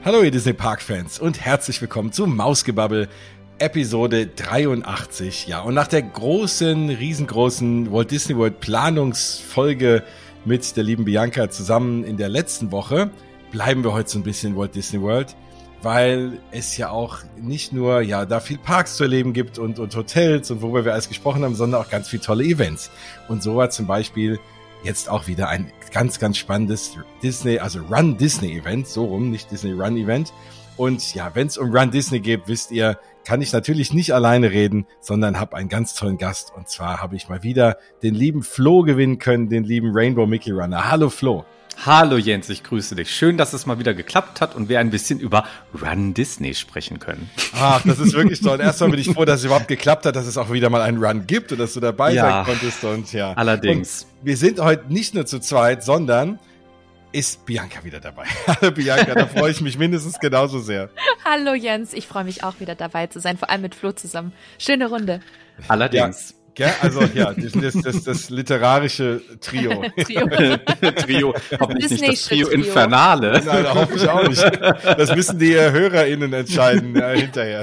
Hallo ihr Disney-Park-Fans und herzlich willkommen zu Mausgebabbel, Episode 83. Ja, und nach der riesengroßen Walt Disney World Planungsfolge mit der lieben Bianca zusammen in der letzten Woche, bleiben wir heute so ein bisschen in Walt Disney World, weil es ja auch nicht nur, da viel Parks zu erleben gibt und Hotels und worüber wir alles gesprochen haben, sondern auch ganz viele tolle Events. Und so war zum Beispiel jetzt auch wieder ein ganz, ganz spannendes Run Disney Event, so rum, nicht Disney Run Event. Und ja, wenn es um Run Disney geht, wisst ihr, kann ich natürlich nicht alleine reden, sondern habe einen ganz tollen Gast. Und zwar habe ich mal wieder den lieben Flo gewinnen können, den lieben Rainbow Mickey Runner. Hallo Flo. Hallo Jens, ich grüße dich. Schön, dass es mal wieder geklappt hat und wir ein bisschen über Run Disney sprechen können. Ach, das ist wirklich toll. Erstmal bin ich froh, dass es überhaupt geklappt hat, dass es auch wieder mal einen Run gibt und dass du dabei sein konntest. Und ja, allerdings. Und wir sind heute nicht nur zu zweit, sondern ist Bianca wieder dabei. Hallo Bianca, da freue ich mich mindestens genauso sehr. Hallo Jens, ich freue mich auch wieder dabei zu sein, vor allem mit Flo zusammen. Schöne Runde. Allerdings. Ja, also das literarische Trio. Trio, hoffentlich nicht das Trio Infernale. Nein, hoffe ich auch nicht. Das müssen die HörerInnen entscheiden hinterher.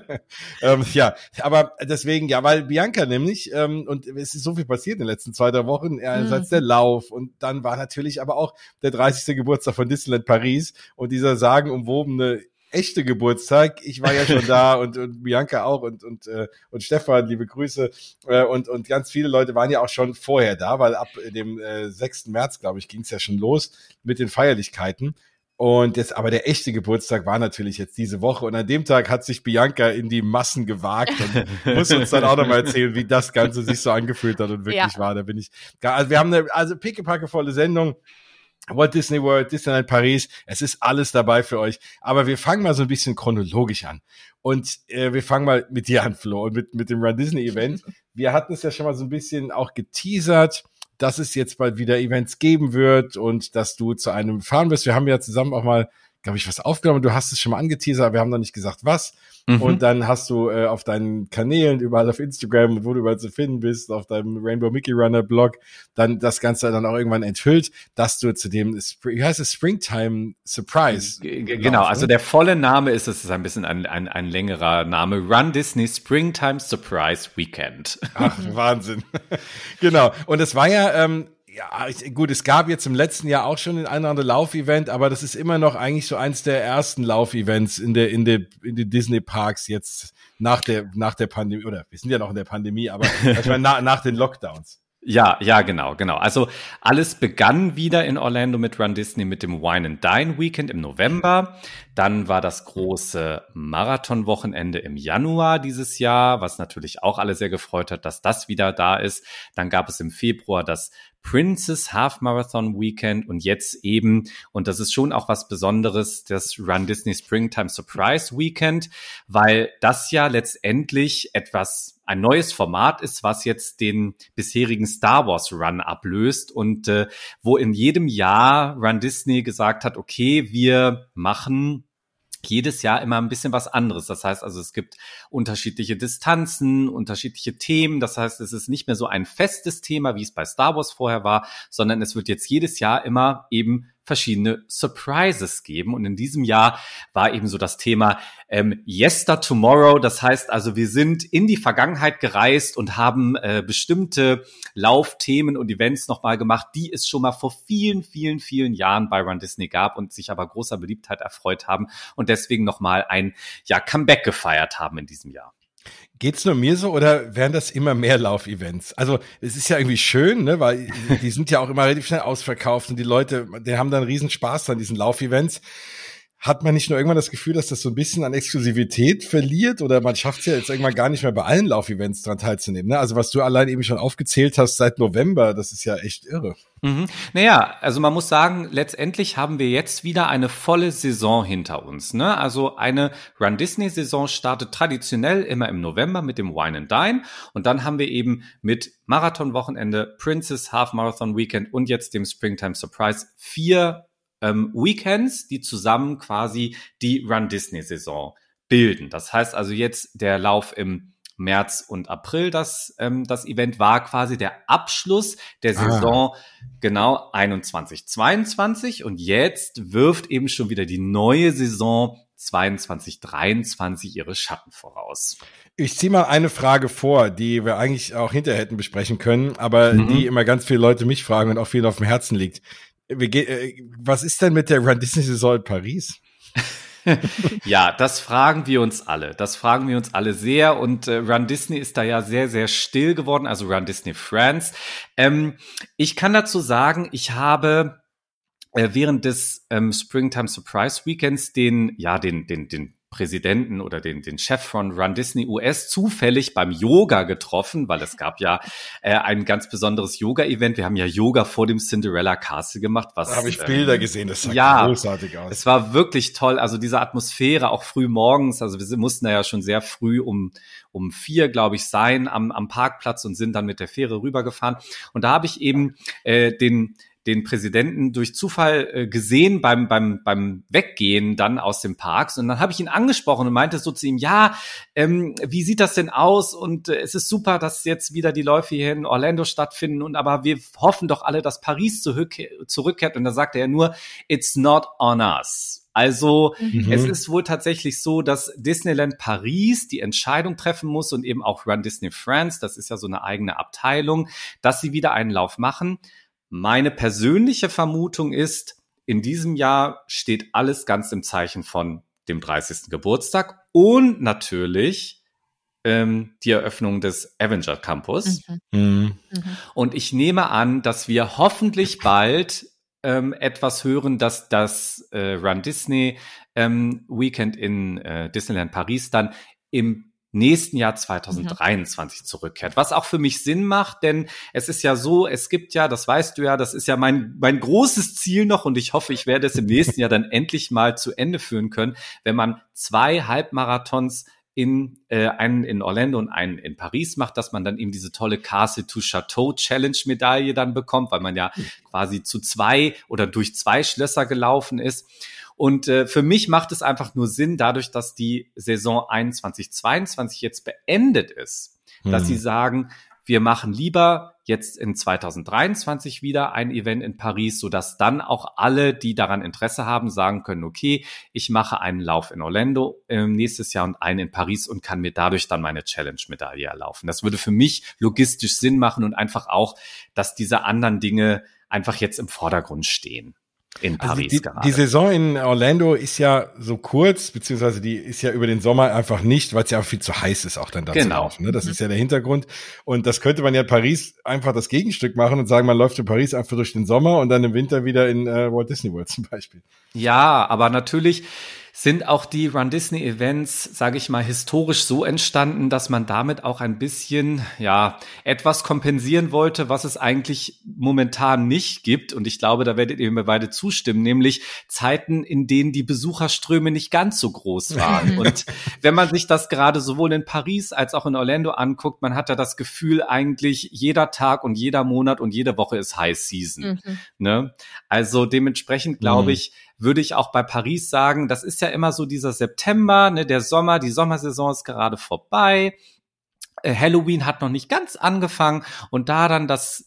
Aber deswegen, weil Bianca nämlich, und es ist so viel passiert in den letzten 2-3 Wochen, einerseits der Lauf und dann war natürlich aber auch der 30. Geburtstag von Disneyland Paris und dieser sagenumwobene echte Geburtstag. Ich war ja schon da und Bianca auch und Stefan, liebe Grüße. Und ganz viele Leute waren ja auch schon vorher da, weil ab dem 6. März, glaube ich, ging es ja schon los mit den Feierlichkeiten. Und jetzt, aber der echte Geburtstag war natürlich jetzt diese Woche. Und an dem Tag hat sich Bianca in die Massen gewagt und muss uns dann auch nochmal erzählen, wie das Ganze sich so angefühlt hat und wirklich war. Da bin ich, also wir haben eine pickepackevolle Sendung. Walt Disney World, Disneyland Paris, es ist alles dabei für euch. Aber wir fangen mal so ein bisschen chronologisch an. Und wir fangen mal mit dir an, Flo, und mit dem Run Disney Event. Wir hatten es ja schon mal so ein bisschen auch geteasert, dass es jetzt bald wieder Events geben wird und dass du zu einem fahren wirst. Wir haben ja zusammen auch mal, glaube ich, was aufgenommen. Du hast es schon mal angeteasert, aber wir haben noch nicht gesagt, was. Und dann hast du auf deinen Kanälen, überall auf Instagram und wo du überall zu finden bist, auf deinem Rainbow Mickey Runner Blog, dann das Ganze dann auch irgendwann enthüllt, dass du zu dem, wie heißt es, Springtime Surprise. Genau, also der volle Name ist, es ist ein bisschen ein längerer Name, Run Disney Springtime Surprise Weekend. Ach, Wahnsinn. Genau. Und es war ja, gut, es gab jetzt im letzten Jahr auch schon ein anderes Laufevent, aber das ist immer noch eigentlich so eins der ersten Laufevents in den Disney Parks jetzt nach der Pandemie, oder wir sind ja noch in der Pandemie, aber ich meine nach den Lockdowns. Ja, genau. Also alles begann wieder in Orlando mit Run Disney mit dem Wine and Dine Weekend im November. Dann war das große Marathonwochenende im Januar dieses Jahr, was natürlich auch alle sehr gefreut hat, dass das wieder da ist. Dann gab es im Februar das Princess Half Marathon Weekend und jetzt eben, und das ist schon auch was Besonderes, das Run Disney Springtime Surprise Weekend, weil das ja letztendlich ein neues Format ist, was jetzt den bisherigen Star Wars Run ablöst und wo in jedem Jahr Run Disney gesagt hat, okay, wir machen jedes Jahr immer ein bisschen was anderes. Das heißt also, es gibt unterschiedliche Distanzen, unterschiedliche Themen. Das heißt, es ist nicht mehr so ein festes Thema, wie es bei Star Wars vorher war, sondern es wird jetzt jedes Jahr immer eben verschiedene Surprises geben. Und in diesem Jahr war eben so das Thema Yester Tomorrow. Das heißt also, wir sind in die Vergangenheit gereist und haben bestimmte Laufthemen und Events nochmal gemacht, die es schon mal vor vielen, vielen, vielen Jahren bei Run Disney gab und sich aber großer Beliebtheit erfreut haben und deswegen nochmal ein Comeback gefeiert haben in diesem Jahr. Geht's nur mir so oder werden das immer mehr Laufevents? Also es ist ja irgendwie schön, ne, weil die sind ja auch immer relativ schnell ausverkauft und die Leute, die haben dann riesen Spaß an diesen Laufevents. Hat man nicht nur irgendwann das Gefühl, dass das so ein bisschen an Exklusivität verliert oder man schafft es ja jetzt irgendwann gar nicht mehr bei allen Laufevents dran teilzunehmen, ne? Also was du allein eben schon aufgezählt hast seit November, das ist ja echt irre. Naja, also man muss sagen, letztendlich haben wir jetzt wieder eine volle Saison hinter uns, ne? Also eine Run Disney Saison startet traditionell immer im November mit dem Wine and Dine und dann haben wir eben mit Marathon-Wochenende, Princess Half Marathon Weekend und jetzt dem Springtime Surprise 4 Weekends, die zusammen quasi die Run Disney Saison bilden. Das heißt also jetzt der Lauf im März und April das Event war quasi der Abschluss der Saison, genau 21/22. Und jetzt wirft eben schon wieder die neue Saison 22/23 ihre Schatten voraus. Ich ziehe mal eine Frage vor, die wir eigentlich auch hinterher hätten besprechen können, aber die immer ganz viele Leute mich fragen und auch viel auf dem Herzen liegt. Was ist denn mit der Run Disney Saison in Paris? Ja, das fragen wir uns alle. Das fragen wir uns alle sehr. Und Run Disney ist da ja sehr, sehr still geworden, also Run Disney France. Ich kann dazu sagen, ich habe während des Springtime Surprise Weekends den Präsidenten oder den Chef von Run Disney US zufällig beim Yoga getroffen, weil es gab ja ein ganz besonderes Yoga-Event. Wir haben ja Yoga vor dem Cinderella Castle gemacht. Da habe ich Bilder gesehen, das sah großartig aus. Es war wirklich toll, also diese Atmosphäre, auch früh morgens, also wir mussten da ja schon sehr früh um 4, glaube ich, sein am Parkplatz und sind dann mit der Fähre rübergefahren. Und da habe ich eben den Präsidenten durch Zufall gesehen beim Weggehen dann aus dem Parks. Und dann habe ich ihn angesprochen und meinte so zu ihm, wie sieht das denn aus? Und es ist super, dass jetzt wieder die Läufe hier in Orlando stattfinden. Aber wir hoffen doch alle, dass Paris zurückkehrt. Und da sagte er nur, it's not on us. Also es ist wohl tatsächlich so, dass Disneyland Paris die Entscheidung treffen muss und eben auch Run Disney France, das ist ja so eine eigene Abteilung, dass sie wieder einen Lauf machen. Meine persönliche Vermutung ist, in diesem Jahr steht alles ganz im Zeichen von dem 30. Geburtstag und natürlich die Eröffnung des Avenger Campus. Und ich nehme an, dass wir hoffentlich bald etwas hören, dass das Run Disney Weekend in Disneyland Paris dann im nächsten Jahr 2023 zurückkehrt. Was auch für mich Sinn macht, denn es ist ja so, es gibt ja, das weißt du ja, das ist ja mein großes Ziel noch und ich hoffe, ich werde es im nächsten Jahr dann endlich mal zu Ende führen können, wenn man 2 Halbmarathons einen in Orlando und einen in Paris macht, dass man dann eben diese tolle Castle to Chateau Challenge Medaille dann bekommt, weil man ja quasi zu 2 oder durch 2 Schlösser gelaufen ist. Und für mich macht es einfach nur Sinn, dadurch, dass die Saison 21/22 jetzt beendet ist, dass sie sagen, wir machen lieber jetzt in 2023 wieder ein Event in Paris, sodass dann auch alle, die daran Interesse haben, sagen können, okay, ich mache einen Lauf in Orlando nächstes Jahr und einen in Paris und kann mir dadurch dann meine Challenge-Medaille erlaufen. Das würde für mich logistisch Sinn machen und einfach auch, dass diese anderen Dinge einfach jetzt im Vordergrund stehen. In Paris also die Saison in Orlando ist ja so kurz, beziehungsweise die ist ja über den Sommer einfach nicht, weil es ja auch viel zu heiß ist, auch dann da zu laufen. Ne? Das ist ja der Hintergrund. Und das könnte man ja Paris einfach das Gegenstück machen und sagen, man läuft in Paris einfach durch den Sommer und dann im Winter wieder in Walt Disney World zum Beispiel. Ja, aber natürlich sind auch die Run Disney Events, sage ich mal, historisch so entstanden, dass man damit auch ein bisschen, etwas kompensieren wollte, was es eigentlich momentan nicht gibt. Und ich glaube, da werdet ihr mir beide zustimmen, nämlich Zeiten, in denen die Besucherströme nicht ganz so groß waren. Und wenn man sich das gerade sowohl in Paris als auch in Orlando anguckt, man hat da das Gefühl, eigentlich jeder Tag und jeder Monat und jede Woche ist High Season. Ne? Also dementsprechend glaube ich, würde ich auch bei Paris sagen, das ist ja immer so dieser September, ne, die Sommersaison ist gerade vorbei. Halloween hat noch nicht ganz angefangen und da dann das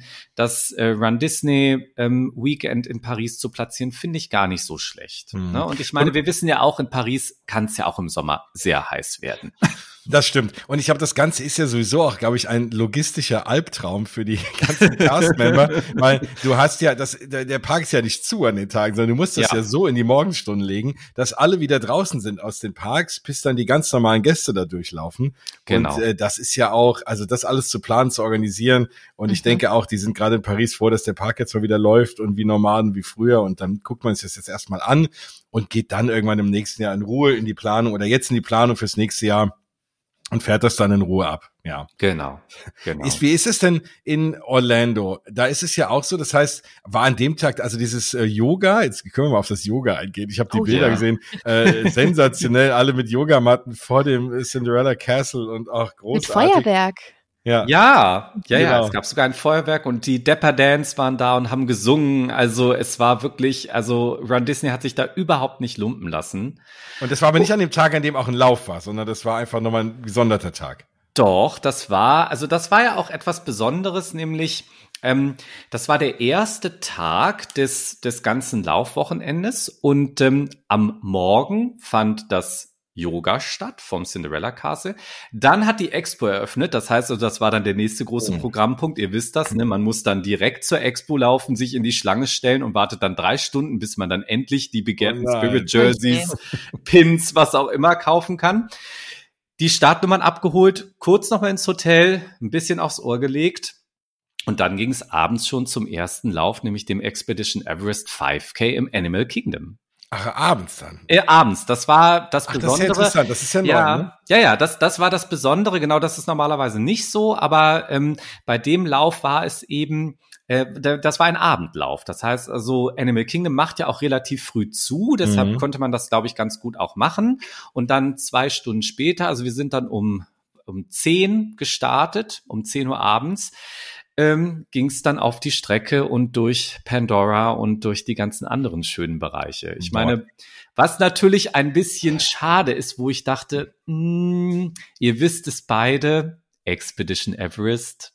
Run Disney Weekend in Paris zu platzieren, finde ich gar nicht so schlecht. Ne? Und ich meine, wir wissen ja auch, in Paris kann es ja auch im Sommer sehr heiß werden. Das stimmt. Und ich glaube, das Ganze ist ja sowieso auch, glaube ich, ein logistischer Albtraum für die ganzen Cast-Member, weil du hast ja, der Park ist ja nicht zu an den Tagen, sondern du musst das ja so in die Morgenstunden legen, dass alle wieder draußen sind aus den Parks, bis dann die ganz normalen Gäste da durchlaufen. Genau. Und das ist ja auch, also das alles zu planen, zu organisieren. Und ich denke auch, die sind gerade in Paris froh, dass der Park jetzt mal wieder läuft und wie normal und wie früher. Und dann guckt man sich das jetzt erstmal an und geht dann irgendwann im nächsten Jahr in Ruhe in die Planung oder jetzt in die Planung fürs nächste Jahr. Und fährt das dann in Ruhe ab, ja. Genau. Wie ist es denn in Orlando? Da ist es ja auch so, das heißt, war an dem Tag, also dieses Yoga, jetzt können wir mal auf das Yoga eingehen. Ich habe die Bilder gesehen, sensationell, alle mit Yogamatten vor dem Cinderella Castle und auch großartig. Mit Feuerwerk. Ja, es gab sogar ein Feuerwerk und die Dapper Dans waren da und haben gesungen. Also es war wirklich, Run Disney hat sich da überhaupt nicht lumpen lassen. Und das war aber nicht an dem Tag, an dem auch ein Lauf war, sondern das war einfach nochmal ein gesonderter Tag. Doch, das war ja auch etwas Besonderes, nämlich das war der erste Tag des ganzen Laufwochenendes und am Morgen fand das Yoga statt vom Cinderella Castle. Dann hat die Expo eröffnet, das heißt, also das war dann der nächste große Programmpunkt. Ihr wisst das, ne? Man muss dann direkt zur Expo laufen, sich in die Schlange stellen und wartet dann 3 Stunden, bis man dann endlich die begehrten Spirit Jerseys, Pins, was auch immer kaufen kann. Die Startnummern abgeholt, kurz noch mal ins Hotel, ein bisschen aufs Ohr gelegt. Und dann ging es abends schon zum ersten Lauf, nämlich dem Expedition Everest 5K im Animal Kingdom. Ach, abends dann? Abends, das war das Besondere. Das ist ja interessant, das ist ja neu, ne? Ja, das war das Besondere, genau, das ist normalerweise nicht so, aber bei dem Lauf war es eben, das war ein Abendlauf, das heißt also, Animal Kingdom macht ja auch relativ früh zu, deshalb konnte man das, glaube ich, ganz gut auch machen und dann 2 Stunden später, also wir sind dann um 10 gestartet, um 10 Uhr abends, ging es dann auf die Strecke und durch Pandora und durch die ganzen anderen schönen Bereiche. Ich meine, was natürlich ein bisschen schade ist, wo ich dachte, ihr wisst es beide, Expedition Everest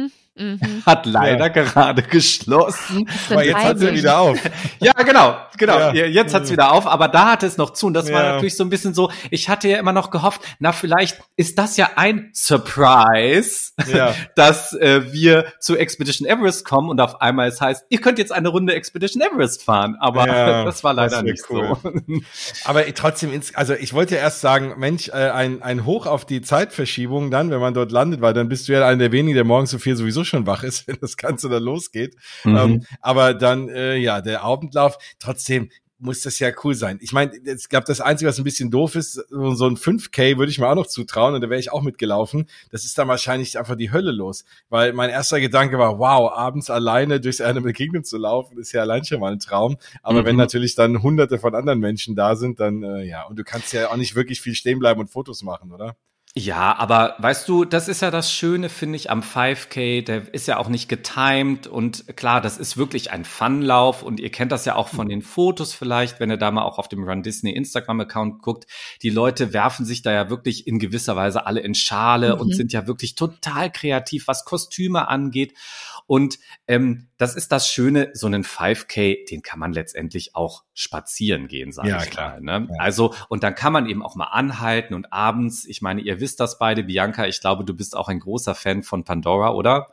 hat leider gerade geschlossen. Aber jetzt hat sie wieder auf. Ja, genau. Ja. Jetzt hat's wieder auf, aber da hatte es noch zu. Und das war natürlich so ein bisschen so, ich hatte ja immer noch gehofft, na, vielleicht ist das ja ein Surprise, dass wir zu Expedition Everest kommen und auf einmal es heißt, ihr könnt jetzt eine Runde Expedition Everest fahren. Aber das war leider nicht cool. So. Aber trotzdem, also ich wollte ja erst sagen, Mensch, ein Hoch auf die Zeitverschiebung dann, wenn man dort landet, weil dann bist du ja einer der wenigen, der morgens so viel sowieso schon wach ist, wenn das Ganze dann losgeht. Aber dann, der Abendlauf, trotzdem muss das ja cool sein. Ich meine, ich glaube, das Einzige, was ein bisschen doof ist, so ein 5K würde ich mir auch noch zutrauen und da wäre ich auch mitgelaufen. Das ist dann wahrscheinlich einfach die Hölle los. Weil mein erster Gedanke war, wow, abends alleine durchs Animal Kingdom zu laufen, ist ja allein schon mal ein Traum. Aber wenn natürlich dann Hunderte von anderen Menschen da sind, dann, und du kannst ja auch nicht wirklich viel stehen bleiben und Fotos machen, oder? Ja, aber weißt du, das ist ja das Schöne, finde ich, am 5K, der ist ja auch nicht getimed und klar, das ist wirklich ein Funlauf und ihr kennt das ja auch von den Fotos vielleicht, wenn ihr da mal auch auf dem Run Disney Instagram-Account guckt, die Leute werfen sich da ja wirklich in gewisser Weise alle in Schale und sind ja wirklich total kreativ, was Kostüme angeht und das ist das Schöne, so einen 5K, den kann man letztendlich auch spazieren gehen, sag ich mal. Ne? Ja. Also, und dann kann man eben auch mal anhalten und abends, ich meine, ihr wisst das beide, Bianca, ich glaube, du bist auch ein großer Fan von Pandora, oder?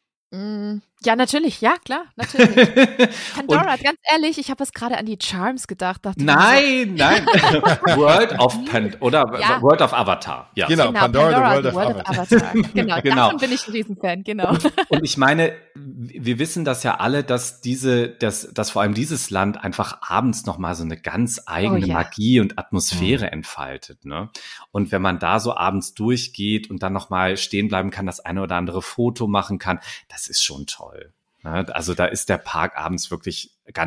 Ja, natürlich, ja, klar, natürlich. Pandora, ganz ehrlich, ich habe jetzt gerade an die Charms gedacht. Nein. World of Avatar. Ja. Genau, Pandora, the World of Avatar. Genau, davon bin ich ein Riesenfan, genau. Und ich meine, wir wissen das ja alle, dass vor allem dieses Land einfach abends nochmal so eine ganz eigene Magie und Atmosphäre entfaltet, ne? Und wenn man da so abends durchgeht und dann nochmal stehen bleiben kann, das eine oder andere Foto machen kann, das ist schon toll. Also da ist der Park abends wirklich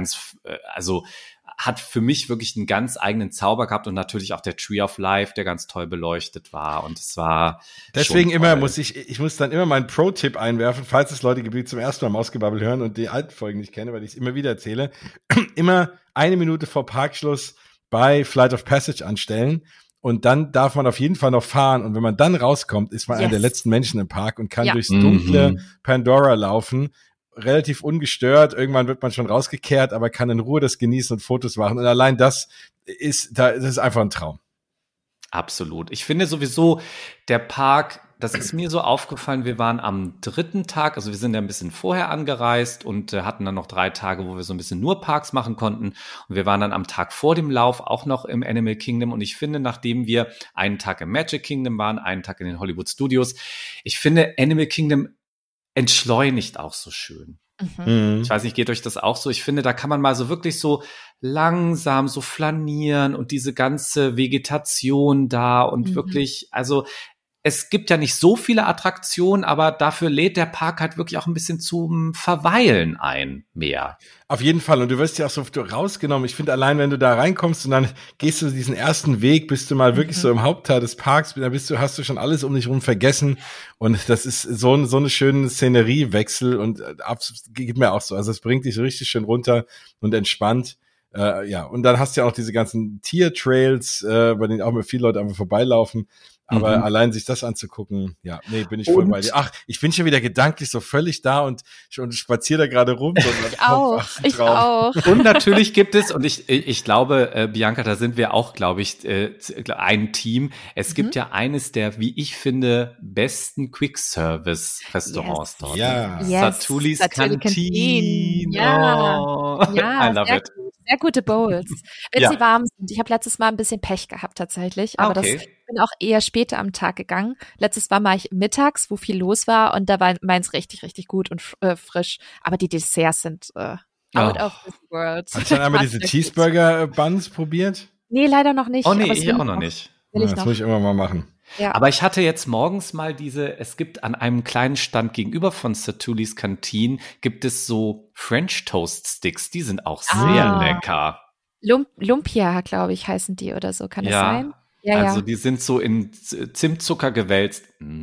hat für mich wirklich einen ganz eigenen Zauber gehabt und natürlich auch der Tree of Life, der ganz toll beleuchtet war und es war deswegen immer muss dann immer meinen Pro-Tipp einwerfen, falls es Leute gibt, die zum ersten Mal Mausgebabbel hören und die alten Folgen nicht kennen, weil ich es immer wieder erzähle, immer 1 Minute vor Parkschluss bei Flight of Passage anstellen. Und dann darf man auf jeden Fall noch fahren. Und wenn man dann rauskommt, ist man einer der letzten Menschen im Park und kann durchs dunkle Pandora laufen. Relativ ungestört. Irgendwann wird man schon rausgekehrt, aber kann in Ruhe das genießen und Fotos machen. Und allein das ist einfach ein Traum. Absolut. Ich finde sowieso, der Park, das ist mir so aufgefallen, wir waren am 3. Tag, also wir sind ja ein bisschen vorher angereist und hatten dann noch 3 Tage, wo wir so ein bisschen nur Parks machen konnten. Und wir waren dann am Tag vor dem Lauf auch noch im Animal Kingdom. Und ich finde, nachdem wir einen Tag im Magic Kingdom waren, einen Tag in den Hollywood Studios, ich finde, Animal Kingdom entschleunigt auch so schön. Ich weiß nicht, geht euch das auch so? Ich finde, da kann man mal so wirklich so langsam so flanieren und diese ganze Vegetation da und wirklich, also es gibt ja nicht so viele Attraktionen, aber dafür lädt der Park halt wirklich auch ein bisschen zum Verweilen ein, mehr. Auf jeden Fall. Und du wirst ja auch so rausgenommen. Ich finde, allein wenn du da reinkommst und dann gehst du diesen ersten Weg, bist du mal wirklich so im Hauptteil des Parks, da hast du schon alles um dich rum vergessen. Und das ist so eine schöne Szeneriewechsel und geht mir auch so. Also es bringt dich so richtig schön runter und entspannt. Und dann hast du ja auch diese ganzen Tiertrails, bei denen auch immer viele Leute einfach vorbeilaufen. Aber allein sich das anzugucken, ja, nee, bin ich voll bei dir. Ach, ich bin schon wieder gedanklich so völlig da und spaziere da gerade rum. Ich auch. Und natürlich gibt es, und ich glaube, Bianca, da sind wir auch, glaube ich, ein Team. Es gibt ja eines der, wie ich finde, besten Quick-Service-Restaurants dort. Ja. Satuli's Canteen. Ja. Oh. Ja, I love it. sehr gute Bowls. Wenn sie warm sind. Ich habe letztes Mal ein bisschen Pech gehabt tatsächlich, aber ich bin auch eher später am Tag gegangen. Letztes Mal war ich mittags, wo viel los war und da war meins richtig, richtig gut und frisch. Aber die Desserts sind out of this world. Hast du dann einmal diese Cheeseburger-Buns probiert? Nee, leider noch nicht. Oh nee, ich auch noch nicht. Das muss ich immer mal machen. Ja. Aber ich hatte jetzt morgens mal es gibt an einem kleinen Stand gegenüber von Satuli's Canteen, gibt es so French Toast Sticks, die sind auch sehr lecker. Lumpia, glaube ich, heißen die oder so, kann das sein? Ja, also die sind so in Zimtzucker gewälzt.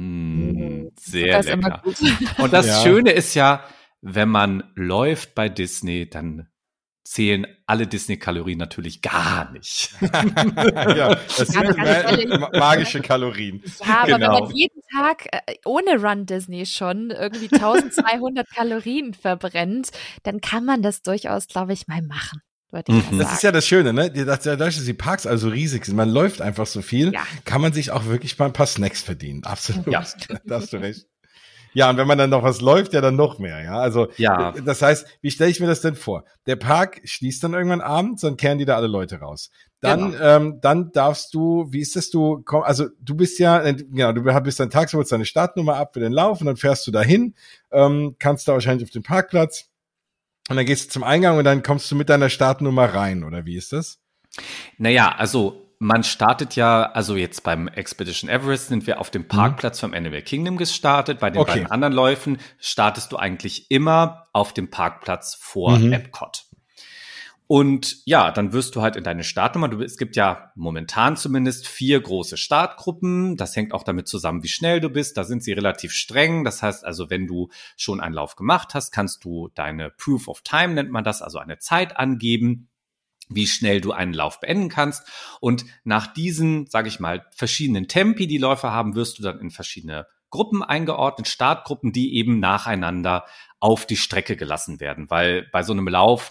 Sehr lecker. Und das Schöne ist ja, wenn man läuft bei Disney, dann zählen alle Disney-Kalorien natürlich gar nicht. Ja, das sind magische Kalorien. Ja, aber wenn man jeden Tag ohne Run Disney schon irgendwie 1200 Kalorien verbrennt, dann kann man das durchaus, glaube ich, mal machen. Das ist ja das Schöne, ne? Dadurch, dass die Parks also riesig sind, man läuft einfach so viel, kann man sich auch wirklich mal ein paar Snacks verdienen. Absolut. Ja. Da hast du recht. Ja, und wenn man dann noch was läuft, ja dann noch mehr, ja. Also, das heißt, wie stelle ich mir das denn vor? Der Park schließt dann irgendwann abends, dann kehren die da alle Leute raus. Dann, dann darfst du, wie ist das, du bist ja, du bist dann tagsüber, holst deine Startnummer ab für den Lauf und dann fährst du dahin, kannst da wahrscheinlich auf den Parkplatz und dann gehst du zum Eingang und dann kommst du mit deiner Startnummer rein, oder wie ist das? Naja, also, man startet ja, also jetzt beim Expedition Everest sind wir auf dem Parkplatz vom Animal Kingdom gestartet. Bei den beiden anderen Läufen startest du eigentlich immer auf dem Parkplatz vor Epcot. Und ja, dann wirst du halt in deine Startnummer, es gibt ja momentan zumindest 4 große Startgruppen. Das hängt auch damit zusammen, wie schnell du bist. Da sind sie relativ streng. Das heißt also, wenn du schon einen Lauf gemacht hast, kannst du deine Proof of Time, nennt man das, also eine Zeit angeben, wie schnell du einen Lauf beenden kannst. Und nach diesen, sage ich mal, verschiedenen Tempi, die Läufer haben, wirst du dann in verschiedene Gruppen eingeordnet, Startgruppen, die eben nacheinander auf die Strecke gelassen werden. Weil bei so einem Lauf,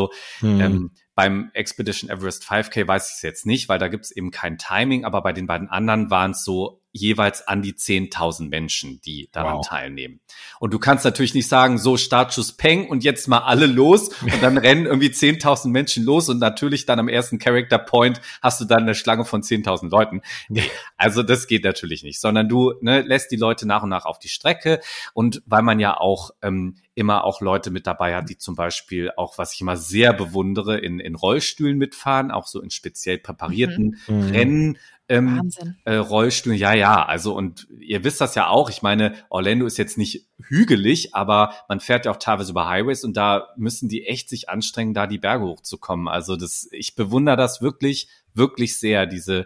beim Expedition Everest 5K weiß ich es jetzt nicht, weil da gibt es eben kein Timing, aber bei den beiden anderen waren es so jeweils an die 10.000 Menschen, die daran teilnehmen. Und du kannst natürlich nicht sagen, so Startschuss Peng und jetzt mal alle los und dann rennen irgendwie 10.000 Menschen los und natürlich dann am ersten Character Point hast du dann eine Schlange von 10.000 Leuten. Also das geht natürlich nicht, sondern du lässt die Leute nach und nach auf die Strecke und weil man ja auch immer auch Leute mit dabei hat, die zum Beispiel auch, was ich immer sehr bewundere, in Rollstühlen mitfahren, auch so in speziell präparierten Rennen, Rollstühlen, also und ihr wisst das ja auch, ich meine, Orlando ist jetzt nicht hügelig, aber man fährt ja auch teilweise über Highways und da müssen die echt sich anstrengen, da die Berge hochzukommen. Also ich bewundere das wirklich sehr, diese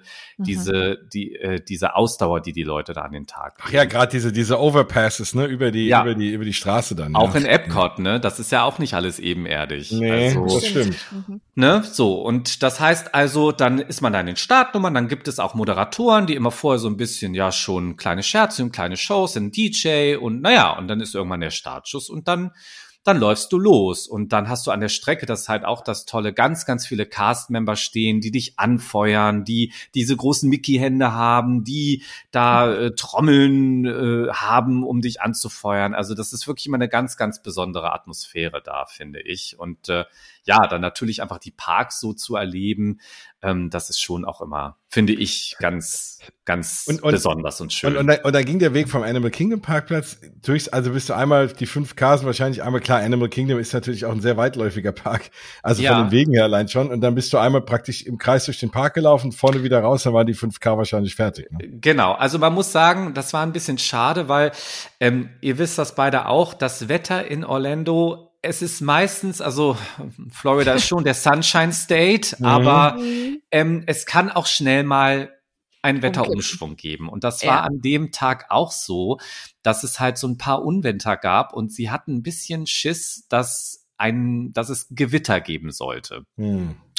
Ausdauer, die Leute da an den Tag legen. Ach ja, gerade diese Overpasses, über die Straße dann. Auch in Epcot, das ist ja auch nicht alles ebenerdig. Nee, also, das stimmt. So, und das heißt also, dann ist man da in den Startnummern, dann gibt es auch Moderatoren, die immer vorher so ein bisschen, schon kleine Scherze und kleine Shows, ein DJ und und dann ist irgendwann der Startschuss und dann läufst du los und dann hast du an der Strecke, das ist halt auch das Tolle, ganz, ganz viele Cast-Member stehen, die dich anfeuern, die diese großen Mickey-Hände haben, die da Trommeln haben, um dich anzufeuern. Also das ist wirklich immer eine ganz, ganz besondere Atmosphäre da, finde ich. Und dann natürlich einfach die Parks so zu erleben, das ist schon auch immer, finde ich, ganz, ganz besonders und schön. Und da ging der Weg vom Animal Kingdom Parkplatz also bist du einmal die 5Ks und wahrscheinlich einmal, klar, Animal Kingdom ist natürlich auch ein sehr weitläufiger Park, also von den Wegen her allein schon. Und dann bist du einmal praktisch im Kreis durch den Park gelaufen, vorne wieder raus, dann waren die 5K wahrscheinlich fertig. Ne? Genau, also man muss sagen, das war ein bisschen schade, weil ihr wisst das beide auch, das Wetter in Orlando, es ist meistens, also Florida ist schon der Sunshine State, aber es kann auch schnell mal einen Wetterumschwung geben. Und das war an dem Tag auch so, dass es halt so ein paar Unwetter gab und sie hatten ein bisschen Schiss, dass es Gewitter geben sollte.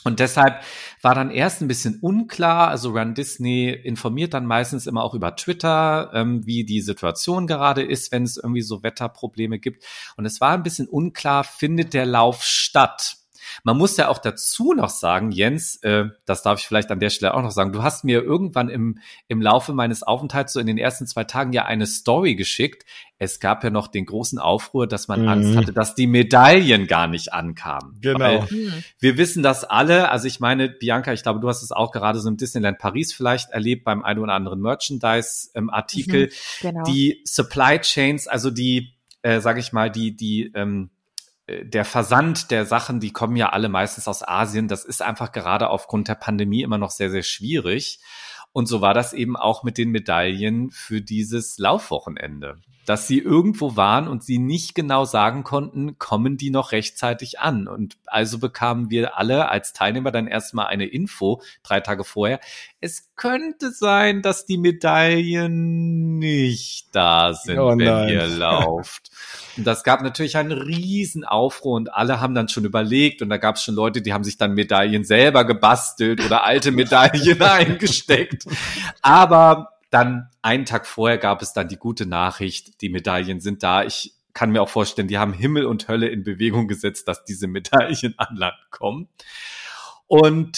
Und deshalb war dann erst ein bisschen unklar, also Run Disney informiert dann meistens immer auch über Twitter, wie die Situation gerade ist, wenn es irgendwie so Wetterprobleme gibt. Und es war ein bisschen unklar, findet der Lauf statt? Man muss ja auch dazu noch sagen, Jens, das darf ich vielleicht an der Stelle auch noch sagen, du hast mir irgendwann im Laufe meines Aufenthalts so in den ersten 2 Tagen ja eine Story geschickt. Es gab ja noch den großen Aufruhr, dass man Angst hatte, dass die Medaillen gar nicht ankamen. Genau. Weil wir wissen das alle. Also ich meine, Bianca, ich glaube, du hast es auch gerade so im Disneyland Paris vielleicht erlebt beim einen oder anderen Merchandise-Artikel. Genau. Die Supply Chains, also die, sage ich mal, der Versand der Sachen, die kommen ja alle meistens aus Asien. Das ist einfach gerade aufgrund der Pandemie immer noch sehr, sehr schwierig. Und so war das eben auch mit den Medaillen für dieses Laufwochenende. Dass sie irgendwo waren und sie nicht genau sagen konnten, kommen die noch rechtzeitig an. Und also bekamen wir alle als Teilnehmer dann erstmal eine Info 3 Tage vorher. Es könnte sein, dass die Medaillen nicht da sind, wenn ihr lauft. Und das gab natürlich einen riesen Aufruhr und alle haben dann schon überlegt und da gab es schon Leute, die haben sich dann Medaillen selber gebastelt oder alte Medaillen eingesteckt. Aber dann einen Tag vorher gab es dann die gute Nachricht, die Medaillen sind da. Ich kann mir auch vorstellen, die haben Himmel und Hölle in Bewegung gesetzt, dass diese Medaillen an Land kommen. Und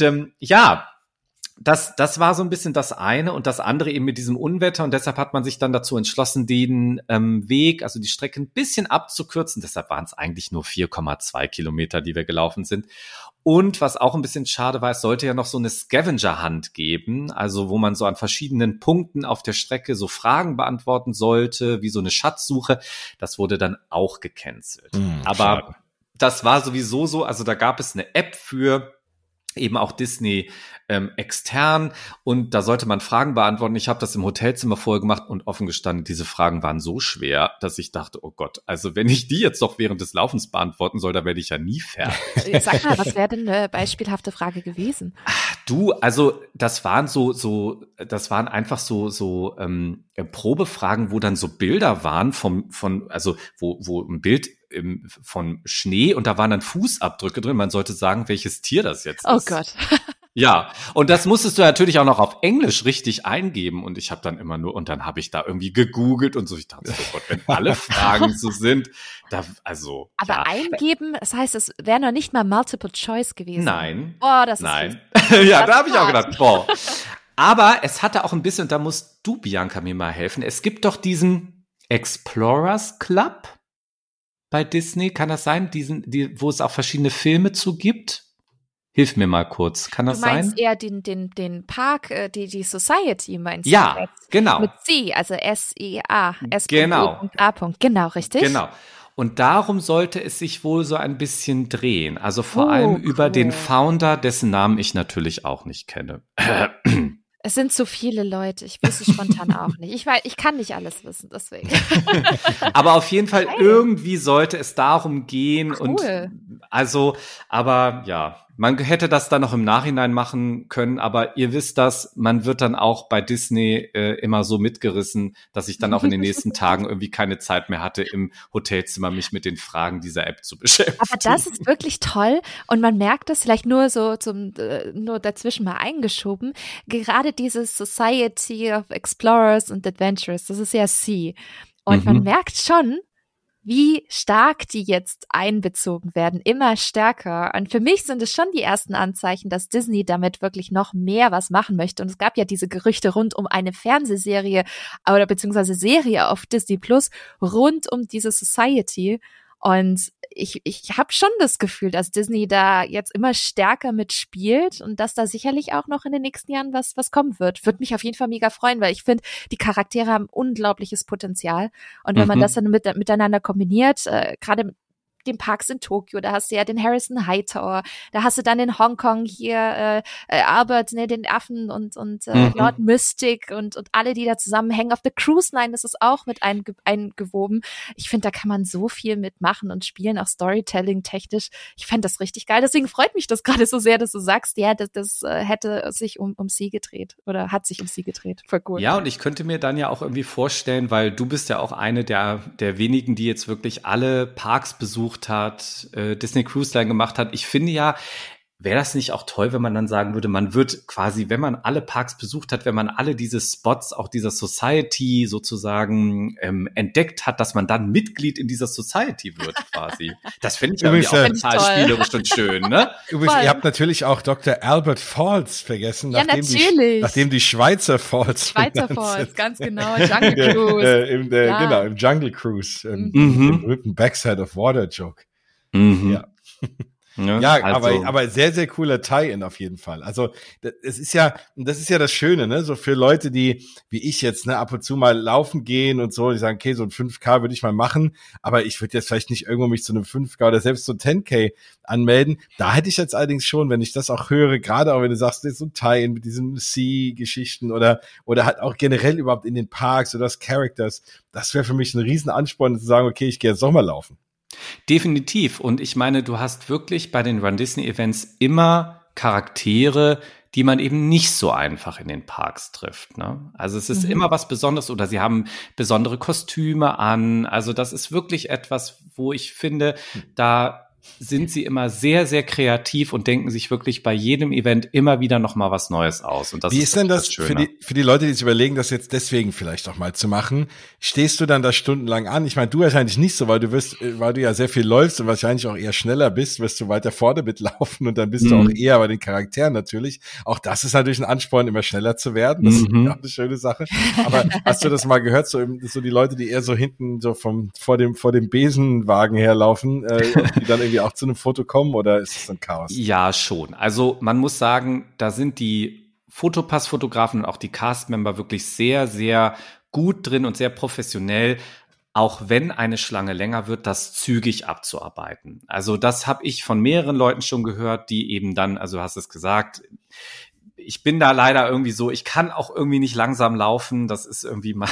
das war so ein bisschen das eine und das andere eben mit diesem Unwetter und deshalb hat man sich dann dazu entschlossen, den Weg, also die Strecke ein bisschen abzukürzen. Deshalb waren es eigentlich nur 4,2 Kilometer, die wir gelaufen sind. Und was auch ein bisschen schade war, es sollte ja noch so eine Scavenger-Hunt geben, also wo man so an verschiedenen Punkten auf der Strecke so Fragen beantworten sollte, wie so eine Schatzsuche. Das wurde dann auch gecancelt. Aber schade. Das war sowieso so, also da gab es eine App für eben auch Disney extern und da sollte man Fragen beantworten. Ich habe das im Hotelzimmer vorher gemacht und offen gestanden, diese Fragen waren so schwer, dass ich dachte, oh Gott, also wenn ich die jetzt doch während des Laufens beantworten soll, da werde ich ja nie fertig. Sag mal, was wäre denn eine beispielhafte Frage gewesen? Du, also das waren einfach so Probefragen, wo dann so Bilder waren wo ein Bild von Schnee und da waren dann Fußabdrücke drin. Man sollte sagen, welches Tier das jetzt ist. Oh Gott. Ja, und das musstest du natürlich auch noch auf Englisch richtig eingeben und ich habe dann immer nur, und dann habe ich da irgendwie gegoogelt und so, ich dachte, oh Gott, wenn alle Fragen so sind, Aber eingeben, das heißt, es wäre noch nicht mal Multiple Choice gewesen. Nein. Oh, das ist Nein. Ja, da habe ich auch gedacht, boah. Aber es hatte auch ein bisschen, und da musst du, Bianca, mir mal helfen, es gibt doch diesen Explorers Club bei Disney, kann das sein? Wo es auch verschiedene Filme zu gibt? Hilf mir mal kurz, kann das sein? Du meinst eher den Park, die Society meinst du? Ja, genau. Mit C, also S-E-A, S. Genau. A. Genau, richtig? Genau. Und darum sollte es sich wohl so ein bisschen drehen. Also vor allem über den Founder, dessen Namen ich natürlich auch nicht kenne. Es sind zu viele Leute, ich wüsste spontan auch nicht. Ich kann nicht alles wissen, deswegen. Aber auf jeden Fall irgendwie sollte es darum gehen. Cool. Und aber ja, man hätte das dann noch im Nachhinein machen können, aber ihr wisst das, man wird dann auch bei Disney immer so mitgerissen, dass ich dann auch in den nächsten Tagen irgendwie keine Zeit mehr hatte, im Hotelzimmer mich mit den Fragen dieser App zu beschäftigen. Aber das ist wirklich toll und man merkt das vielleicht nur so nur dazwischen mal eingeschoben. Gerade dieses Society of Explorers and Adventurers, das ist ja C. Und man merkt schon, wie stark die jetzt einbezogen werden, immer stärker. Und für mich sind es schon die ersten Anzeichen, dass Disney damit wirklich noch mehr was machen möchte. Und es gab ja diese Gerüchte rund um eine Fernsehserie oder beziehungsweise Serie auf Disney Plus rund um diese Society. Und ich habe schon das Gefühl, dass Disney da jetzt immer stärker mitspielt und dass da sicherlich auch noch in den nächsten Jahren was kommen wird. Würde mich auf jeden Fall mega freuen, weil ich finde, die Charaktere haben unglaubliches Potenzial. Und wenn man das dann miteinander kombiniert, gerade den Parks in Tokio, da hast du ja den Harrison Hightower, da hast du dann in Hongkong hier Albert, ne, den Affen und Lord Mystic und alle, die da zusammenhängen. Auf der Cruise Line ist es auch mit eingewoben. Ich finde, da kann man so viel mitmachen und spielen, auch Storytelling technisch. Ich fände das richtig geil. Deswegen freut mich das gerade so sehr, dass du sagst, ja, das hätte sich um sie gedreht oder hat sich um sie gedreht. Voll cool. Ja, und ich könnte mir dann ja auch irgendwie vorstellen, weil du bist ja auch eine der wenigen, die jetzt wirklich alle Parks besucht hat, Disney Cruise Line gemacht hat. Ich finde ja, wäre das nicht auch toll, wenn man dann sagen würde, man wird quasi, wenn man alle Parks besucht hat, wenn man alle diese Spots, auch dieser Society sozusagen entdeckt hat, dass man dann Mitglied in dieser Society wird quasi. Das finde ich irgendwie auch total spielerisch und schön, ne? Übrigens, ihr habt natürlich auch Dr. Albert Falls vergessen, nachdem die Schweizer Falls. Schweizer Falls, ganz genau, Jungle Cruise. Genau, im Jungle Cruise, im berühmten Backside of Water Joke. Ja. Ja, also. aber sehr, sehr cooler Tie-In auf jeden Fall. Also, das ist ja das Schöne, ne, so für Leute, die, wie ich jetzt, ne, ab und zu mal laufen gehen und so, die sagen, okay, so ein 5K würde ich mal machen, aber ich würde jetzt vielleicht nicht irgendwo mich zu einem 5K oder selbst so 10K anmelden. Da hätte ich jetzt allerdings schon, wenn ich das auch höre, gerade auch wenn du sagst, das ist so ein Tie-In mit diesen Sea-Geschichten oder halt auch generell überhaupt in den Parks oder das Characters, das wäre für mich ein riesen Ansporn zu sagen, okay, ich gehe jetzt Sommer laufen. Definitiv. Und ich meine, du hast wirklich bei den Run Disney Events immer Charaktere, die man eben nicht so einfach in den Parks trifft, ne? Also es ist immer was Besonderes oder sie haben besondere Kostüme an. Also das ist wirklich etwas, wo ich finde, da sind sie immer sehr, sehr kreativ und denken sich wirklich bei jedem Event immer wieder noch mal was Neues aus. Und das Wie ist denn das für die Leute, die sich überlegen, das jetzt deswegen vielleicht auch mal zu machen? Stehst du dann da stundenlang an? Ich meine, du wahrscheinlich nicht so, weil du ja sehr viel läufst und wahrscheinlich auch eher schneller bist, wirst du weiter vorne mitlaufen und dann bist du auch eher bei den Charakteren natürlich. Auch das ist natürlich ein Ansporn, immer schneller zu werden. Das ist auch eine schöne Sache. Aber hast du das mal gehört, so die Leute, die eher so hinten so vor dem Besenwagen herlaufen, die dann irgendwie auch zu einem Foto kommen, oder ist es ein Chaos? Ja, schon. Also man muss sagen, da sind die Fotopass-Fotografen und auch die Cast-Member wirklich sehr, sehr gut drin und sehr professionell, auch wenn eine Schlange länger wird, das zügig abzuarbeiten. Also das habe ich von mehreren Leuten schon gehört, die eben dann, also hast es gesagt, ich bin da leider irgendwie so, ich kann auch irgendwie nicht langsam laufen, das ist irgendwie mal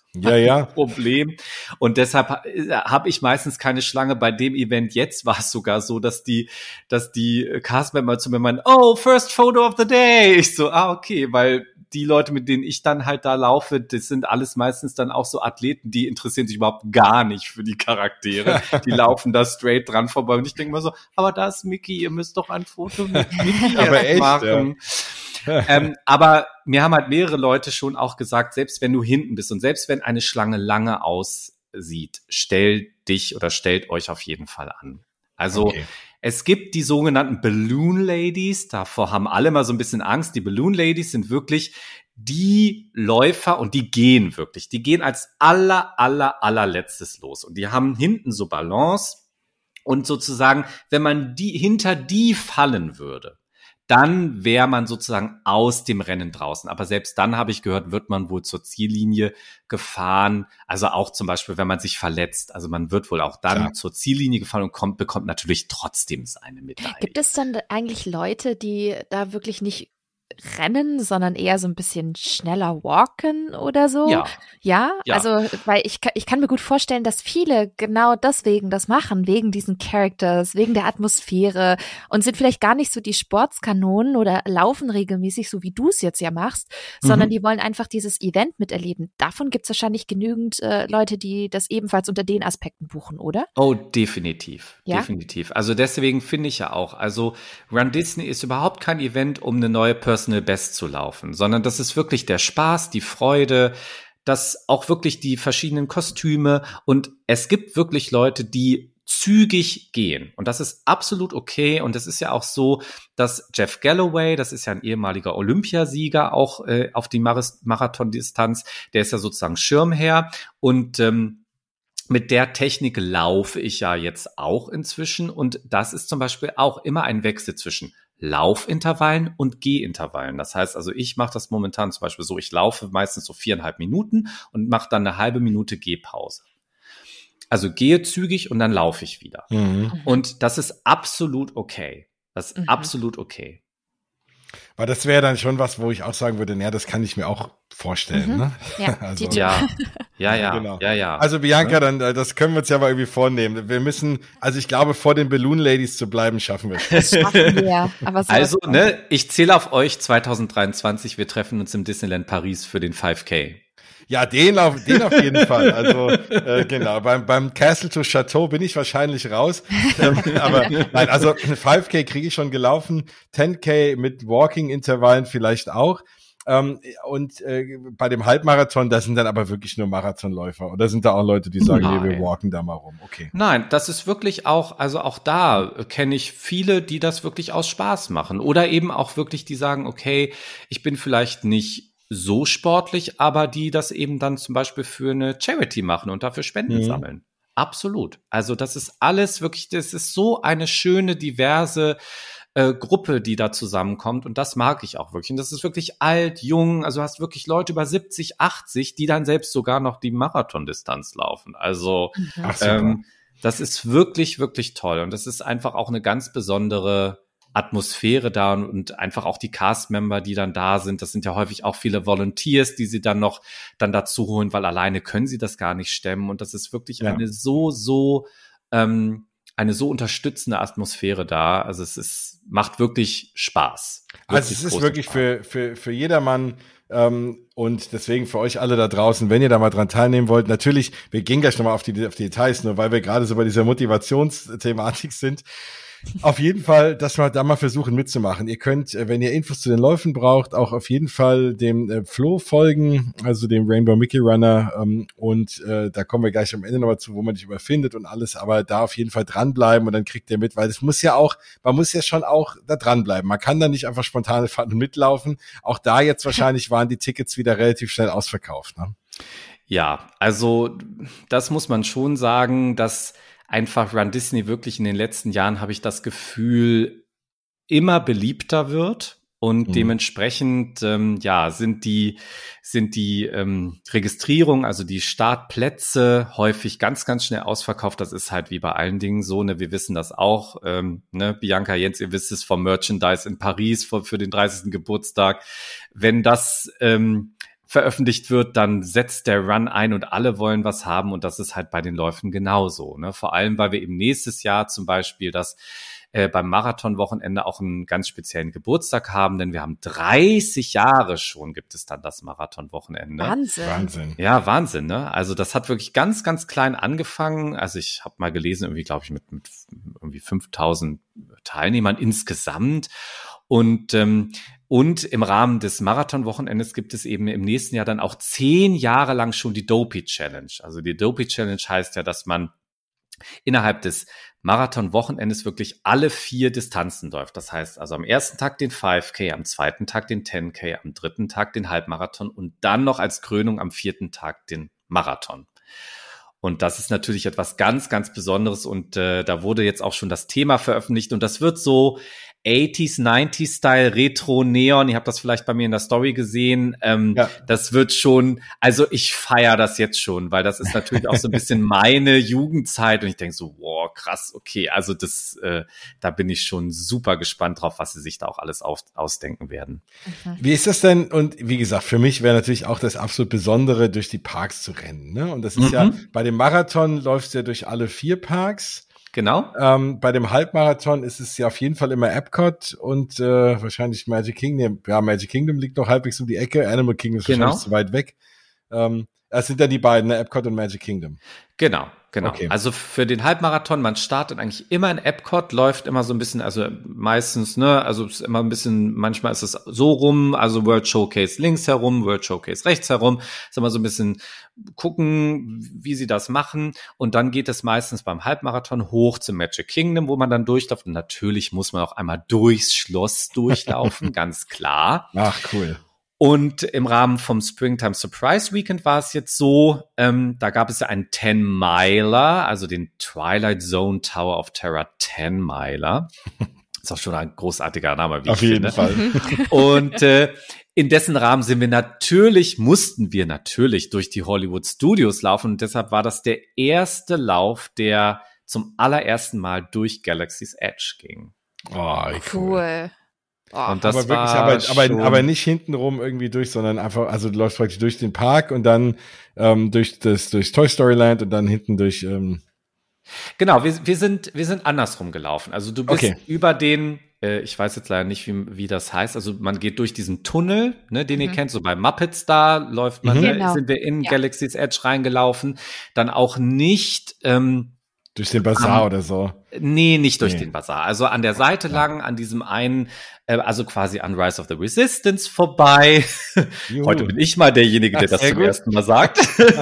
Problem. Und deshalb habe ich meistens keine Schlange. Bei dem Event jetzt war es sogar so, dass die Castmember zu mir meinen, oh, first photo of the day. Ich so, okay, weil die Leute, mit denen ich dann halt da laufe, das sind alles meistens dann auch so Athleten, die interessieren sich überhaupt gar nicht für die Charaktere. Die laufen da straight dran vorbei. Und ich denke mal so, aber da ist Mickey, ihr müsst doch ein Foto mit Mickey machen. Aber mir haben halt mehrere Leute schon auch gesagt, selbst wenn du hinten bist und selbst wenn eine Schlange lange aussieht, stellt euch auf jeden Fall an. Also Es gibt die sogenannten Balloon Ladies, davor haben alle mal so ein bisschen Angst. Die Balloon Ladies sind wirklich die Läufer und die gehen wirklich. Die gehen als allerletztes los und die haben hinten so Ballons und sozusagen, wenn man hinter die fallen würde, dann wäre man sozusagen aus dem Rennen draußen. Aber selbst dann, habe ich gehört, wird man wohl zur Ziellinie gefahren. Also auch zum Beispiel, wenn man sich verletzt. Also man wird wohl auch dann zur Ziellinie gefahren und bekommt natürlich trotzdem seine Medaille. Gibt es dann eigentlich Leute, die da wirklich nicht rennen, sondern eher so ein bisschen schneller walken oder so? Ja? Also, weil ich kann mir gut vorstellen, dass viele genau deswegen das machen, wegen diesen Characters, wegen der Atmosphäre und sind vielleicht gar nicht so die Sportskanonen oder laufen regelmäßig, so wie du es jetzt ja machst, sondern die wollen einfach dieses Event miterleben. Davon gibt es wahrscheinlich genügend Leute, die das ebenfalls unter den Aspekten buchen, oder? Oh, definitiv. Ja? Definitiv. Also deswegen finde ich ja auch, also Run Disney ist überhaupt kein Event, um eine neue Personal Best zu laufen, sondern das ist wirklich der Spaß, die Freude, das auch wirklich die verschiedenen Kostüme und es gibt wirklich Leute, die zügig gehen und das ist absolut okay und es ist ja auch so, dass Jeff Galloway, das ist ja ein ehemaliger Olympiasieger auch auf die Marathondistanz, der ist ja sozusagen Schirmherr und mit der Technik laufe ich ja jetzt auch inzwischen und das ist zum Beispiel auch immer ein Wechsel zwischen Laufintervallen und Gehintervallen. Das heißt also, ich mache das momentan zum Beispiel so, ich laufe meistens so 4,5 Minuten und mache dann eine halbe Minute Gehpause. Also gehe zügig und dann laufe ich wieder. Und das ist absolut okay. Das ist absolut okay. Weil das wäre dann schon was, wo ich auch sagen würde, naja, das kann ich mir auch vorstellen. Ne? Ja, also, genau. Also Bianca, dann das können wir uns ja mal irgendwie vornehmen. Wir müssen, also ich glaube, vor den Balloon Ladies zu bleiben, schaffen wir. Das schaffen wir. Aber so also, ich zähle auf euch 2023, wir treffen uns im Disneyland Paris für den 5K. Ja, den auf jeden Fall. Also genau, beim Castle to Chateau bin ich wahrscheinlich raus. Aber nein, also eine 5K kriege ich schon gelaufen, 10K mit Walking-Intervallen vielleicht auch. Und bei dem Halbmarathon, das sind dann aber wirklich nur Marathonläufer. Oder sind da auch Leute, die sagen, nee, wir walken da mal rum? Okay. Nein, das ist wirklich auch, also auch da kenne ich viele, die das wirklich aus Spaß machen. Oder eben auch wirklich, die sagen, okay, ich bin vielleicht nicht so sportlich, aber die das eben dann zum Beispiel für eine Charity machen und dafür Spenden sammeln. Absolut. Also das ist alles wirklich, das ist so eine schöne, diverse Gruppe, die da zusammenkommt, und das mag ich auch wirklich. Und das ist wirklich alt, jung, also du hast wirklich Leute über 70, 80, die dann selbst sogar noch die Marathondistanz laufen. Also das ist wirklich, wirklich toll, und das ist einfach auch eine ganz besondere Atmosphäre da, und einfach auch die Cast-Member, die dann da sind. Das sind ja häufig auch viele Volunteers, die sie dann dazu holen, weil alleine können sie das gar nicht stemmen, und das ist wirklich eine eine so unterstützende Atmosphäre da. Also macht wirklich Spaß. Also es ist wirklich für jedermann, und deswegen für euch alle da draußen, wenn ihr da mal dran teilnehmen wollt, natürlich, wir gehen gleich nochmal auf die Details, nur weil wir gerade so bei dieser Motivationsthematik sind. Auf jeden Fall, dass wir da mal versuchen mitzumachen. Ihr könnt, wenn ihr Infos zu den Läufen braucht, auch auf jeden Fall dem Flo folgen, also dem Rainbow Mickey Runner, und da kommen wir gleich am Ende nochmal zu, wo man dich überfindet und alles, aber da auf jeden Fall dranbleiben, und dann kriegt ihr mit, weil das muss ja auch, man muss ja schon auch da dranbleiben. Man kann da nicht einfach spontane Fahrten mitlaufen. Auch da jetzt wahrscheinlich waren die Tickets wieder relativ schnell ausverkauft, ne? Ja, also das muss man schon sagen, dass einfach Run Disney wirklich in den letzten Jahren, habe ich das Gefühl, immer beliebter wird, und dementsprechend sind die Registrierungen, also die Startplätze, häufig ganz, ganz schnell ausverkauft. Das ist halt wie bei allen Dingen so, ne? Wir wissen das auch, Bianca, Jens, ihr wisst es vom Merchandise in Paris für den 30. Geburtstag. Wenn das veröffentlicht wird, dann setzt der Run ein und alle wollen was haben, und das ist halt bei den Läufen genauso, ne? Vor allem, weil wir eben nächstes Jahr zum Beispiel beim Marathonwochenende auch einen ganz speziellen Geburtstag haben, denn wir haben 30 Jahre schon, gibt es dann das Marathonwochenende. Wahnsinn. Ja, Wahnsinn, ne? Also das hat wirklich ganz, ganz klein angefangen. Also ich habe mal gelesen, irgendwie, glaube ich, mit irgendwie 5.000 Teilnehmern insgesamt. Und im Rahmen des Marathonwochenendes gibt es eben im nächsten Jahr dann auch 10 Jahre lang schon die Dopey Challenge. Also die Dopey Challenge heißt ja, dass man innerhalb des Marathon-Wochenendes wirklich alle 4 Distanzen läuft. Das heißt also am ersten Tag den 5K, am zweiten Tag den 10K, am dritten Tag den Halbmarathon und dann noch als Krönung am 4. Tag den Marathon. Und das ist natürlich etwas ganz, ganz Besonderes, und da wurde jetzt auch schon das Thema veröffentlicht, und das wird so 80s, 90s Style, Retro, Neon. Ihr habt das vielleicht bei mir in der Story gesehen. Das wird schon, also ich feiere das jetzt schon, weil das ist natürlich auch so ein bisschen meine Jugendzeit, und ich denke so, wow, krass, okay, also da bin ich schon super gespannt drauf, was sie sich da auch alles ausdenken werden. Wie ist das denn? Und wie gesagt, für mich wäre natürlich auch das absolut Besondere, durch die Parks zu rennen, ne? Und das ist ja, bei dem Marathon läufst du ja durch alle 4 Parks. Genau. Bei dem Halbmarathon ist es ja auf jeden Fall immer Epcot und wahrscheinlich Magic Kingdom. Ja, Magic Kingdom liegt noch halbwegs um die Ecke. Animal Kingdom ist wahrscheinlich zu weit weg. Es sind dann die beiden, ne? Epcot und Magic Kingdom. Genau. Okay. Also für den Halbmarathon, man startet eigentlich immer in Epcot, läuft immer so ein bisschen, also meistens, ne, also ist immer ein bisschen, manchmal ist es so rum, also World Showcase links herum, World Showcase rechts herum, ist immer so ein bisschen gucken, wie sie das machen, und dann geht es meistens beim Halbmarathon hoch zum Magic Kingdom, wo man dann durchläuft, und natürlich muss man auch einmal durchs Schloss durchlaufen, ganz klar. Ach, cool. Und im Rahmen vom Springtime Surprise Weekend war es jetzt so, da gab es ja einen 10-Miler, also den Twilight Zone Tower of Terror 10-Miler. Ist auch schon ein großartiger Name, wie ich finde. Auf jeden Fall. Und in dessen Rahmen mussten wir natürlich durch die Hollywood Studios laufen, und deshalb war das der erste Lauf, der zum allerersten Mal durch Galaxy's Edge ging. Oh, cool. Oh, und das aber wirklich, aber nicht hintenrum irgendwie durch, sondern einfach, also du läufst praktisch durch den Park und dann durch Toy Story Land und dann hinten durch. Genau, wir sind andersrum gelaufen. Also du bist über den ich weiß jetzt leider nicht, wie das heißt. Also man geht durch diesen Tunnel, ne, den ihr kennt, so bei Muppets da läuft man, sind wir in Galaxy's Edge reingelaufen. Dann auch nicht durch den Bazar oder so. Nee, nicht durch den Bazar. Also an der Seite lang, an diesem einen, also quasi an Rise of the Resistance vorbei. Heute bin ich mal derjenige, der das zum ersten Mal sagt.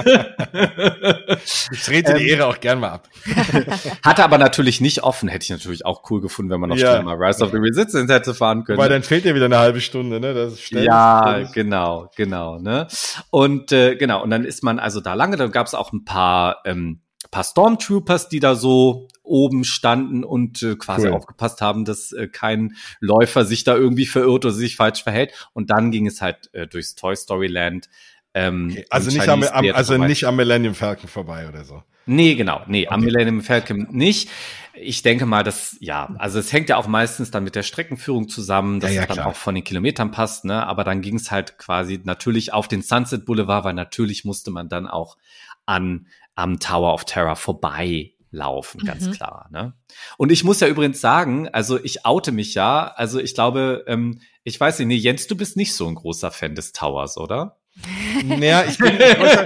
Ich trete die Ehre auch gern mal ab. Hatte aber natürlich nicht offen. Hätte ich natürlich auch cool gefunden, wenn man noch schnell mal Rise of the Resistance hätte fahren können. Weil dann fehlt dir wieder eine halbe Stunde, ne? Das ist schnell. Ja, genau, ne? Und genau, und dann ist man also da lange, da gab es auch ein paar Stormtroopers, die da so oben standen und quasi aufgepasst haben, dass kein Läufer sich da irgendwie verirrt oder sich falsch verhält. Und dann ging es halt durchs Toy Story Land. Okay. Also nicht am Millennium Falcon vorbei oder so. Nee, genau. Nee, am Millennium Falcon nicht. Ich denke mal, also es hängt ja auch meistens dann mit der Streckenführung zusammen, dass es dann auch von den Kilometern passt, ne? Aber dann ging es halt quasi natürlich auf den Sunset Boulevard, weil natürlich musste man dann auch am Tower of Terror vorbeilaufen, ganz klar, ne? Und ich muss ja übrigens sagen, also ich oute mich ja, also ich glaube, ich weiß nicht, nee, Jens, du bist nicht so ein großer Fan des Towers, oder? Naja, ich bin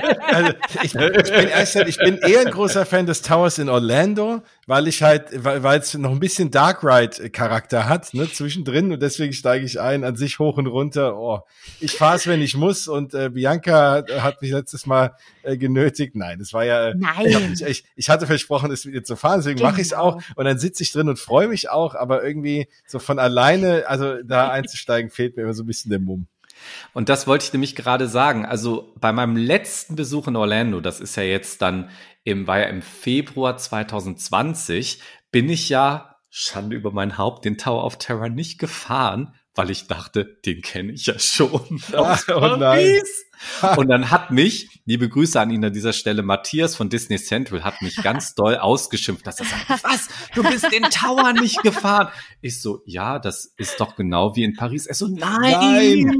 eher ein großer Fan des Towers in Orlando, weil es noch ein bisschen Dark Ride Charakter hat, ne, zwischendrin, und deswegen steige ich an sich hoch und runter. Oh, ich fahre es, wenn ich muss, und Bianca hat mich letztes Mal genötigt. Nein, das war ja, ich hatte versprochen, es mit ihr zu fahren, deswegen mache ich es auch, und dann sitze ich drin und freue mich auch, aber irgendwie so von alleine, also da einzusteigen, fehlt mir immer so ein bisschen der Mumm. Und das wollte ich nämlich gerade sagen. Also bei meinem letzten Besuch in Orlando, das ist ja jetzt dann war ja im Februar 2020, bin ich ja, Schande über mein Haupt, den Tower of Terror nicht gefahren, weil ich dachte, den kenne ich ja schon. Oh nein. Und dann hat mich, liebe Grüße an ihn an dieser Stelle, Matthias von Disney Central hat mich ganz doll ausgeschimpft, dass er sagt, was, du bist den Tower nicht gefahren? Ich so, ja, das ist doch genau wie in Paris. Er so, nein.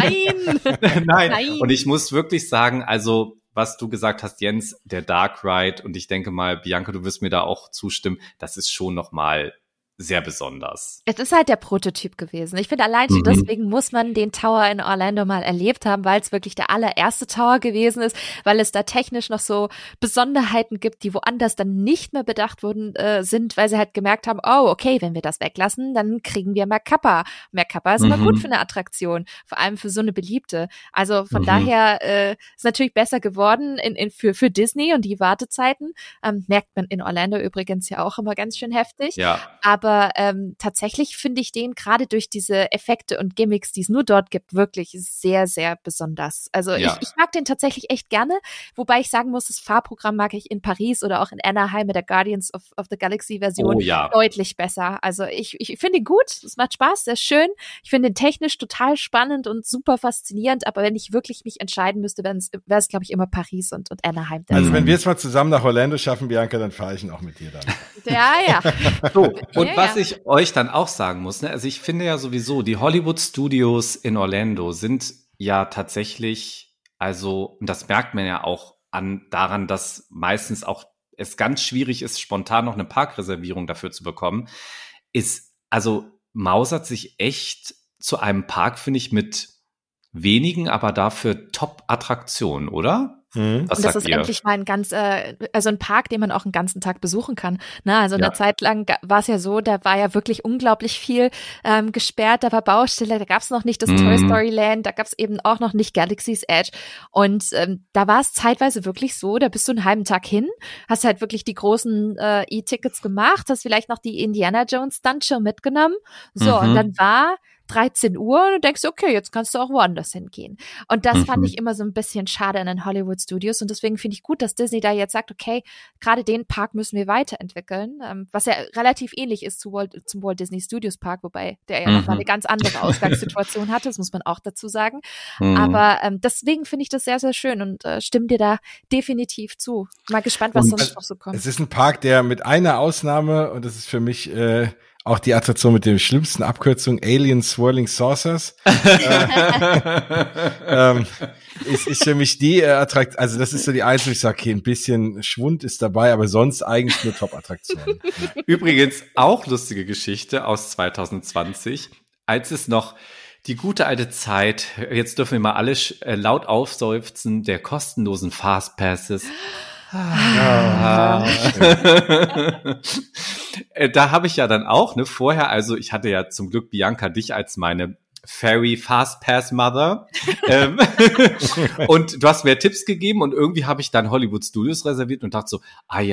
Und ich muss wirklich sagen, also was du gesagt hast, Jens, der Dark Ride, und ich denke mal, Bianca, du wirst mir da auch zustimmen, das ist schon nochmal sehr besonders. Es ist halt der Prototyp gewesen. Ich finde, allein schon deswegen muss man den Tower in Orlando mal erlebt haben, weil es wirklich der allererste Tower gewesen ist, weil es da technisch noch so Besonderheiten gibt, die woanders dann nicht mehr bedacht worden sind, weil sie halt gemerkt haben, oh, okay, wenn wir das weglassen, dann kriegen wir mehr Kappa. Mehr Kappa ist immer gut für eine Attraktion, vor allem für so eine beliebte. Also von daher ist natürlich besser geworden für Disney und die Wartezeiten. Merkt man in Orlando übrigens ja auch immer ganz schön heftig. Ja. Aber tatsächlich finde ich den gerade durch diese Effekte und Gimmicks, die es nur dort gibt, wirklich sehr, sehr besonders. Also ich mag den tatsächlich echt gerne, wobei ich sagen muss, das Fahrprogramm mag ich in Paris oder auch in Anaheim mit der Guardians of the Galaxy Version deutlich besser. Also ich finde ihn gut, es macht Spaß, sehr schön. Ich finde ihn technisch total spannend und super faszinierend, aber wenn ich wirklich mich entscheiden müsste, wäre es, glaube ich, immer Paris und Anaheim. Also wenn wir es mal zusammen nach Orlando schaffen, Bianca, dann fahre ich ihn auch mit dir dann. Ja. So, und was ich euch dann auch sagen muss, ne, also ich finde ja sowieso, die Hollywood Studios in Orlando sind ja tatsächlich, also, und das merkt man ja auch daran, dass meistens auch es ganz schwierig ist, spontan noch eine Parkreservierung dafür zu bekommen, mausert sich echt zu einem Park, finde ich, mit wenigen, aber dafür Top-Attraktionen, oder? Was und das ist endlich mal ein Park, den man auch einen ganzen Tag besuchen kann. Na, also eine Zeit lang war es ja so, da war ja wirklich unglaublich viel gesperrt, da war Baustelle, da gab es noch nicht das Toy Story Land, da gab es eben auch noch nicht Galaxy's Edge. Und da war es zeitweise wirklich so, da bist du einen halben Tag hin, hast halt wirklich die großen E-Tickets gemacht, hast vielleicht noch die Indiana Jones Stuntshow mitgenommen. So, und dann war 13 Uhr und du denkst, okay, jetzt kannst du auch woanders hingehen. Und das fand ich immer so ein bisschen schade in den Hollywood Studios und deswegen finde ich gut, dass Disney da jetzt sagt, okay, gerade den Park müssen wir weiterentwickeln, was ja relativ ähnlich ist zum Walt Disney Studios Park, wobei der ja nochmal eine ganz andere Ausgangssituation hatte, das muss man auch dazu sagen. Aber deswegen finde ich das sehr, sehr schön und stimme dir da definitiv zu. Mal gespannt, was sonst noch so kommt. Es ist ein Park, der mit einer Ausnahme, und das ist für mich Auch die Attraktion mit der schlimmsten Abkürzung Alien Swirling Saucers ist für mich die Attraktion, also das ist so die einzige, ich sage, okay, ein bisschen Schwund ist dabei, aber sonst eigentlich nur Top-Attraktionen. Übrigens auch lustige Geschichte aus 2020, als es noch die gute alte Zeit, jetzt dürfen wir mal alle laut aufseufzen, der kostenlosen Fastpasses. Da habe ich ja dann auch, vorher, also ich hatte ja zum Glück Bianca dich als meine Fairy Fastpass Mother und du hast mir Tipps gegeben und irgendwie habe ich dann Hollywood Studios reserviert und dachte so,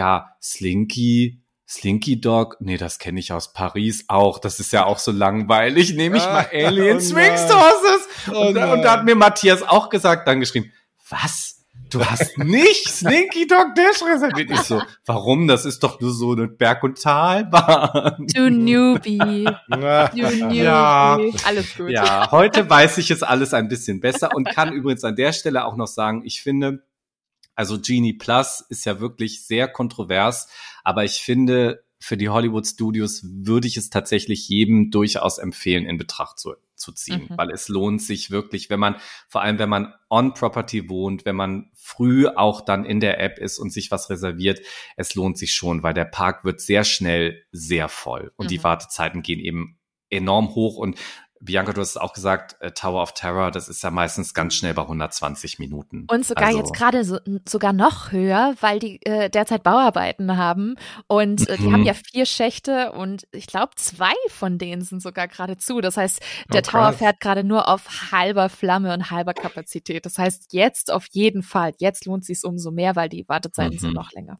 Slinky Dog, nee, das kenne ich aus Paris auch, das ist ja auch so langweilig, nehme ich mal Alien Swing Saucers. Und da hat mir Matthias auch gesagt, dann geschrieben, was? Du hast nicht Slinky Dog Dash reserviert? Ich so, warum? Das ist doch nur so eine Berg- und Talbahn. Du Newbie. Ja. Alles gut. Ja, heute weiß ich es alles ein bisschen besser und kann übrigens an der Stelle auch noch sagen, ich finde, also Genie Plus ist ja wirklich sehr kontrovers, aber ich finde, für die Hollywood Studios würde ich es tatsächlich jedem durchaus empfehlen, in Betracht zu ziehen, weil es lohnt sich wirklich, vor allem wenn man on Property wohnt, wenn man früh auch dann in der App ist und sich was reserviert, es lohnt sich schon, weil der Park wird sehr schnell sehr voll und die Wartezeiten gehen eben enorm hoch und Bianca, du hast es auch gesagt, Tower of Terror, das ist ja meistens ganz schnell bei 120 Minuten. Und sogar jetzt gerade sogar noch höher, weil die derzeit Bauarbeiten haben. Und die haben ja 4 Schächte und ich glaube 2 von denen sind sogar gerade zu. Das heißt, der Tower fährt gerade nur auf halber Flamme und halber Kapazität. Das heißt, jetzt auf jeden Fall, jetzt lohnt es sich umso mehr, weil die Wartezeiten sind noch länger.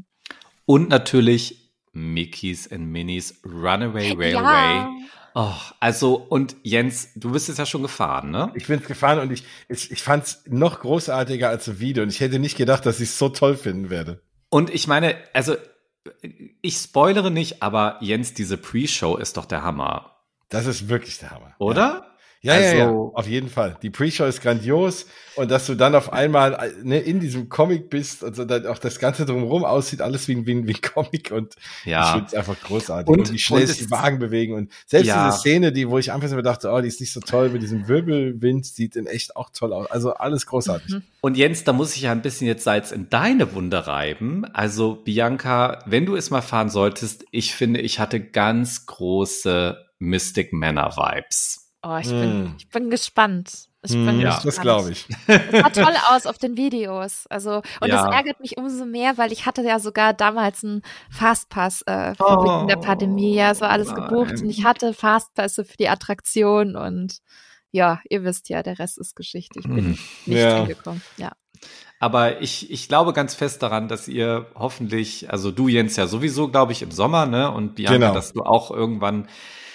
Und natürlich Mickeys and Minnie's Runaway Railway. Ja. Oh, also, und Jens, du bist es ja schon gefahren, ne? Ich bin es gefahren und ich fand es noch großartiger als das Video und ich hätte nicht gedacht, dass ich es so toll finden werde. Und ich meine, also, ich spoilere nicht, aber Jens, diese Pre-Show ist doch der Hammer. Das ist wirklich der Hammer. Oder? Ja, auf jeden Fall. Die Pre-Show ist grandios und dass du dann auf einmal in diesem Comic bist und so dann auch das Ganze drumherum aussieht, alles wie ein Comic und ich finde es einfach großartig. Und wie schnell sich die Wagen bewegen und selbst diese Szene, wo ich anfangs dachte, die ist nicht so toll mit diesem Wirbelwind, sieht in echt auch toll aus. Also alles großartig. Und Jens, da muss ich ja ein bisschen jetzt Salz in deine Wunde reiben. Also Bianca, wenn du es mal fahren solltest, ich finde, ich hatte ganz große Mystic Manor Vibes. Oh, ich bin gespannt. Das glaube ich. Das sah toll aus auf den Videos. Also, und das ärgert mich umso mehr, weil ich hatte ja sogar damals einen Fastpass vor Beginn der Pandemie. Ja, es war alles gebucht und ich hatte Fastpässe für die Attraktion und ja, ihr wisst ja, der Rest ist Geschichte. Ich bin nicht hingekommen. Ja. Aber ich glaube ganz fest daran, dass ihr hoffentlich, also du Jens ja sowieso, glaube ich, im Sommer, ne? Und Bianca, dass du auch irgendwann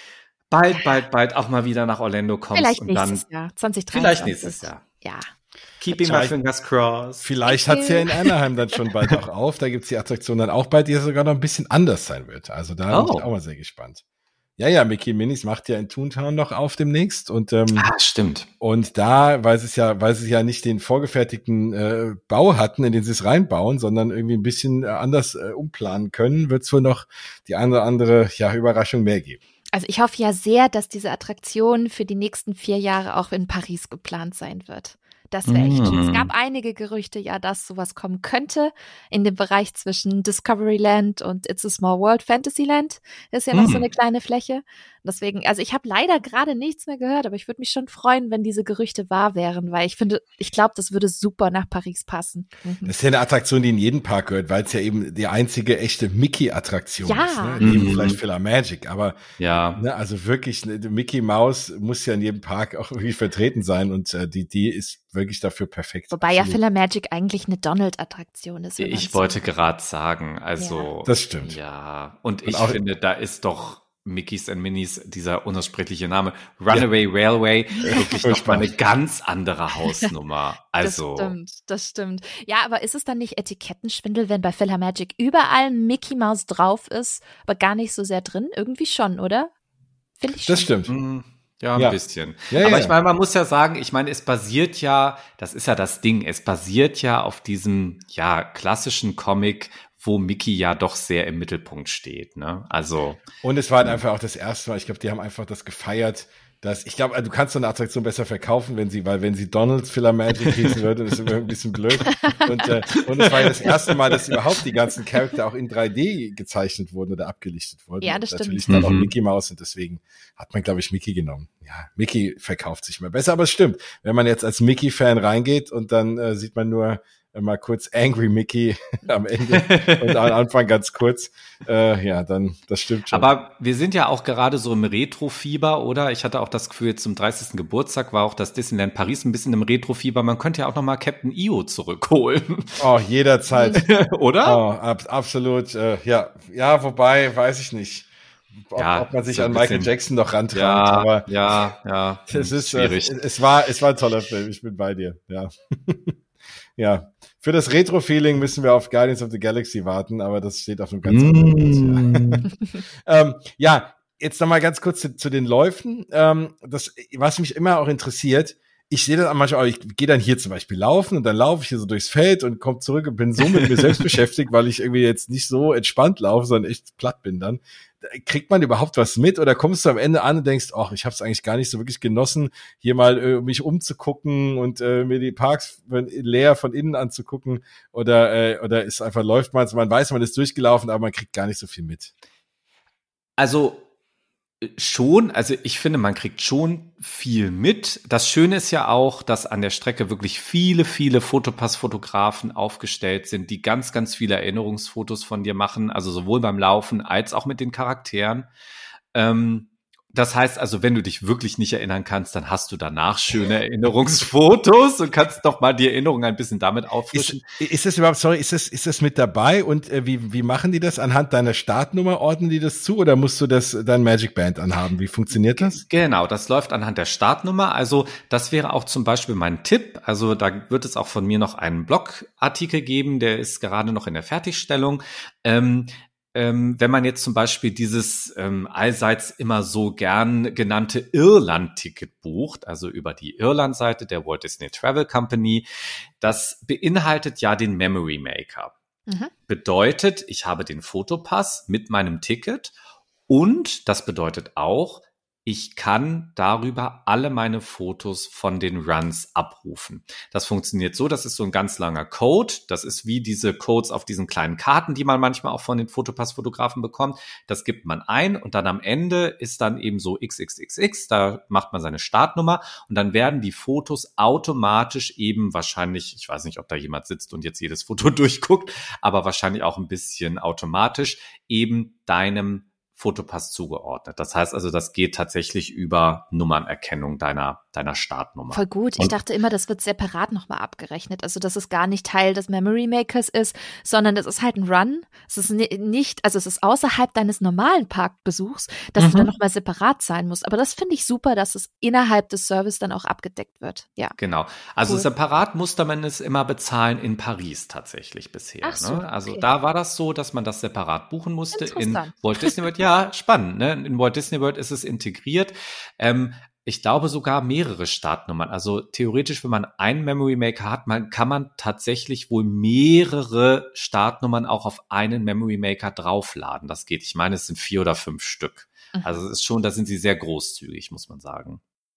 bald auch mal wieder nach Orlando kommst. Vielleicht nächstes Jahr, 2023. Vielleicht nächstes Jahr. Ja. Keeping my fingers crossed. Vielleicht hat sie ja in Anaheim dann schon bald auch auf. Da gibt's die Attraktion dann auch bald, die ja sogar noch ein bisschen anders sein wird. Also da bin ich auch mal sehr gespannt. Ja, Mickey Minis macht ja in Toontown noch auf demnächst. Und, stimmt. Und da, weil sie ja nicht den vorgefertigten Bau hatten, in den sie es reinbauen, sondern irgendwie ein bisschen anders umplanen können, wird's wohl noch die eine oder andere Überraschung mehr geben. Also ich hoffe ja sehr, dass diese Attraktion für die nächsten 4 Jahre auch in Paris geplant sein wird. Das wäre echt schön. Es gab einige Gerüchte, dass sowas kommen könnte in dem Bereich zwischen Discoveryland und It's a Small World Fantasyland. Ist ja noch so eine kleine Fläche. Deswegen, also ich habe leider gerade nichts mehr gehört, aber ich würde mich schon freuen, wenn diese Gerüchte wahr wären, weil ich glaube, das würde super nach Paris passen. Das ist ja eine Attraktion, die in jeden Park gehört, weil es ja eben die einzige echte Mickey-Attraktion ist. Ne? Neben vielleicht PhilharMagic, aber also wirklich, Mickey Mouse muss ja in jedem Park auch irgendwie vertreten sein und die ist wirklich dafür perfekt. Wobei ja PhilharMagic eigentlich eine Donald-Attraktion ist. Ich wollte gerade sagen, also. Das stimmt. Ja, und ich finde, da ist doch Mickeys and Minnie's, dieser unaussprechliche Name, Runaway Railway, wirklich noch mal eine ganz andere Hausnummer. Also. Das stimmt. Ja, aber ist es dann nicht Etikettenschwindel, wenn bei PhilharMagic überall Mickey Mouse drauf ist, aber gar nicht so sehr drin? Irgendwie schon, oder? Finde ich schon. Das stimmt. Ja, ein bisschen. Aber ich meine, man muss ja sagen, es basiert ja, das ist ja das Ding, es basiert ja auf diesem, klassischen Comic, wo Mickey ja doch sehr im Mittelpunkt steht, ne? Also. Und es war halt einfach auch das erste Mal, ich glaube, die haben einfach das gefeiert, dass, ich glaube, du kannst so eine Attraktion besser verkaufen, wenn sie Donald's Philomagic hießen würde, das ist immer ein bisschen blöd. Und es war ja das erste Mal, dass überhaupt die ganzen Charakter auch in 3D gezeichnet wurden oder abgelichtet wurden. Ja, das stimmt. Natürlich dann auch Mickey Mouse und deswegen hat man, glaube ich, Mickey genommen. Ja, Mickey verkauft sich mal besser, aber es stimmt. Wenn man jetzt als Mickey-Fan reingeht und dann sieht man nur mal kurz Angry Mickey am Ende und am Anfang ganz kurz. Ja, dann, das stimmt schon. Aber wir sind ja auch gerade so im Retro-Fieber, oder? Ich hatte auch das Gefühl, jetzt zum 30. Geburtstag war auch das Disneyland Paris ein bisschen im Retro-Fieber. Man könnte ja auch noch mal Captain EO zurückholen. Oh, jederzeit. Oder? Oh, absolut. Ja, wobei, weiß ich nicht. Ob man sich an Michael Jackson noch rantraut. Ja, aber ja. Es ist schwierig. Es war ein toller Film. Ich bin bei dir. Ja. Ja, für das Retro-Feeling müssen wir auf Guardians of the Galaxy warten, aber das steht auf einem ganz anderen Platz. Ja, jetzt nochmal ganz kurz zu den Läufen. Was mich immer auch interessiert, ich sehe das manchmal auch, ich gehe dann hier zum Beispiel laufen und dann laufe ich hier so durchs Feld und komme zurück und bin so mit mir selbst beschäftigt, weil ich irgendwie jetzt nicht so entspannt laufe, sondern echt platt bin dann. Kriegt man überhaupt was mit oder kommst du am Ende an und denkst, ach, ich habe es eigentlich gar nicht so wirklich genossen, hier mal mich umzugucken und mir die Parks leer von innen anzugucken oder ist einfach, läuft man weiß, man ist durchgelaufen, aber man kriegt gar nicht so viel mit. Also schon, also ich finde, man kriegt schon viel mit. Das Schöne ist ja auch, dass an der Strecke wirklich viele Fotopass-Fotografen aufgestellt sind, die ganz, ganz viele Erinnerungsfotos von dir machen, also sowohl beim Laufen als auch mit den Charakteren. Das heißt also, wenn du dich wirklich nicht erinnern kannst, dann hast du danach schöne Erinnerungsfotos und kannst doch mal die Erinnerung ein bisschen damit auffrischen. Ist das überhaupt, ist das mit dabei und wie machen die das? Anhand deiner Startnummer ordnen die das zu oder musst du dein Magic Band anhaben? Wie funktioniert das? Genau, das läuft anhand der Startnummer. Also das wäre auch zum Beispiel mein Tipp. Also da wird es auch von mir noch einen Blogartikel geben, der ist gerade noch in der Fertigstellung. Wenn man jetzt zum Beispiel dieses allseits immer so gern genannte Irland-Ticket bucht, also über die Irland-Seite der Walt Disney Travel Company, das beinhaltet ja den Memory Maker. Bedeutet, ich habe den Fotopass mit meinem Ticket und das bedeutet auch, ich kann darüber alle meine Fotos von den Runs abrufen. Das funktioniert so, das ist so ein ganz langer Code. Das ist wie diese Codes auf diesen kleinen Karten, die man manchmal auch von den Fotopass-Fotografen bekommt. Das gibt man ein und dann am Ende ist dann eben so XXXX, da macht man seine Startnummer und dann werden die Fotos automatisch eben wahrscheinlich, ich weiß nicht, ob da jemand sitzt und jetzt jedes Foto durchguckt, aber wahrscheinlich auch ein bisschen automatisch eben deinem Fotopass zugeordnet. Das heißt also, das geht tatsächlich über Nummernerkennung deiner Startnummer. Voll gut. Ich dachte immer, das wird separat nochmal abgerechnet. Also, dass es gar nicht Teil des Memory Makers ist, sondern es ist halt ein Run. Es ist nicht, also es ist außerhalb deines normalen Parkbesuchs, dass du dann nochmal separat sein musst. Aber das finde ich super, dass es innerhalb des Service dann auch abgedeckt wird. Ja. Genau. Also separat musste man es immer bezahlen in Paris tatsächlich bisher. Ach so, ne? Also okay. Da war das so, dass man das separat buchen musste. In Interessant. Walt Disney World, ja, spannend. Ne? In Walt Disney World ist es integriert. Ich glaube sogar mehrere Startnummern. Also theoretisch, wenn man einen Memory Maker hat, kann man tatsächlich wohl mehrere Startnummern auch auf einen Memory Maker draufladen. Das geht. Ich meine, es sind 4 oder 5 Stück. Also es ist schon, da sind sie sehr großzügig, muss man sagen.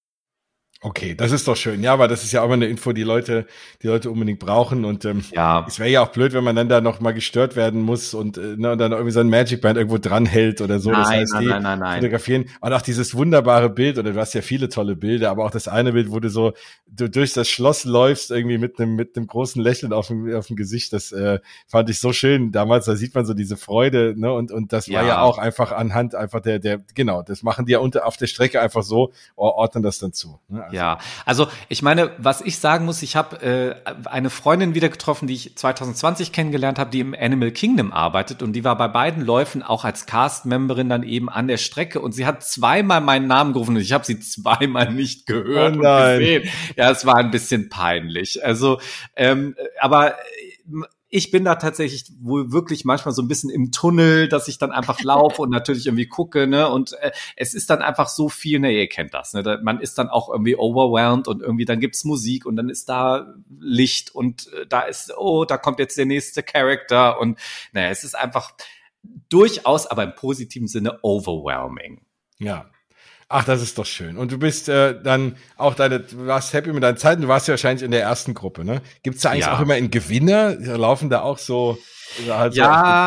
Okay, das ist doch schön. Ja, aber das ist ja auch mal eine Info, die Leute unbedingt brauchen. Und ja. Es wäre ja auch blöd, wenn man dann da noch mal gestört werden muss und dann irgendwie so ein Magic Band irgendwo dranhält oder so. Das heißt, nein. fotografieren. Und auch dieses wunderbare Bild, oder du hast ja viele tolle Bilder, aber auch das eine Bild, wo du durch das Schloss läufst, irgendwie mit einem großen Lächeln auf dem Gesicht. Das fand ich so schön damals. Da sieht man so diese Freude, ne? Und das war ja auch einfach anhand einfach genau, das machen die ja auf der Strecke einfach so, ordnen das dann zu. Ne? Ja, also ich meine, was ich sagen muss, ich habe eine Freundin wieder getroffen, die ich 2020 kennengelernt habe, die im Animal Kingdom arbeitet und die war bei beiden Läufen auch als Cast-Memberin dann eben an der Strecke und sie hat zweimal meinen Namen gerufen und ich habe sie zweimal nicht gehört und gesehen. Ja, es war ein bisschen peinlich. Also, aber ich bin da tatsächlich wohl wirklich manchmal so ein bisschen im Tunnel, dass ich dann einfach laufe und natürlich irgendwie gucke, ne? Und es ist dann einfach so viel, ne, ihr kennt das, ne? Man ist dann auch irgendwie overwhelmed und irgendwie dann gibt's Musik und dann ist da Licht und da kommt jetzt der nächste Charakter und naja, es ist einfach durchaus, aber im positiven Sinne overwhelming. Ja. Ach, das ist doch schön. Und du bist dann auch du warst happy mit deinen Zeiten, du warst ja wahrscheinlich in der ersten Gruppe, ne? Gibt's da eigentlich auch immer einen Gewinner? Laufen da auch so also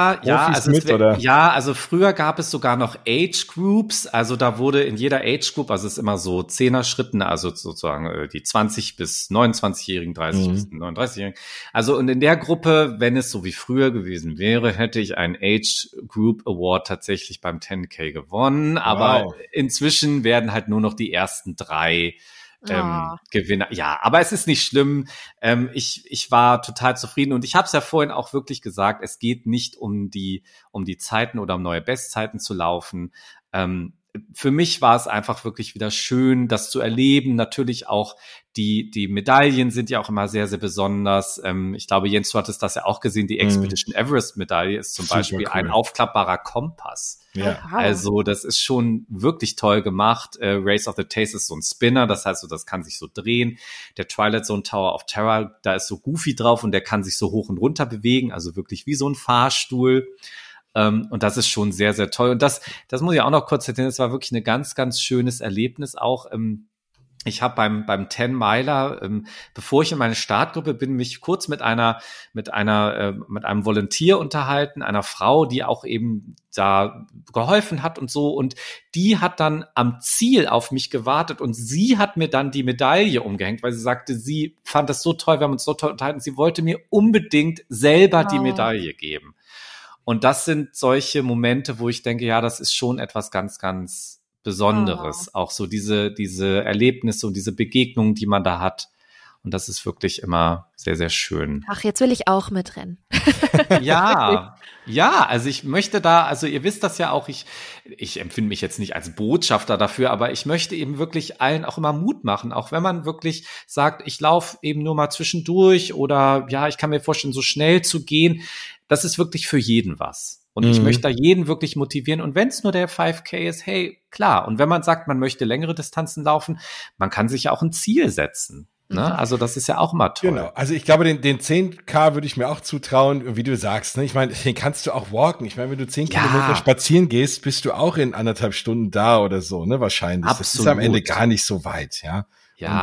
früher gab es sogar noch Age Groups, also da wurde in jeder Age Group, also es ist immer so 10er-Schritten, also sozusagen die 20 bis 29-Jährigen, 30 bis 39-Jährigen. Also und in der Gruppe, wenn es so wie früher gewesen wäre, hätte ich einen Age Group Award tatsächlich beim 10K gewonnen, aber inzwischen werden halt nur noch die ersten 3 Gewinner. Ja, aber es ist nicht schlimm. Ich war total zufrieden und ich habe es ja vorhin auch wirklich gesagt, es geht nicht um die Zeiten oder um neue Bestzeiten zu laufen. Für mich war es einfach wirklich wieder schön, das zu erleben. Natürlich auch die Medaillen sind ja auch immer sehr, sehr besonders. Ich glaube, Jens, du hattest das ja auch gesehen. Die Expedition Everest Medaille ist zum Beispiel ein aufklappbarer Kompass. Ja. Also das ist schon wirklich toll gemacht. Race of the Taste ist so ein Spinner, das heißt, das kann sich so drehen. Der Twilight Zone Tower of Terror, da ist so Goofy drauf und der kann sich so hoch und runter bewegen, also wirklich wie so ein Fahrstuhl. Und das ist schon sehr, sehr toll. Und das muss ich auch noch kurz erzählen. Das war wirklich ein ganz, ganz schönes Erlebnis auch. Ich habe beim 10 Miler, bevor ich in meine Startgruppe bin, mich kurz mit einem Volunteer unterhalten, einer Frau, die auch eben da geholfen hat und so. Und die hat dann am Ziel auf mich gewartet und sie hat mir dann die Medaille umgehängt, weil sie sagte, sie fand das so toll, wir haben uns so toll unterhalten. Sie wollte mir unbedingt selber die Medaille geben. Und das sind solche Momente, wo ich denke, ja, das ist schon etwas ganz, ganz Besonderes. Auch so diese Erlebnisse und diese Begegnungen, die man da hat. Und das ist wirklich immer sehr, sehr schön. Ach, jetzt will ich auch mitrennen. Ja, also ich möchte also ihr wisst das ja auch, ich empfinde mich jetzt nicht als Botschafter dafür, aber ich möchte eben wirklich allen auch immer Mut machen, auch wenn man wirklich sagt, ich laufe eben nur mal zwischendurch oder ja, ich kann mir vorstellen, so schnell zu gehen. Das ist wirklich für jeden was. Und ich möchte da jeden wirklich motivieren. Und wenn es nur der 5K ist, hey, klar. Und wenn man sagt, man möchte längere Distanzen laufen, man kann sich ja auch ein Ziel setzen. Ne? Also das ist ja auch immer toll. Genau, also ich glaube, den 10K würde ich mir auch zutrauen, wie du sagst. Ne? Ich meine, den kannst du auch walken. Ich meine, wenn du 10 Kilometer spazieren gehst, bist du auch in 1,5 Stunden da oder so, ne? Wahrscheinlich. Absolut. Das ist am Ende gar nicht so weit, ja. Ja,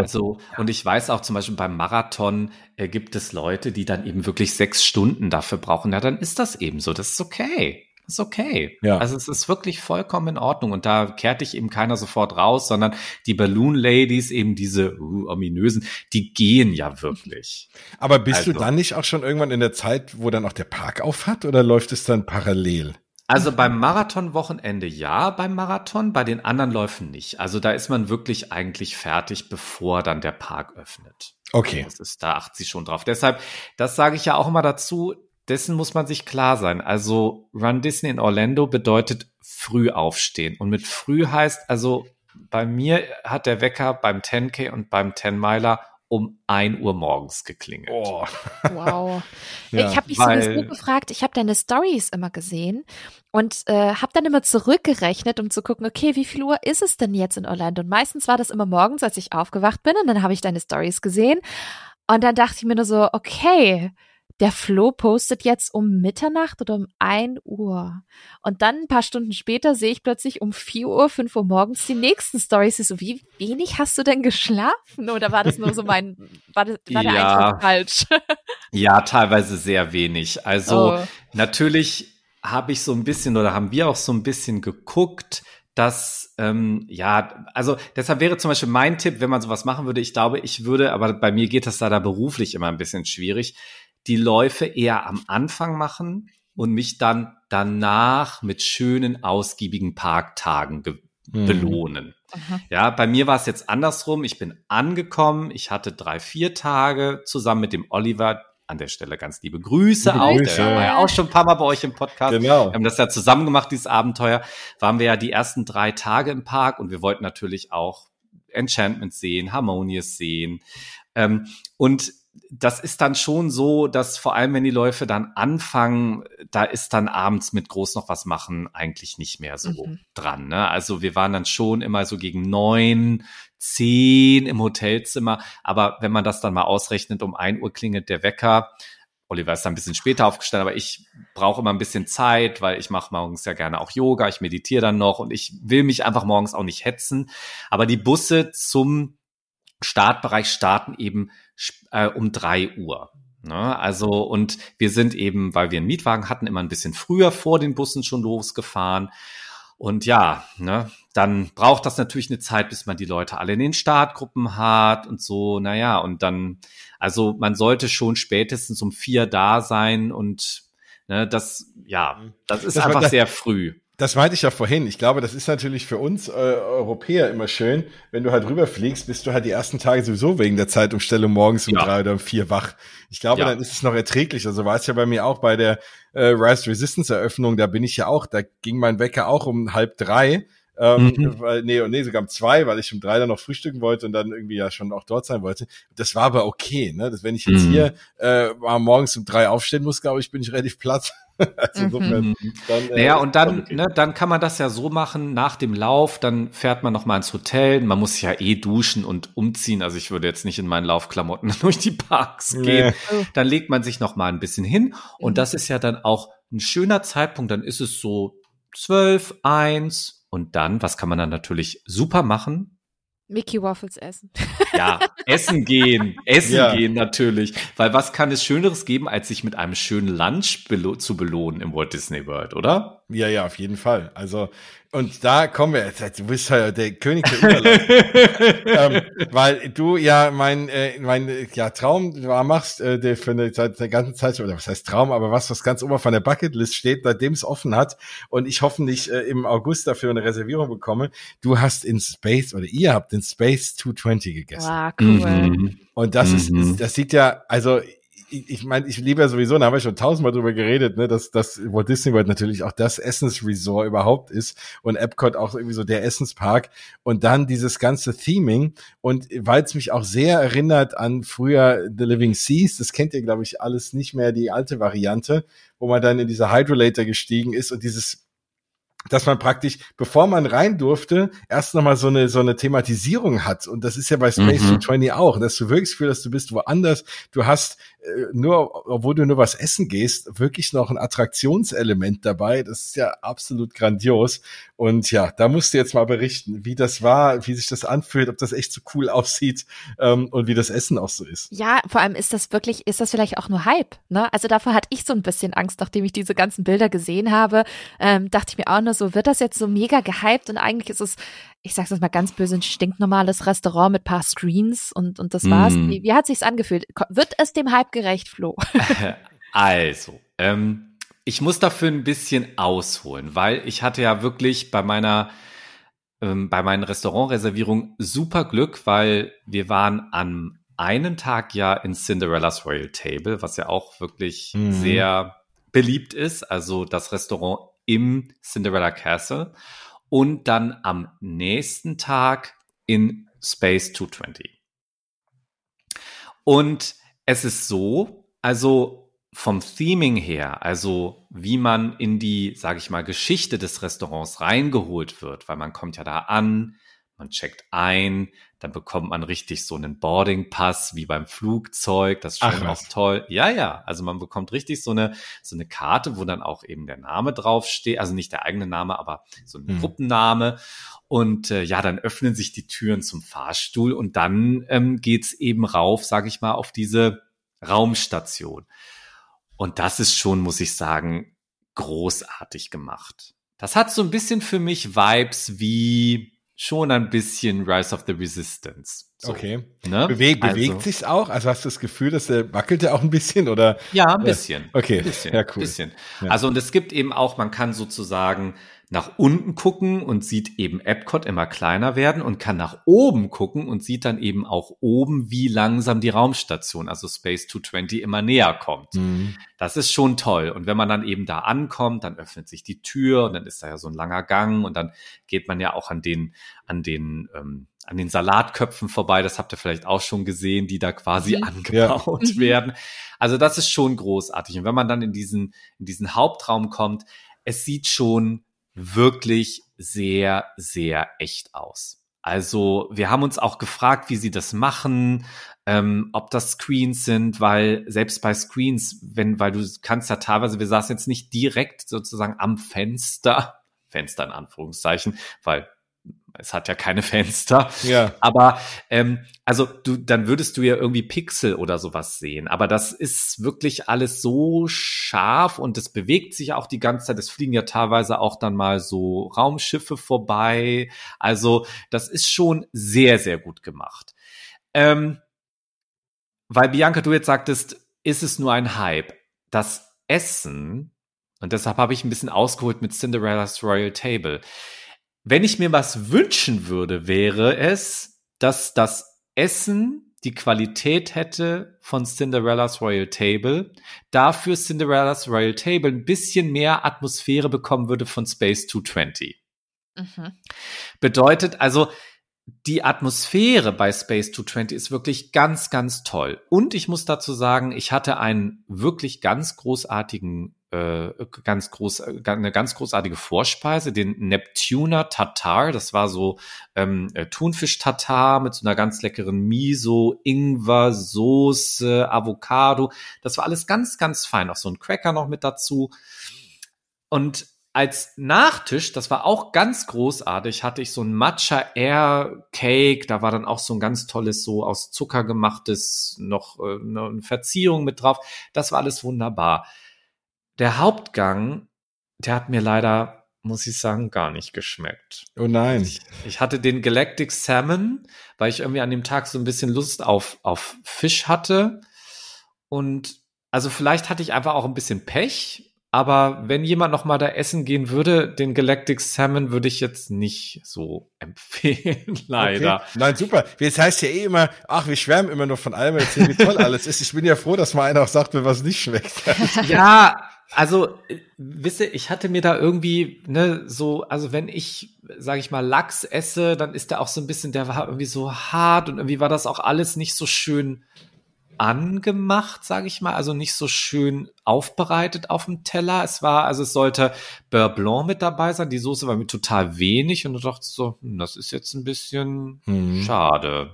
und ich weiß auch zum Beispiel beim Marathon gibt es Leute, die dann eben wirklich 6 Stunden dafür brauchen. Ja, dann ist das eben so. Das ist okay. Das ist okay. Ja. Also es ist wirklich vollkommen in Ordnung. Und da kehrt dich eben keiner sofort raus, sondern die Balloon Ladies, eben diese ominösen, die gehen ja wirklich. Aber bist du dann nicht auch schon irgendwann in der Zeit, wo dann auch der Park auf hat, oder läuft es dann parallel? Also beim Marathon-Wochenende ja, beim Marathon, bei den anderen Läufen nicht. Also da ist man wirklich eigentlich fertig, bevor dann der Park öffnet. Okay. Da achtet sie schon drauf. Deshalb, das sage ich ja auch immer dazu, dessen muss man sich klar sein. Also Run Disney in Orlando bedeutet früh aufstehen. Und mit früh heißt, also bei mir hat der Wecker beim 10K und beim 10 Miler um 1 Uhr morgens geklingelt. Oh. Wow. Ja, ich habe mich sowieso gefragt, ich habe deine Stories immer gesehen und habe dann immer zurückgerechnet, um zu gucken, okay, wie viel Uhr ist es denn jetzt in Orlando? Und meistens war das immer morgens, als ich aufgewacht bin, und dann habe ich deine Stories gesehen und dann dachte ich mir nur so, okay, der Flo postet jetzt um Mitternacht oder um 1 Uhr. Und dann ein paar Stunden später sehe ich plötzlich um 4 Uhr, 5 Uhr morgens die nächsten Stories. So, wie wenig hast du denn geschlafen? Oder war das nur so war der Eindruck falsch? Ja, teilweise sehr wenig. Also natürlich habe ich so ein bisschen oder haben wir auch so ein bisschen geguckt, dass, also deshalb wäre zum Beispiel mein Tipp, wenn man sowas machen würde, ich glaube, aber bei mir geht das leider beruflich immer ein bisschen schwierig, die Läufe eher am Anfang machen und mich dann danach mit schönen, ausgiebigen Parktagen belohnen. Aha. Ja, bei mir war es jetzt andersrum. Ich bin angekommen, ich hatte 3-4 Tage zusammen mit dem Oliver. An der Stelle ganz liebe Grüße auch. Der war ja auch schon ein paar Mal bei euch im Podcast. Genau. Wir haben das ja zusammen gemacht, dieses Abenteuer. Waren wir ja die ersten 3 Tage im Park und wir wollten natürlich auch Enchantment sehen, Harmonious sehen. Und das ist dann schon so, dass vor allem, wenn die Läufe dann anfangen, da ist dann abends mit groß noch was machen eigentlich nicht mehr so dran. Ne? Also wir waren dann schon immer so gegen 9, 10 im Hotelzimmer. Aber wenn man das dann mal ausrechnet, um 1 Uhr klingelt der Wecker. Oliver ist dann ein bisschen später aufgestanden, aber ich brauche immer ein bisschen Zeit, weil ich mache morgens ja gerne auch Yoga, ich meditiere dann noch und ich will mich einfach morgens auch nicht hetzen. Aber die Busse zum Startbereich starten eben um 3 Uhr. Ne? Also, und wir sind eben, weil wir einen Mietwagen hatten, immer ein bisschen früher vor den Bussen schon losgefahren. Und ja, ne, dann braucht das natürlich eine Zeit, bis man die Leute alle in den Startgruppen hat und so. Naja, und dann, also man sollte schon spätestens um 4 da sein und ne, das ist einfach sehr früh. Das meinte ich ja vorhin. Ich glaube, das ist natürlich für uns Europäer immer schön. Wenn du halt rüberfliegst, bist du halt die ersten Tage sowieso wegen der Zeitumstellung morgens um 3 oder um 4 wach. Ich glaube, dann ist es noch erträglich. Also war es ja bei mir auch bei der Rise Resistance Eröffnung. Da bin ich ja auch, da ging mein Wecker auch um 2:30. Sogar um 2, weil ich um 3 dann noch frühstücken wollte und dann irgendwie ja schon auch dort sein wollte. Das war aber okay, ne? Wenn ich jetzt hier morgens um 3 aufstehen muss, glaube ich, bin ich relativ platt. Also insofern, dann kann man das ja so machen, nach dem Lauf, dann fährt man noch mal ins Hotel, man muss ja duschen und umziehen, also ich würde jetzt nicht in meinen Laufklamotten durch die Parks gehen, dann legt man sich noch mal ein bisschen hin und das ist ja dann auch ein schöner Zeitpunkt, dann ist es so 12, 1 und dann, was kann man dann natürlich super machen? Mickey Waffles essen. Ja, essen gehen natürlich. Weil was kann es Schöneres geben, als sich mit einem schönen Lunch zu belohnen im Walt Disney World, oder? Ja, auf jeden Fall. Also, und da kommen wir jetzt, du bist ja der König der Überleitung. Weil du ja mein Traum machst, der für eine Zeit, der ganzen Zeit, oder was heißt Traum, aber was ganz oben von der Bucketlist steht, seitdem es offen hat und ich hoffentlich im August dafür eine Reservierung bekomme. Du hast ihr habt in Space 220 gegessen. Wow, cool. Und das das sieht ja, also ich meine, ich liebe ja sowieso, da haben wir schon 1000-mal drüber geredet, ne, dass Walt Disney World natürlich auch das Essensresort überhaupt ist und Epcot auch irgendwie so der Essenspark und dann dieses ganze Theming und weil es mich auch sehr erinnert an früher The Living Seas, das kennt ihr, glaube ich, alles nicht mehr, die alte Variante, wo man dann in diese Hydrolator gestiegen ist und dass man praktisch, bevor man rein durfte, erst nochmal so eine Thematisierung hat. Und das ist ja bei Space 220 auch, dass du wirklich fühlst, dass du bist woanders. Du hast obwohl du nur was essen gehst, wirklich noch ein Attraktionselement dabei. Das ist ja absolut grandios. Und ja, da musst du jetzt mal berichten, wie das war, wie sich das anfühlt, ob das echt so cool aussieht und wie das Essen auch so ist. Ja, vor allem ist das vielleicht auch nur Hype, ne? Also davor hatte ich so ein bisschen Angst, nachdem ich diese ganzen Bilder gesehen habe, dachte ich mir auch nur so, wird das jetzt so mega gehypt und eigentlich ist es, ich sag's jetzt mal ganz böse, ein stinknormales Restaurant mit paar Screens und das war's. Wie hat sich's angefühlt? Wird es dem Hype gerecht, Flo? Also, ich muss dafür ein bisschen ausholen, weil ich hatte ja wirklich bei meinen Restaurantreservierungen super Glück, weil wir waren am einen Tag ja in Cinderella's Royal Table, was ja auch wirklich sehr beliebt ist, also das Restaurant im Cinderella Castle. Und dann am nächsten Tag in Space 220. Und es ist so, also vom Theming her, also wie man in die, sage ich mal, Geschichte des Restaurants reingeholt wird, weil man kommt ja da an, man checkt ein, dann bekommt man richtig so einen Boarding-Pass wie beim Flugzeug, das ist schon auch toll. Ja, also man bekommt richtig so eine Karte, wo dann auch eben der Name draufsteht, also nicht der eigene Name, aber so ein Gruppenname. Und dann öffnen sich die Türen zum Fahrstuhl und dann geht's eben rauf, sage ich mal, auf diese Raumstation. Und das ist schon, muss ich sagen, großartig gemacht. Das hat so ein bisschen für mich Vibes wie schon ein bisschen Rise of the Resistance. So, okay. Ne? Bewegt sich's auch? Also hast du das Gefühl, dass wackelt der auch ein bisschen? Oder? Ja, ein bisschen. Okay, ein bisschen, ja, cool. Bisschen. Ja. Also und es gibt eben auch, man kann sozusagen nach unten gucken und sieht eben Epcot immer kleiner werden und kann nach oben gucken und sieht dann eben auch oben, wie langsam die Raumstation, also Space 220, immer näher kommt. Das ist schon toll. Und wenn man dann eben da ankommt, dann öffnet sich die Tür und dann ist da ja so ein langer Gang und dann geht man ja auch an den den Salatköpfen vorbei. Das habt ihr vielleicht auch schon gesehen, die da quasi angebaut werden. Also das ist schon großartig. Und wenn man dann in diesen Hauptraum kommt, es sieht schon wirklich sehr, sehr echt aus. Also wir haben uns auch gefragt, wie sie das machen, ob das Screens sind, weil selbst bei Screens, weil du kannst ja teilweise, wir saßen jetzt nicht direkt sozusagen am Fenster in Anführungszeichen, weil es hat ja keine Fenster. Ja. Aber dann würdest du ja irgendwie Pixel oder sowas sehen. Aber das ist wirklich alles so scharf und es bewegt sich auch die ganze Zeit. Es fliegen ja teilweise auch dann mal so Raumschiffe vorbei. Also das ist schon sehr, sehr gut gemacht. Weil Bianca, du jetzt sagtest, ist es nur ein Hype? Das Essen, und deshalb habe ich ein bisschen ausgeholt mit Cinderella's Royal Table. Wenn ich mir was wünschen würde, wäre es, dass das Essen die Qualität hätte von Cinderella's Royal Table, dafür Cinderella's Royal Table ein bisschen mehr Atmosphäre bekommen würde von Space 220. Bedeutet also, die Atmosphäre bei Space 220 ist wirklich ganz, ganz toll. Und ich muss dazu sagen, ich hatte einen wirklich ganz großartigen eine ganz großartige Vorspeise, den Neptuner Tatar. Das war so Thunfisch-Tatar mit so einer ganz leckeren Miso, Ingwer, Soße, Avocado. Das war alles ganz, ganz fein. Auch so ein Cracker noch mit dazu. Und als Nachtisch, das war auch ganz großartig, hatte ich so ein Matcha Air Cake. Da war dann auch so ein ganz tolles, so aus Zucker gemachtes, noch eine Verzierung mit drauf. Das war alles wunderbar. Der Hauptgang, der hat mir leider, muss ich sagen, gar nicht geschmeckt. Oh nein. Ich hatte den Galactic Salmon, weil ich irgendwie an dem Tag so ein bisschen Lust auf Fisch hatte. Und also vielleicht hatte ich einfach auch ein bisschen Pech. Aber wenn jemand noch mal da essen gehen würde, den Galactic Salmon würde ich jetzt nicht so empfehlen, leider. Okay. Nein, super. Jetzt heißt ja immer, wir schwärmen immer nur von allem, erzählen, wie toll alles ist. Ich bin ja froh, dass mal einer auch sagt, wenn was nicht schmeckt. Ja, also, wisst ihr, ich hatte mir da irgendwie, also wenn ich, sage ich mal, Lachs esse, dann ist der auch so ein bisschen, der war irgendwie so hart und irgendwie war das auch alles nicht so schön angemacht, sage ich mal, also nicht so schön aufbereitet auf dem Teller. Es sollte Beurre Blanc mit dabei sein, die Soße war mir total wenig und ich dachte so, das ist jetzt ein bisschen schade.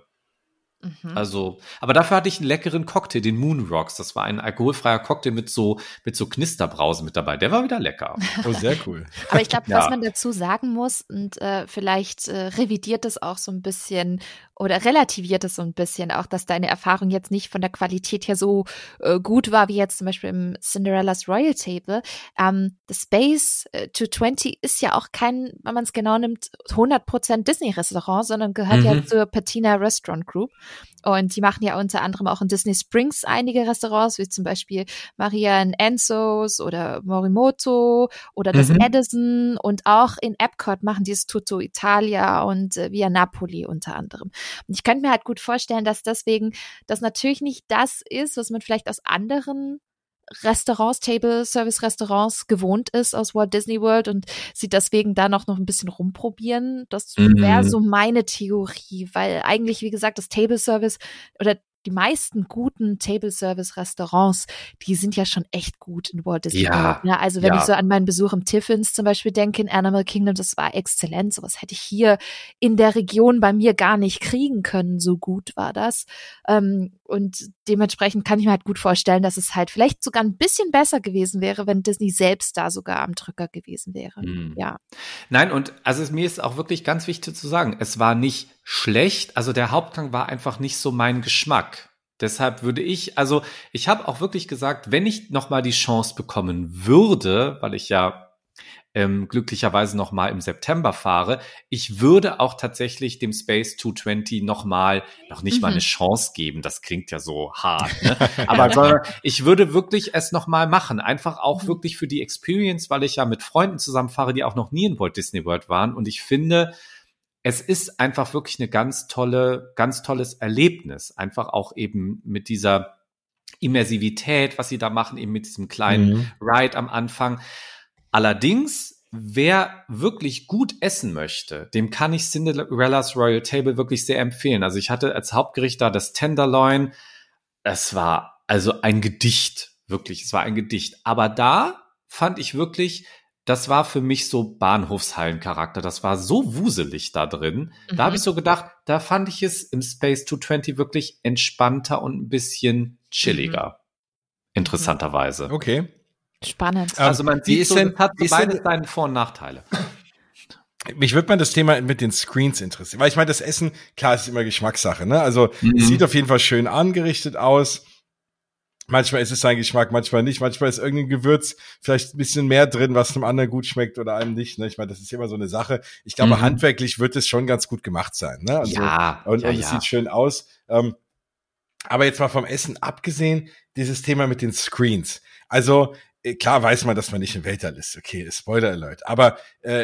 Also, aber dafür hatte ich einen leckeren Cocktail, den Moon Rocks. Das war ein alkoholfreier Cocktail mit so Knisterbrause mit dabei. Der war wieder lecker. Oh, sehr cool. Aber ich glaube, was man dazu sagen muss und vielleicht revidiert es auch so ein bisschen oder relativiert es so ein bisschen auch, dass deine Erfahrung jetzt nicht von der Qualität her so gut war wie jetzt zum Beispiel im Cinderella's Royal Table. Das Space 220 ist ja auch kein, wenn man es genau nimmt, 100% Disney-Restaurant, sondern gehört ja zur Patina Restaurant Group. Und die machen ja unter anderem auch in Disney Springs einige Restaurants, wie zum Beispiel Maria and Enzo's oder Morimoto oder das Edison. Und auch in Epcot machen die es Tutto Italia und Via Napoli unter anderem. Und ich könnte mir halt gut vorstellen, dass deswegen das natürlich nicht das ist, was man vielleicht aus anderen Restaurants, Table-Service-Restaurants gewohnt ist aus Walt Disney World und sie deswegen da noch ein bisschen rumprobieren. Das wäre so meine Theorie, weil eigentlich, wie gesagt, das Table-Service oder die meisten guten Table-Service-Restaurants, die sind ja schon echt gut in Walt Disney World. Ne? Also wenn ich so an meinen Besuch im Tiffins zum Beispiel denke, in Animal Kingdom, das war exzellent. Sowas hätte ich hier in der Region bei mir gar nicht kriegen können. So gut war das. Und dementsprechend kann ich mir halt gut vorstellen, dass es halt vielleicht sogar ein bisschen besser gewesen wäre, wenn Disney selbst da sogar am Drücker gewesen wäre. Ja. Nein, und also mir ist auch wirklich ganz wichtig zu sagen, es war nicht schlecht, also der Hauptgang war einfach nicht so mein Geschmack. Deshalb würde ich habe auch wirklich gesagt, wenn ich noch mal die Chance bekommen würde, weil ich ja glücklicherweise noch mal im September fahre, ich würde auch tatsächlich dem Space 220 noch nicht mal eine Chance geben. Das klingt ja so hart, ne? Aber ich würde wirklich es noch mal machen. Einfach auch wirklich für die Experience, weil ich ja mit Freunden zusammenfahre, die auch noch nie in Walt Disney World waren. Und ich finde, es ist einfach wirklich eine ganz tolles Erlebnis. Einfach auch eben mit dieser Immersivität, was sie da machen, eben mit diesem kleinen Ride am Anfang. Allerdings wer wirklich gut essen möchte, dem kann ich Cinderella's Royal Table wirklich sehr empfehlen. Also ich hatte als Hauptgericht da das Tenderloin. Es war also ein Gedicht, wirklich. Es war ein Gedicht. Aber da fand ich wirklich, das war für mich so Bahnhofshallencharakter. Das war so wuselig da drin. Da habe ich so gedacht, da fand ich es im Space 220 wirklich entspannter und ein bisschen chilliger. Interessanterweise. Okay. Spannend. Also man sieht so, das hat so beides seine Vor- und Nachteile. Mich würde mal das Thema mit den Screens interessieren, weil ich meine, das Essen, klar, ist immer Geschmackssache, ne? Also es sieht auf jeden Fall schön angerichtet aus. Manchmal ist es sein Geschmack, manchmal nicht. Manchmal ist irgendein Gewürz vielleicht ein bisschen mehr drin, was einem anderen gut schmeckt oder einem nicht. Ne? Ich meine, das ist immer so eine Sache. Ich glaube, handwerklich wird es schon ganz gut gemacht sein. Ne? Also, und es sieht schön aus. Aber jetzt mal vom Essen abgesehen, dieses Thema mit den Screens. Also klar weiß man, dass man nicht im Weltall ist. Okay, Spoiler Alert. Aber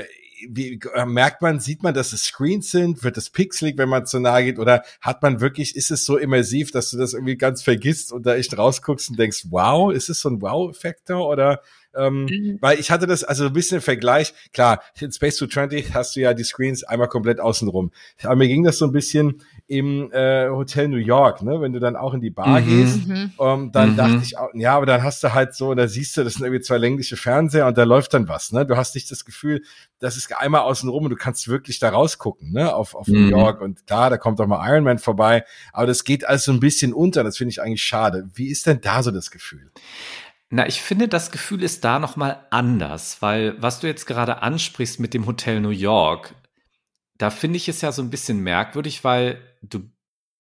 merkt man, sieht man, dass es Screens sind? Wird es pixelig, wenn man zu nahe geht? Oder hat man wirklich, ist es so immersiv, dass du das irgendwie ganz vergisst und da echt rausguckst und denkst, wow, ist es so ein Wow-Faktor? Oder weil ich hatte das, also ein bisschen im Vergleich, klar, in Space 220 hast du ja die Screens einmal komplett außenrum. Aber mir ging das so ein bisschen im Hotel New York, ne? Wenn du dann auch in die Bar gehst, dann dachte ich auch, ja, aber dann hast du halt so, da siehst du, das sind irgendwie zwei längliche Fernseher und da läuft dann was, ne? Du hast nicht das Gefühl, das ist einmal außenrum und du kannst wirklich da rausgucken, ne? Auf New York und klar, da kommt auch mal Iron Man vorbei, aber das geht also ein bisschen unter, das finde ich eigentlich schade. Wie ist denn da so das Gefühl? Na, ich finde, das Gefühl ist da nochmal anders, weil was du jetzt gerade ansprichst mit dem Hotel New York, da finde ich es ja so ein bisschen merkwürdig, weil du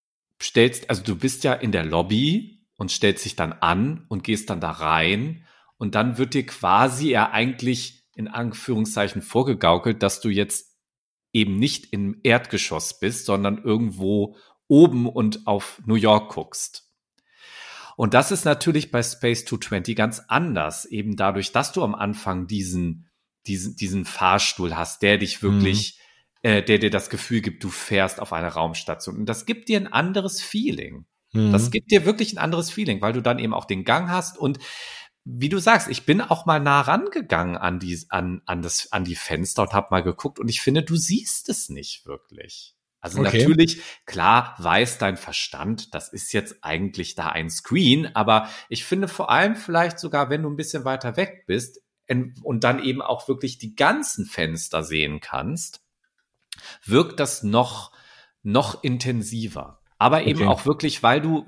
bist ja in der Lobby und stellst dich dann an und gehst dann da rein und dann wird dir quasi ja eigentlich in Anführungszeichen vorgegaukelt, dass du jetzt eben nicht im Erdgeschoss bist, sondern irgendwo oben und auf New York guckst. Und das ist natürlich bei Space 220 ganz anders, eben dadurch, dass du am Anfang diesen Fahrstuhl hast, der dich wirklich, der dir das Gefühl gibt, du fährst auf eine Raumstation. Und das gibt dir ein anderes Feeling. Das gibt dir wirklich ein anderes Feeling, weil du dann eben auch den Gang hast. Und wie du sagst, ich bin auch mal nah rangegangen an die Fenster und habe mal geguckt. Und ich finde, du siehst es nicht wirklich. Also natürlich, klar, weiß dein Verstand, das ist jetzt eigentlich da ein Screen, aber ich finde vor allem vielleicht sogar, wenn du ein bisschen weiter weg bist und dann eben auch wirklich die ganzen Fenster sehen kannst, wirkt das noch intensiver. Aber eben auch wirklich, weil du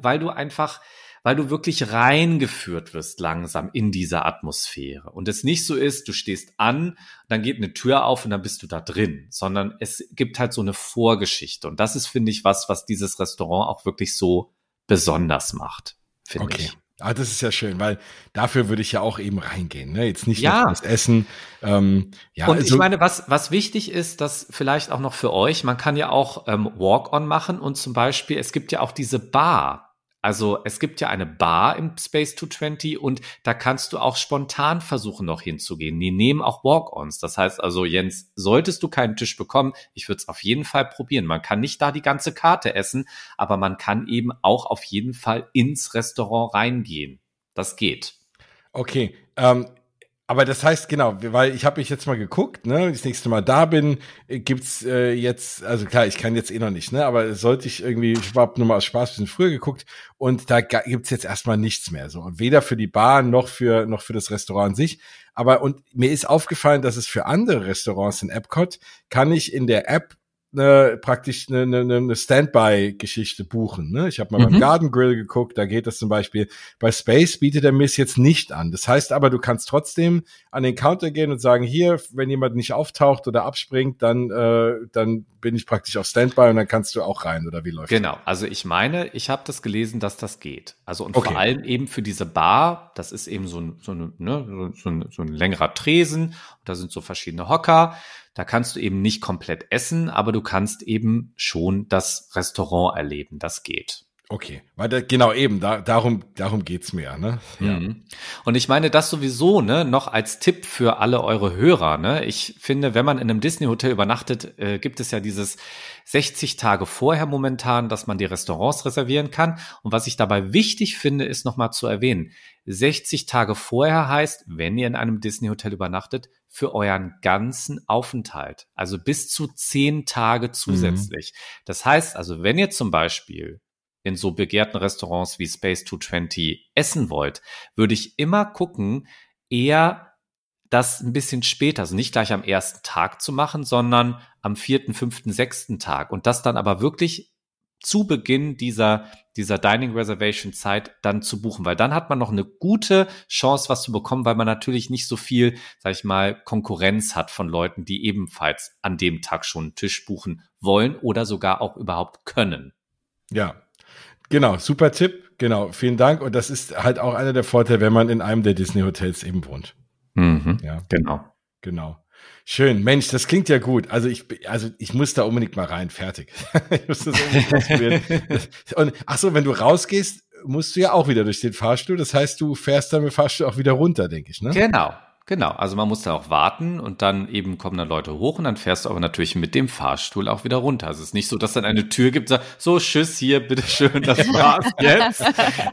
wirklich reingeführt wirst langsam in diese Atmosphäre. Und es nicht so ist, du stehst an, dann geht eine Tür auf und dann bist du da drin, sondern es gibt halt so eine Vorgeschichte. Und das ist, finde ich, was dieses Restaurant auch wirklich so besonders macht, finde ich. Ah, das ist ja schön, weil dafür würde ich ja auch eben reingehen, ne? Jetzt nicht nur für das Essen. Und ich meine, was wichtig ist, dass vielleicht auch noch für euch, man kann ja auch Walk-on machen und zum Beispiel, es gibt ja auch diese Bar. Also es gibt ja eine Bar im Space 220 und da kannst du auch spontan versuchen, noch hinzugehen. Die nehmen auch Walk-ons. Das heißt also, Jens, solltest du keinen Tisch bekommen, ich würde es auf jeden Fall probieren. Man kann nicht da die ganze Karte essen, aber man kann eben auch auf jeden Fall ins Restaurant reingehen. Das geht. Okay, aber das heißt, genau, weil ich habe mich jetzt mal geguckt, ne, das nächste Mal da bin, gibt's jetzt, also klar, ich kann jetzt noch nicht, ne, aber sollte ich irgendwie, ich habe nur mal aus Spaß ein bisschen früher geguckt und da gibt's jetzt erstmal nichts mehr so und weder für die Bar noch für das Restaurant an sich, aber und mir ist aufgefallen, dass es für andere Restaurants in Epcot kann ich in der App praktisch eine Standby-Geschichte buchen. Ne? Ich habe mal beim Garden Grill geguckt, da geht das zum Beispiel. Bei Space bietet der Miss jetzt nicht an. Das heißt aber, du kannst trotzdem an den Counter gehen und sagen, hier, wenn jemand nicht auftaucht oder abspringt, dann bin ich praktisch auf Standby und dann kannst du auch rein, oder wie läuft das? Genau, also ich meine, ich habe das gelesen, dass das geht. Also und vor allem eben für diese Bar, das ist eben so ein längerer Tresen, da sind so verschiedene Hocker. Da kannst du eben nicht komplett essen, aber du kannst eben schon das Restaurant erleben. Das geht. Okay, weil genau eben, darum geht's mir, ne? Ja. Und ich meine das sowieso, ne, noch als Tipp für alle eure Hörer, ne? Ich finde, wenn man in einem Disney-Hotel übernachtet, gibt es ja dieses 60 Tage vorher momentan, dass man die Restaurants reservieren kann. Und was ich dabei wichtig finde, ist nochmal zu erwähnen, 60 Tage vorher heißt, wenn ihr in einem Disney-Hotel übernachtet, für euren ganzen Aufenthalt. Also bis zu 10 Tage zusätzlich. Das heißt also, wenn ihr zum Beispiel in so begehrten Restaurants wie Space 220 essen wollt, würde ich immer gucken, eher das ein bisschen später, also nicht gleich am ersten Tag zu machen, sondern am 4., 5., 6. Tag und das dann aber wirklich zu Beginn dieser Dining Reservation Zeit dann zu buchen, weil dann hat man noch eine gute Chance, was zu bekommen, weil man natürlich nicht so viel, sag ich mal, Konkurrenz hat von Leuten, die ebenfalls an dem Tag schon einen Tisch buchen wollen oder sogar auch überhaupt können. Ja. Genau, super Tipp. Genau, vielen Dank. Und das ist halt auch einer der Vorteile, wenn man in einem der Disney-Hotels eben wohnt. Ja, genau. Schön. Mensch, das klingt ja gut. Also ich muss da unbedingt mal rein. Fertig. Ich muss das unbedingt ausprobieren. Und ach so, wenn du rausgehst, musst du ja auch wieder durch den Fahrstuhl. Das heißt, du fährst dann mit dem Fahrstuhl auch wieder runter, denke ich, ne? Genau. Also man muss da auch warten und dann eben kommen dann Leute hoch und dann fährst du aber natürlich mit dem Fahrstuhl auch wieder runter. Also es ist nicht so, dass dann eine Tür gibt, so tschüss hier, bitteschön, das war's jetzt.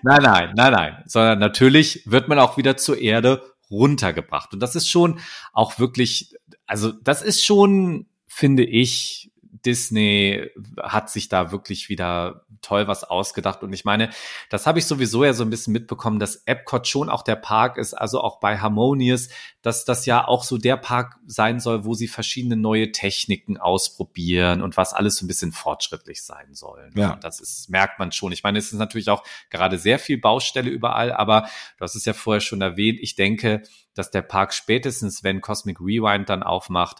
Nein. Sondern natürlich wird man auch wieder zur Erde runtergebracht. Und das ist schon auch wirklich, also das ist schon, finde ich, Disney hat sich da wirklich wieder toll was ausgedacht. Und ich meine, das habe ich sowieso ja so ein bisschen mitbekommen, dass Epcot schon auch der Park ist, also auch bei Harmonious, dass das ja auch so der Park sein soll, wo sie verschiedene neue Techniken ausprobieren und was alles so ein bisschen fortschrittlich sein soll. Ja. Und merkt man schon. Ich meine, es ist natürlich auch gerade sehr viel Baustelle überall, aber du hast es ja vorher schon erwähnt. Ich denke, dass der Park spätestens, wenn Cosmic Rewind dann aufmacht,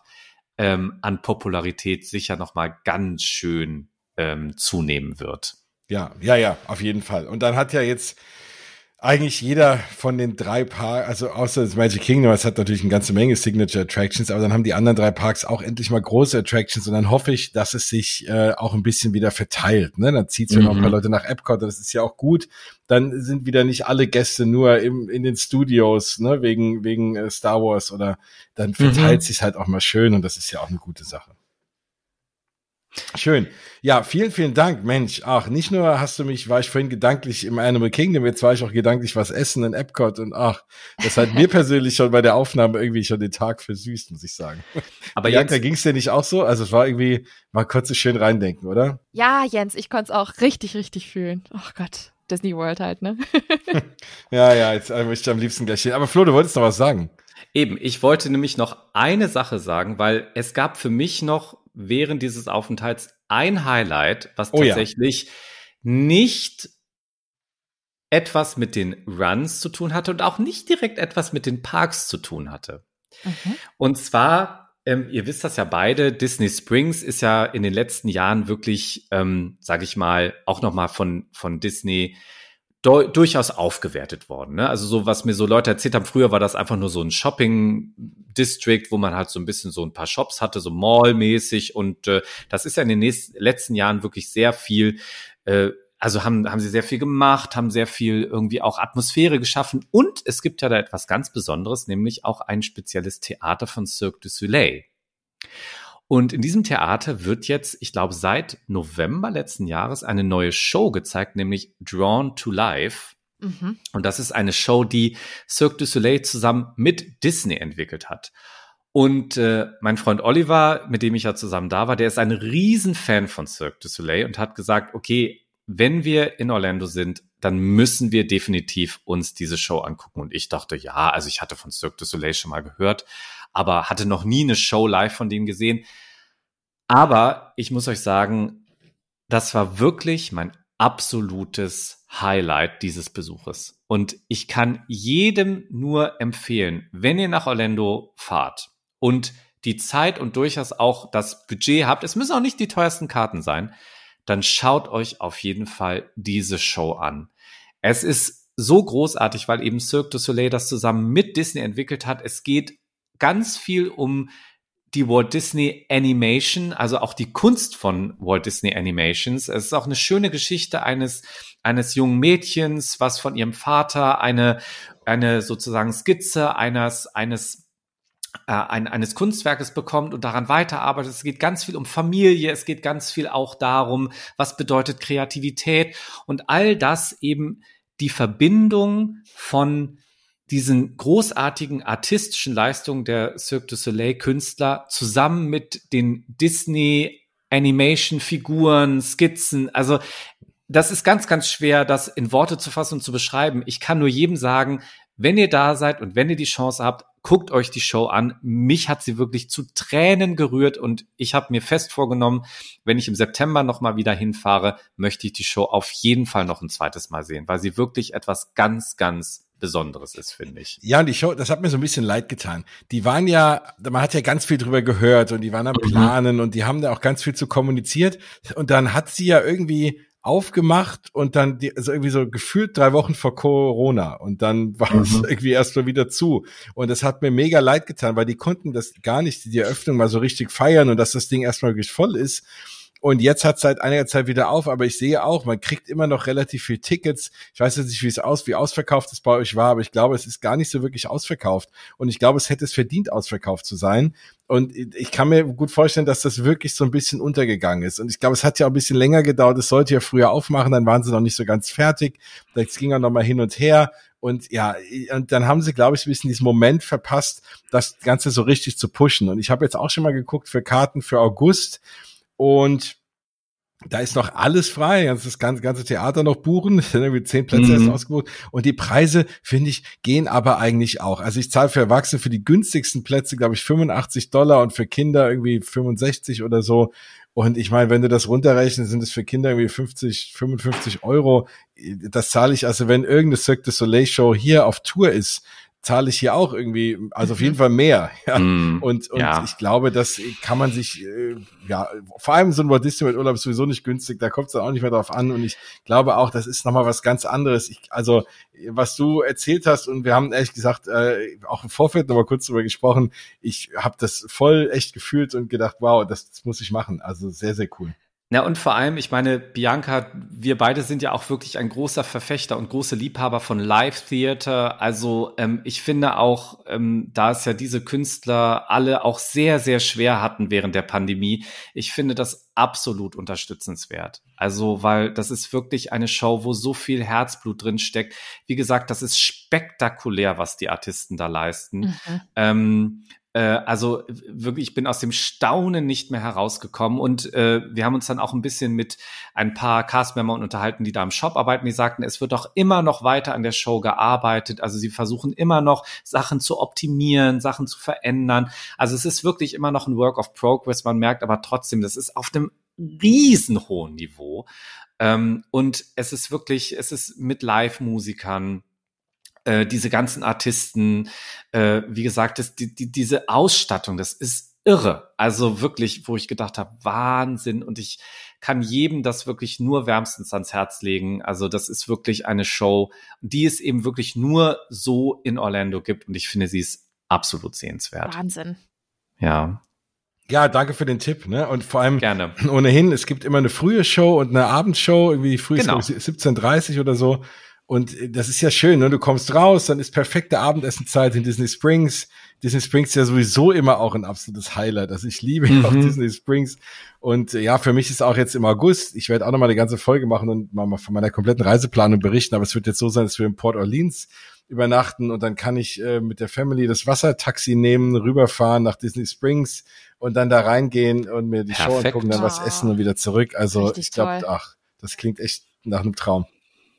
an Popularität sicher nochmal ganz schön zunehmen wird. Ja, auf jeden Fall. Und dann hat ja jetzt eigentlich jeder von den 3 Parks, also außer das Magic Kingdom, es hat natürlich eine ganze Menge Signature Attractions, aber dann haben die anderen 3 Parks auch endlich mal große Attractions und dann hoffe ich, dass es sich auch ein bisschen wieder verteilt. Ne? Dann zieht es ja noch ein paar Leute nach Epcot, das ist ja auch gut. Dann sind wieder nicht alle Gäste nur in den Studios, ne, wegen Star Wars oder dann verteilt sich halt auch mal schön und das ist ja auch eine gute Sache. Schön. Ja, vielen, vielen Dank, Mensch. Ach, nicht nur war ich vorhin gedanklich im Animal Kingdom, jetzt war ich auch gedanklich was essen in Epcot und das hat mir persönlich schon bei der Aufnahme irgendwie schon den Tag versüßt, muss ich sagen. Aber Bianca, ging es dir nicht auch so? Also es war irgendwie, man konnte es schön reindenken, oder? Ja, Jens, ich konnte es auch richtig, richtig fühlen. Oh Gott, Disney World halt, ne? Ja, jetzt möchte ich am liebsten gleich hin. Aber Flo, du wolltest noch was sagen. Eben, ich wollte nämlich noch eine Sache sagen, weil es gab für mich noch während dieses Aufenthalts ein Highlight, was tatsächlich nicht etwas mit den Runs zu tun hatte und auch nicht direkt etwas mit den Parks zu tun hatte. Und zwar, ihr wisst das ja beide, Disney Springs ist ja in den letzten Jahren wirklich, sage ich mal, auch nochmal von Disney durchaus aufgewertet worden. Ne? Also so, was mir so Leute erzählt haben, früher war das einfach nur so ein Shopping-District, wo man halt so ein bisschen so ein paar Shops hatte, so Mall-mäßig und das ist ja in den letzten Jahren wirklich sehr viel, also haben sie sehr viel gemacht, haben sehr viel irgendwie auch Atmosphäre geschaffen und es gibt ja da etwas ganz Besonderes, nämlich auch ein spezielles Theater von Cirque du Soleil. Und in diesem Theater wird jetzt, ich glaube, seit November letzten Jahres eine neue Show gezeigt, nämlich Drawn to Life. Und das ist eine Show, die Cirque du Soleil zusammen mit Disney entwickelt hat. Und mein Freund Oliver, mit dem ich ja zusammen da war, der ist ein Riesenfan von Cirque du Soleil und hat gesagt, okay, wenn wir in Orlando sind, dann müssen wir definitiv uns diese Show angucken. Und ich dachte, ja, also ich hatte von Cirque du Soleil schon mal gehört, aber hatte noch nie eine Show live von denen gesehen. Aber ich muss euch sagen, das war wirklich mein absolutes Highlight dieses Besuches. Und ich kann jedem nur empfehlen, wenn ihr nach Orlando fahrt und die Zeit und durchaus auch das Budget habt, es müssen auch nicht die teuersten Karten sein, dann schaut euch auf jeden Fall diese Show an. Es ist so großartig, weil eben Cirque du Soleil das zusammen mit Disney entwickelt hat. Es geht ganz viel um die Walt Disney Animation, also auch die Kunst von Walt Disney Animations. Es ist auch eine schöne Geschichte eines jungen Mädchens, was von ihrem Vater eine sozusagen Skizze eines Kunstwerkes bekommt und daran weiterarbeitet. Es geht ganz viel um Familie, es geht ganz viel auch darum, was bedeutet Kreativität und all das eben die Verbindung von diesen großartigen artistischen Leistungen der Cirque du Soleil-Künstler zusammen mit den Disney-Animation-Figuren, Skizzen. Also das ist ganz, ganz schwer, das in Worte zu fassen und zu beschreiben. Ich kann nur jedem sagen, wenn ihr da seid und wenn ihr die Chance habt, guckt euch die Show an. Mich hat sie wirklich zu Tränen gerührt und ich habe mir fest vorgenommen, wenn ich im September nochmal wieder hinfahre, möchte ich die Show auf jeden Fall noch ein zweites Mal sehen, weil sie wirklich etwas ganz, ganz Besonderes ist, finde ich. Ja, und die Show, das hat mir so ein bisschen leid getan. Die waren ja, man hat ja ganz viel drüber gehört und die waren am Planen und die haben da auch ganz viel zu kommuniziert und dann hat sie ja irgendwie aufgemacht und dann also irgendwie so gefühlt 3 Wochen vor Corona und dann war es irgendwie erstmal wieder zu und das hat mir mega leid getan, weil die konnten das gar nicht, die Eröffnung mal so richtig feiern und dass das Ding erstmal wirklich voll ist. Und jetzt hat es seit einiger Zeit wieder auf, aber ich sehe auch, man kriegt immer noch relativ viel Tickets. Ich weiß jetzt nicht, wie ausverkauft es bei euch war, aber ich glaube, es ist gar nicht so wirklich ausverkauft. Und ich glaube, es hätte es verdient, ausverkauft zu sein. Und ich kann mir gut vorstellen, dass das wirklich so ein bisschen untergegangen ist. Und ich glaube, es hat ja auch ein bisschen länger gedauert. Es sollte ja früher aufmachen, dann waren sie noch nicht so ganz fertig. Das ging ja noch mal hin und her. Und ja, und dann haben sie, glaube ich, ein bisschen diesen Moment verpasst, das Ganze so richtig zu pushen. Und ich habe jetzt auch schon mal geguckt für Karten für August. Und da ist noch alles frei, das ganze Theater noch buchen, es sind irgendwie 10 Plätze erst ausgebucht und die Preise, finde ich, gehen aber eigentlich auch. Also ich zahle für Erwachsene für die günstigsten Plätze, glaube ich, $85 und für Kinder irgendwie 65 oder so. Und ich meine, wenn du das runterrechnest, sind es für Kinder irgendwie 55 Euro. Das zahle ich, also wenn irgendeine Cirque du Soleil Show hier auf Tour ist, zahle ich hier auch irgendwie, also auf jeden Fall mehr. Ja. Und ja. Ich glaube, das kann man sich, vor allem so ein Walt Disney World Urlaub ist sowieso nicht günstig, da kommt es dann auch nicht mehr drauf an. Und ich glaube auch, das ist nochmal was ganz anderes. Also, was du erzählt hast, und wir haben ehrlich gesagt auch im Vorfeld nochmal kurz drüber gesprochen, ich habe das voll echt gefühlt und gedacht, wow, das muss ich machen. Also sehr, sehr cool. Ja, und vor allem, ich meine, Bianca, wir beide sind ja auch wirklich ein großer Verfechter und große Liebhaber von Live-Theater. Also ich finde auch, da es ja diese Künstler alle auch sehr, sehr schwer hatten während der Pandemie, ich finde das absolut unterstützenswert. Also, weil das ist wirklich eine Show, wo so viel Herzblut drin steckt. Wie gesagt, das ist spektakulär, was die Artisten da leisten. Also wirklich, ich bin aus dem Staunen nicht mehr herausgekommen und wir haben uns dann auch ein bisschen mit ein paar Castmembern unterhalten, die da im Shop arbeiten, die sagten, es wird auch immer noch weiter an der Show gearbeitet, also sie versuchen immer noch Sachen zu optimieren, Sachen zu verändern, also es ist wirklich immer noch ein Work of Progress, man merkt aber trotzdem, das ist auf einem riesen hohen Niveau und es ist mit Live-Musikern, diese ganzen Artisten, wie gesagt, diese Ausstattung, das ist irre. Also wirklich, wo ich gedacht habe, Wahnsinn. Und ich kann jedem das wirklich nur wärmstens ans Herz legen. Also das ist wirklich eine Show, die es eben wirklich nur so in Orlando gibt. Und ich finde, sie ist absolut sehenswert. Wahnsinn. Ja. Ja, danke für den Tipp, ne? Und vor allem gerne. Ohnehin, es gibt immer eine frühe Show und eine Abendshow, irgendwie früh ist 17:30 oder so. Und das ist ja schön, ne? Du kommst raus, dann ist perfekte Abendessenzeit in Disney Springs. Disney Springs ist ja sowieso immer auch ein absolutes Highlight. Also ich liebe auch Disney Springs. Und ja, für mich ist auch jetzt im August, ich werde auch nochmal eine ganze Folge machen und mal von meiner kompletten Reiseplanung berichten, aber es wird jetzt so sein, dass wir in Port Orleans übernachten und dann kann ich mit der Family das Wassertaxi nehmen, rüberfahren nach Disney Springs und dann da reingehen und mir die Show angucken, dann was essen und wieder zurück. Also richtig, ich glaube, das klingt echt nach einem Traum.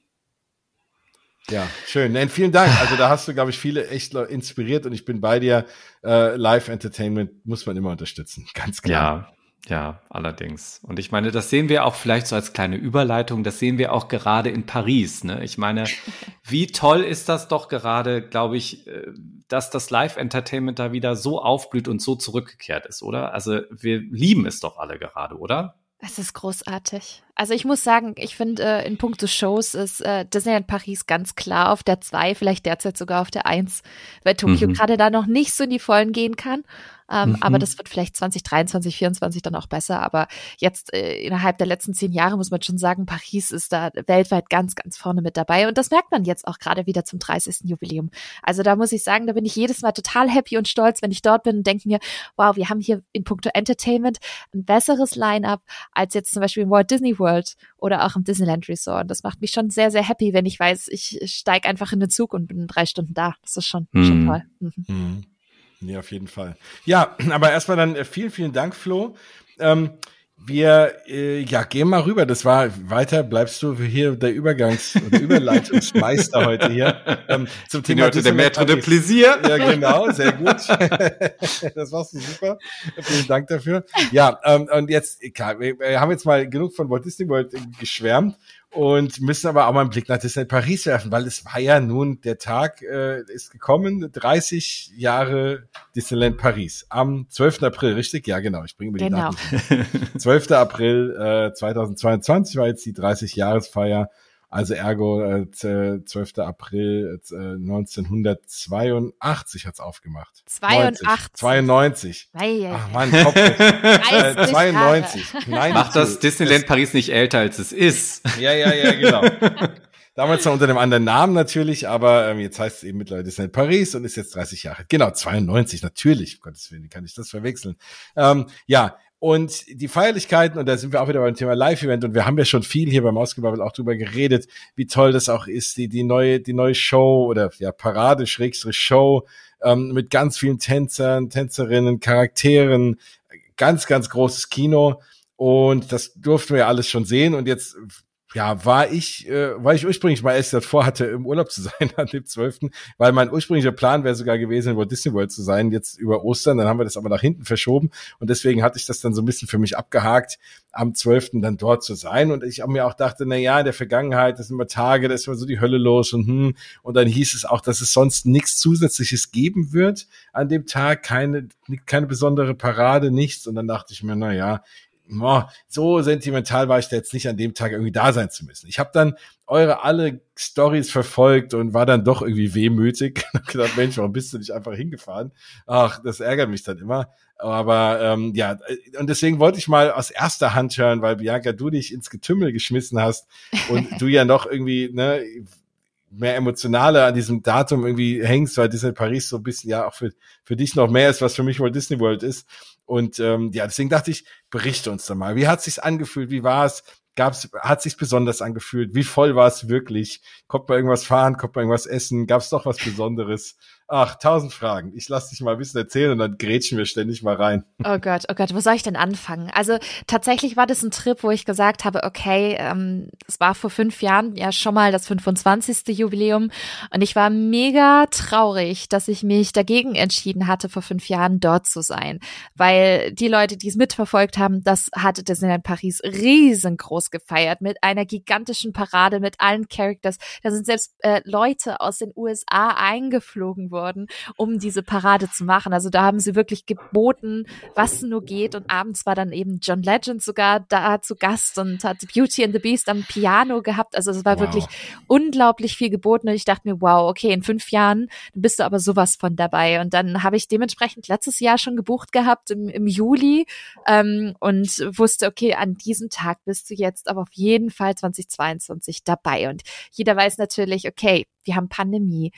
Ja, schön. Nein, vielen Dank. Also da hast du, glaube ich, viele echt inspiriert und ich bin bei dir. Live-Entertainment muss man immer unterstützen, ganz klar. Ja, allerdings. Und ich meine, das sehen wir auch vielleicht so als kleine Überleitung, das sehen wir auch gerade in Paris, ne? Ich meine, wie toll ist das doch gerade, glaube ich, dass das Live-Entertainment da wieder so aufblüht und so zurückgekehrt ist, oder? Also wir lieben es doch alle gerade, oder? Es ist großartig. Also ich muss sagen, ich finde, in puncto Shows ist Disneyland Paris ganz klar auf der 2, vielleicht derzeit sogar auf der 1, weil Tokio gerade da noch nicht so in die Vollen gehen kann. Aber das wird vielleicht 2023, 2024 dann auch besser. Aber jetzt innerhalb der letzten 10 Jahre muss man schon sagen, Paris ist da weltweit ganz, ganz vorne mit dabei. Und das merkt man jetzt auch gerade wieder zum 30. Jubiläum. Also da muss ich sagen, da bin ich jedes Mal total happy und stolz, wenn ich dort bin und denke mir, wow, wir haben hier in puncto Entertainment ein besseres Line-up als jetzt zum Beispiel im Walt Disney World oder auch im Disneyland Resort. Das macht mich schon sehr, sehr happy, wenn ich weiß, ich steige einfach in den Zug und bin 3 Stunden da. Das ist schon toll. Ja, auf jeden Fall. Ja, aber erstmal dann vielen, vielen Dank, Flo. Wir gehen mal rüber. Das war weiter. Bleibst du hier der oder Überleitungsmeister heute hier zum Thema heute der Maître de Plaisir. Ja, genau, sehr gut. Das warst du super. Vielen Dank dafür. Ja, und jetzt, klar, wir haben jetzt mal genug von Walt Disney World geschwärmt und müssen aber auch mal einen Blick nach Disneyland Paris werfen, weil es war ja nun, der Tag ist gekommen, 30 Jahre Disneyland Paris am 12. April, richtig? Ja, genau, ich bringe mir die Daten. 12. April 2022 war jetzt die 30-Jahresfeier, also ergo 12. April 1982 hat's aufgemacht. 92. Ach Mann, Kopf. 92. Macht das Disneyland Paris nicht älter, als es ist. Ja, genau. Damals noch unter einem anderen Namen natürlich, aber jetzt heißt es eben mittlerweile Disneyland Paris und ist jetzt 30 Jahre. Genau, 92, natürlich. Um Gottes Willen, wie kann ich das verwechseln? Und die Feierlichkeiten, und da sind wir auch wieder beim Thema Live-Event, und wir haben ja schon viel hier beim Ausgebabbel auch drüber geredet, wie toll das auch ist, die neue Show oder Parade, Show, mit ganz vielen Tänzern, Tänzerinnen, Charakteren, ganz, ganz großes Kino, und das durften wir ja alles schon sehen, und jetzt weil ich ursprünglich mal erst vorhatte, im Urlaub zu sein an dem 12., weil mein ursprünglicher Plan wäre sogar gewesen, in Walt Disney World zu sein, jetzt über Ostern, dann haben wir das aber nach hinten verschoben, und deswegen hatte ich das dann so ein bisschen für mich abgehakt, am 12. dann dort zu sein, und ich mir auch dachte, in der Vergangenheit, das sind immer Tage, da ist immer so die Hölle los, und dann hieß es auch, dass es sonst nichts Zusätzliches geben wird an dem Tag, keine besondere Parade, nichts, und dann dachte ich mir, so sentimental war ich da jetzt nicht, an dem Tag irgendwie da sein zu müssen. Ich habe dann alle Stories verfolgt und war dann doch irgendwie wehmütig. Ich habe gedacht, Mensch, warum bist du nicht einfach hingefahren? Ach, das ärgert mich dann immer. Aber und deswegen wollte ich mal aus erster Hand hören, weil Bianca, du dich ins Getümmel geschmissen hast und du ja noch irgendwie mehr emotionale an diesem Datum irgendwie hängst, weil Disney Paris so ein bisschen auch für dich noch mehr ist, was für mich Walt Disney World ist. Und deswegen dachte ich, berichte uns doch mal. Wie hat sich's angefühlt? Wie war es? Hat sich's besonders angefühlt? Wie voll war es wirklich? Kommt man irgendwas fahren? Kommt man irgendwas essen? Gab's doch was Besonderes? Ach, 1000 Fragen. Ich lass dich mal ein bisschen erzählen und dann grätschen wir ständig mal rein. Oh Gott, wo soll ich denn anfangen? Also tatsächlich war das ein Trip, wo ich gesagt habe, okay, es war vor 5 Jahren ja schon mal das 25. Jubiläum, und ich war mega traurig, dass ich mich dagegen entschieden hatte, vor 5 Jahren dort zu sein, weil die Leute, die es mitverfolgt haben, das hatte Disneyland Paris riesengroß gefeiert, mit einer gigantischen Parade, mit allen Characters. Da sind selbst Leute aus den USA eingeflogen worden, um diese Parade zu machen. Also da haben sie wirklich geboten, was nur geht, und abends war dann eben John Legend sogar da zu Gast und hat Beauty and the Beast am Piano gehabt. Also es war wirklich unglaublich viel geboten, und ich dachte mir, wow, okay, in 5 Jahren bist du aber sowas von dabei. Und dann habe ich dementsprechend letztes Jahr schon gebucht gehabt im Juli und wusste, okay, an diesem Tag bist du jetzt aber auf jeden Fall 2022 dabei. Und jeder weiß natürlich, okay, wir haben Pandemie.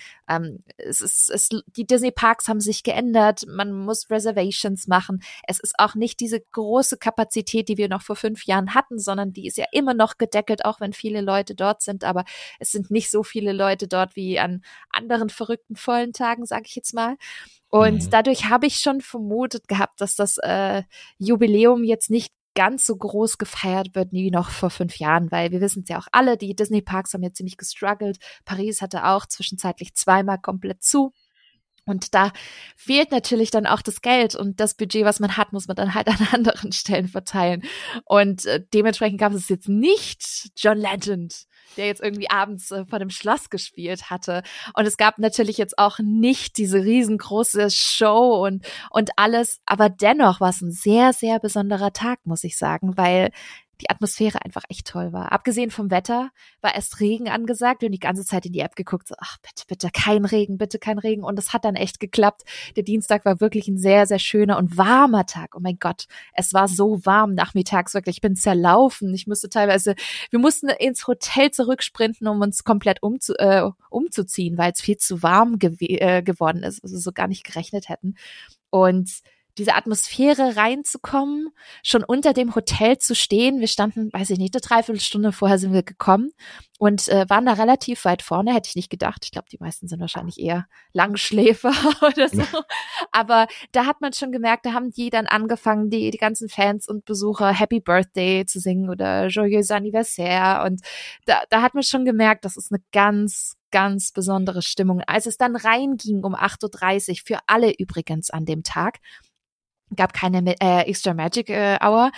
Die Disney-Parks haben sich geändert. Man muss Reservations machen. Es ist auch nicht diese große Kapazität, die wir noch vor 5 Jahren hatten, sondern die ist ja immer noch gedeckelt, auch wenn viele Leute dort sind. Aber es sind nicht so viele Leute dort wie an anderen verrückten vollen Tagen, sage ich jetzt mal. Und dadurch habe ich schon vermutet gehabt, dass das Jubiläum jetzt nicht ganz so groß gefeiert wird wie noch vor 5 Jahren, weil wir wissen es ja auch alle, die Disney-Parks haben ja ziemlich gestruggelt. Paris hatte auch zwischenzeitlich 2-mal komplett zu. Und da fehlt natürlich dann auch das Geld, und das Budget, was man hat, muss man dann halt an anderen Stellen verteilen. Und dementsprechend gab es jetzt nicht John Legend, der jetzt irgendwie abends vor dem Schloss gespielt hatte. Und es gab natürlich jetzt auch nicht diese riesengroße Show und alles. Aber dennoch war es ein sehr, sehr besonderer Tag, muss ich sagen, weil die Atmosphäre einfach echt toll war. Abgesehen vom Wetter war erst Regen angesagt und die ganze Zeit in die App geguckt, so, ach bitte, bitte, kein Regen, bitte kein Regen. Und es hat dann echt geklappt. Der Dienstag war wirklich ein sehr, sehr schöner und warmer Tag. Oh mein Gott, es war so warm nachmittags, wirklich. Ich bin zerlaufen. Wir mussten ins Hotel zurücksprinten, um uns komplett umzuziehen, weil es viel zu warm geworden ist, also so gar nicht gerechnet hätten. Und diese Atmosphäre reinzukommen, schon unter dem Hotel zu stehen. Wir standen, weiß ich nicht, eine Dreiviertelstunde vorher sind wir gekommen und waren da relativ weit vorne, hätte ich nicht gedacht. Ich glaube, die meisten sind wahrscheinlich eher Langschläfer oder so. Aber da hat man schon gemerkt, da haben die dann angefangen, die ganzen Fans und Besucher Happy Birthday zu singen oder Joyeux Anniversaire. Und da hat man schon gemerkt, das ist eine ganz, ganz besondere Stimmung. Als es dann reinging um 8:30 Uhr, für alle übrigens an dem Tag, gab keine Extra Magic Hour.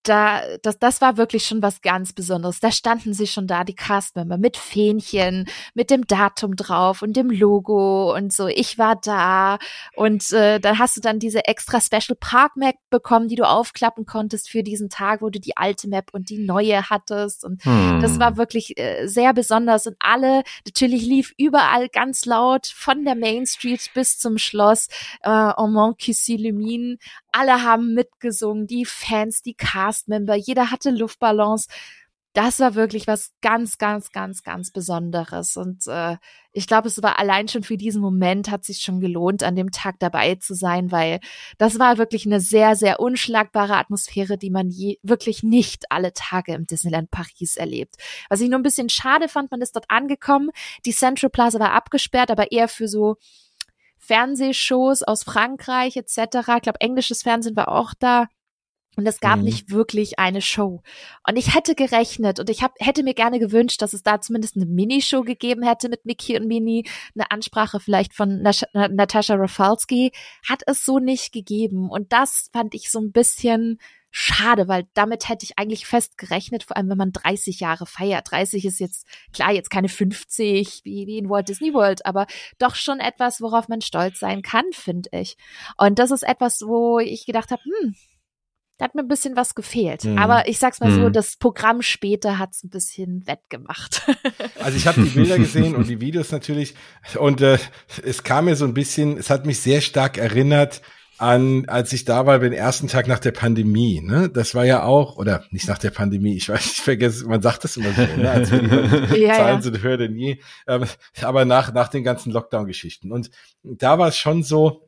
Das war wirklich schon was ganz Besonderes. Da standen sie schon da, die Castmember, mit Fähnchen, mit dem Datum drauf und dem Logo und so. Ich war da und dann hast du dann diese extra Special Park Map bekommen, die du aufklappen konntest für diesen Tag, wo du die alte Map und die neue hattest. Und das war wirklich sehr besonders. Und natürlich lief überall ganz laut von der Main Street bis zum Schloss En Mont Kissi-Lumine. Alle haben mitgesungen, die Fans, die Castmember, jeder hatte Luftballons. Das war wirklich was ganz, ganz, ganz, ganz Besonderes. Und ich glaube, es war allein schon für diesen Moment, hat es sich schon gelohnt, an dem Tag dabei zu sein, weil das war wirklich eine sehr, sehr unschlagbare Atmosphäre, die man wirklich nicht alle Tage im Disneyland Paris erlebt. Was ich nur ein bisschen schade fand, man ist dort angekommen, die Central Plaza war abgesperrt, aber eher für so Fernsehshows aus Frankreich etc. Ich glaube, englisches Fernsehen war auch da. Und es gab nicht wirklich eine Show. Und ich hätte gerechnet und ich hätte mir gerne gewünscht, dass es da zumindest eine Minishow gegeben hätte mit Mickey und Minnie, eine Ansprache vielleicht von Natascha Rafalski. Hat es so nicht gegeben. Und das fand ich so ein bisschen schade, weil damit hätte ich eigentlich fest gerechnet, vor allem wenn man 30 Jahre feiert. 30 ist jetzt, klar, jetzt keine 50 wie in Walt Disney World, aber doch schon etwas, worauf man stolz sein kann, finde ich. Und das ist etwas, wo ich gedacht habe, da hat mir ein bisschen was gefehlt. Aber ich sag's mal so, das Programm später hat's ein bisschen wettgemacht. Also ich habe die Bilder gesehen und die Videos natürlich und es kam mir so ein bisschen, es hat mich sehr stark erinnert an, als ich da war, den ersten Tag nach der Pandemie, ne? Das war ja auch, oder nicht nach der Pandemie, ich weiß, ich vergesse, man sagt das immer so, ne? Als wir die Zahlen sind höher denn je. Aber nach den ganzen Lockdown-Geschichten. Und da war es schon so,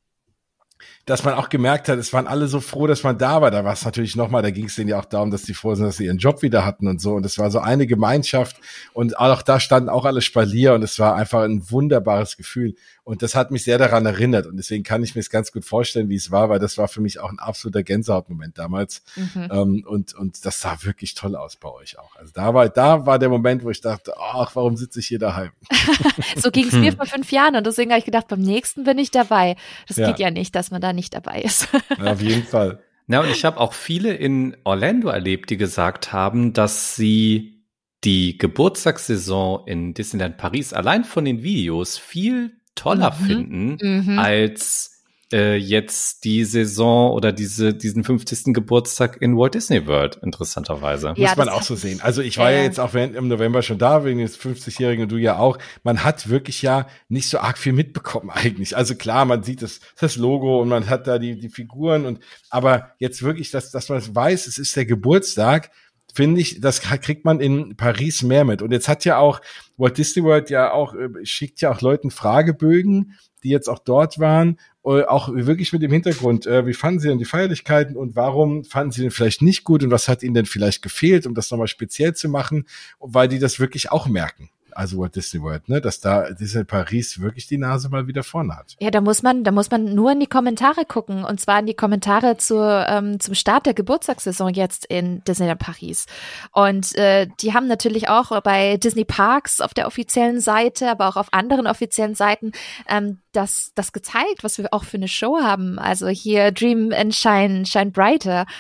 dass man auch gemerkt hat, es waren alle so froh, dass man da war. Da war es natürlich nochmal, da ging es denen ja auch darum, dass die froh sind, dass sie ihren Job wieder hatten und so. Und es war so eine Gemeinschaft und auch da standen auch alle Spalier und es war einfach ein wunderbares Gefühl. Und das hat mich sehr daran erinnert und deswegen kann ich mir es ganz gut vorstellen, wie es war, weil das war für mich auch ein absoluter Gänsehautmoment damals. Und das sah wirklich toll aus bei euch auch. Also da war der Moment, wo ich dachte, ach, warum sitze ich hier daheim? So ging es mir vor 5 Jahren und deswegen habe ich gedacht, beim nächsten bin ich dabei. Das geht ja nicht, dass man da nicht dabei ist. Ja, auf jeden Fall. Ja, und ich habe auch viele in Orlando erlebt, die gesagt haben, dass sie die Geburtstagssaison in Disneyland Paris allein von den Videos viel toller finden als jetzt die Saison oder diesen 50. Geburtstag in Walt Disney World, interessanterweise. Ja, muss man auch so sehen. Also ich war ja jetzt auch im November schon da, wegen des 50-Jährigen und du ja auch. Man hat wirklich ja nicht so arg viel mitbekommen eigentlich. Also klar, man sieht das Logo und man hat da die Figuren aber jetzt wirklich, dass man weiß, es ist der Geburtstag, finde ich, das kriegt man in Paris mehr mit. Und jetzt hat ja auch Walt Disney World schickt ja auch Leuten Fragebögen, die jetzt auch dort waren, auch wirklich mit dem Hintergrund, wie fanden sie denn die Feierlichkeiten und warum fanden sie denn vielleicht nicht gut und was hat ihnen denn vielleicht gefehlt, um das nochmal speziell zu machen, weil die das wirklich auch merken. Also Walt Disney World, ne, dass da Disney Paris wirklich die Nase mal wieder vorne hat. Ja, da muss man nur in die Kommentare gucken und zwar in die Kommentare zum Start der Geburtstagssaison jetzt in Disneyland Paris. Und die haben natürlich auch bei Disney Parks auf der offiziellen Seite, aber auch auf anderen offiziellen Seiten das gezeigt, was wir auch für eine Show haben. Also hier Dream and Shine Brighter.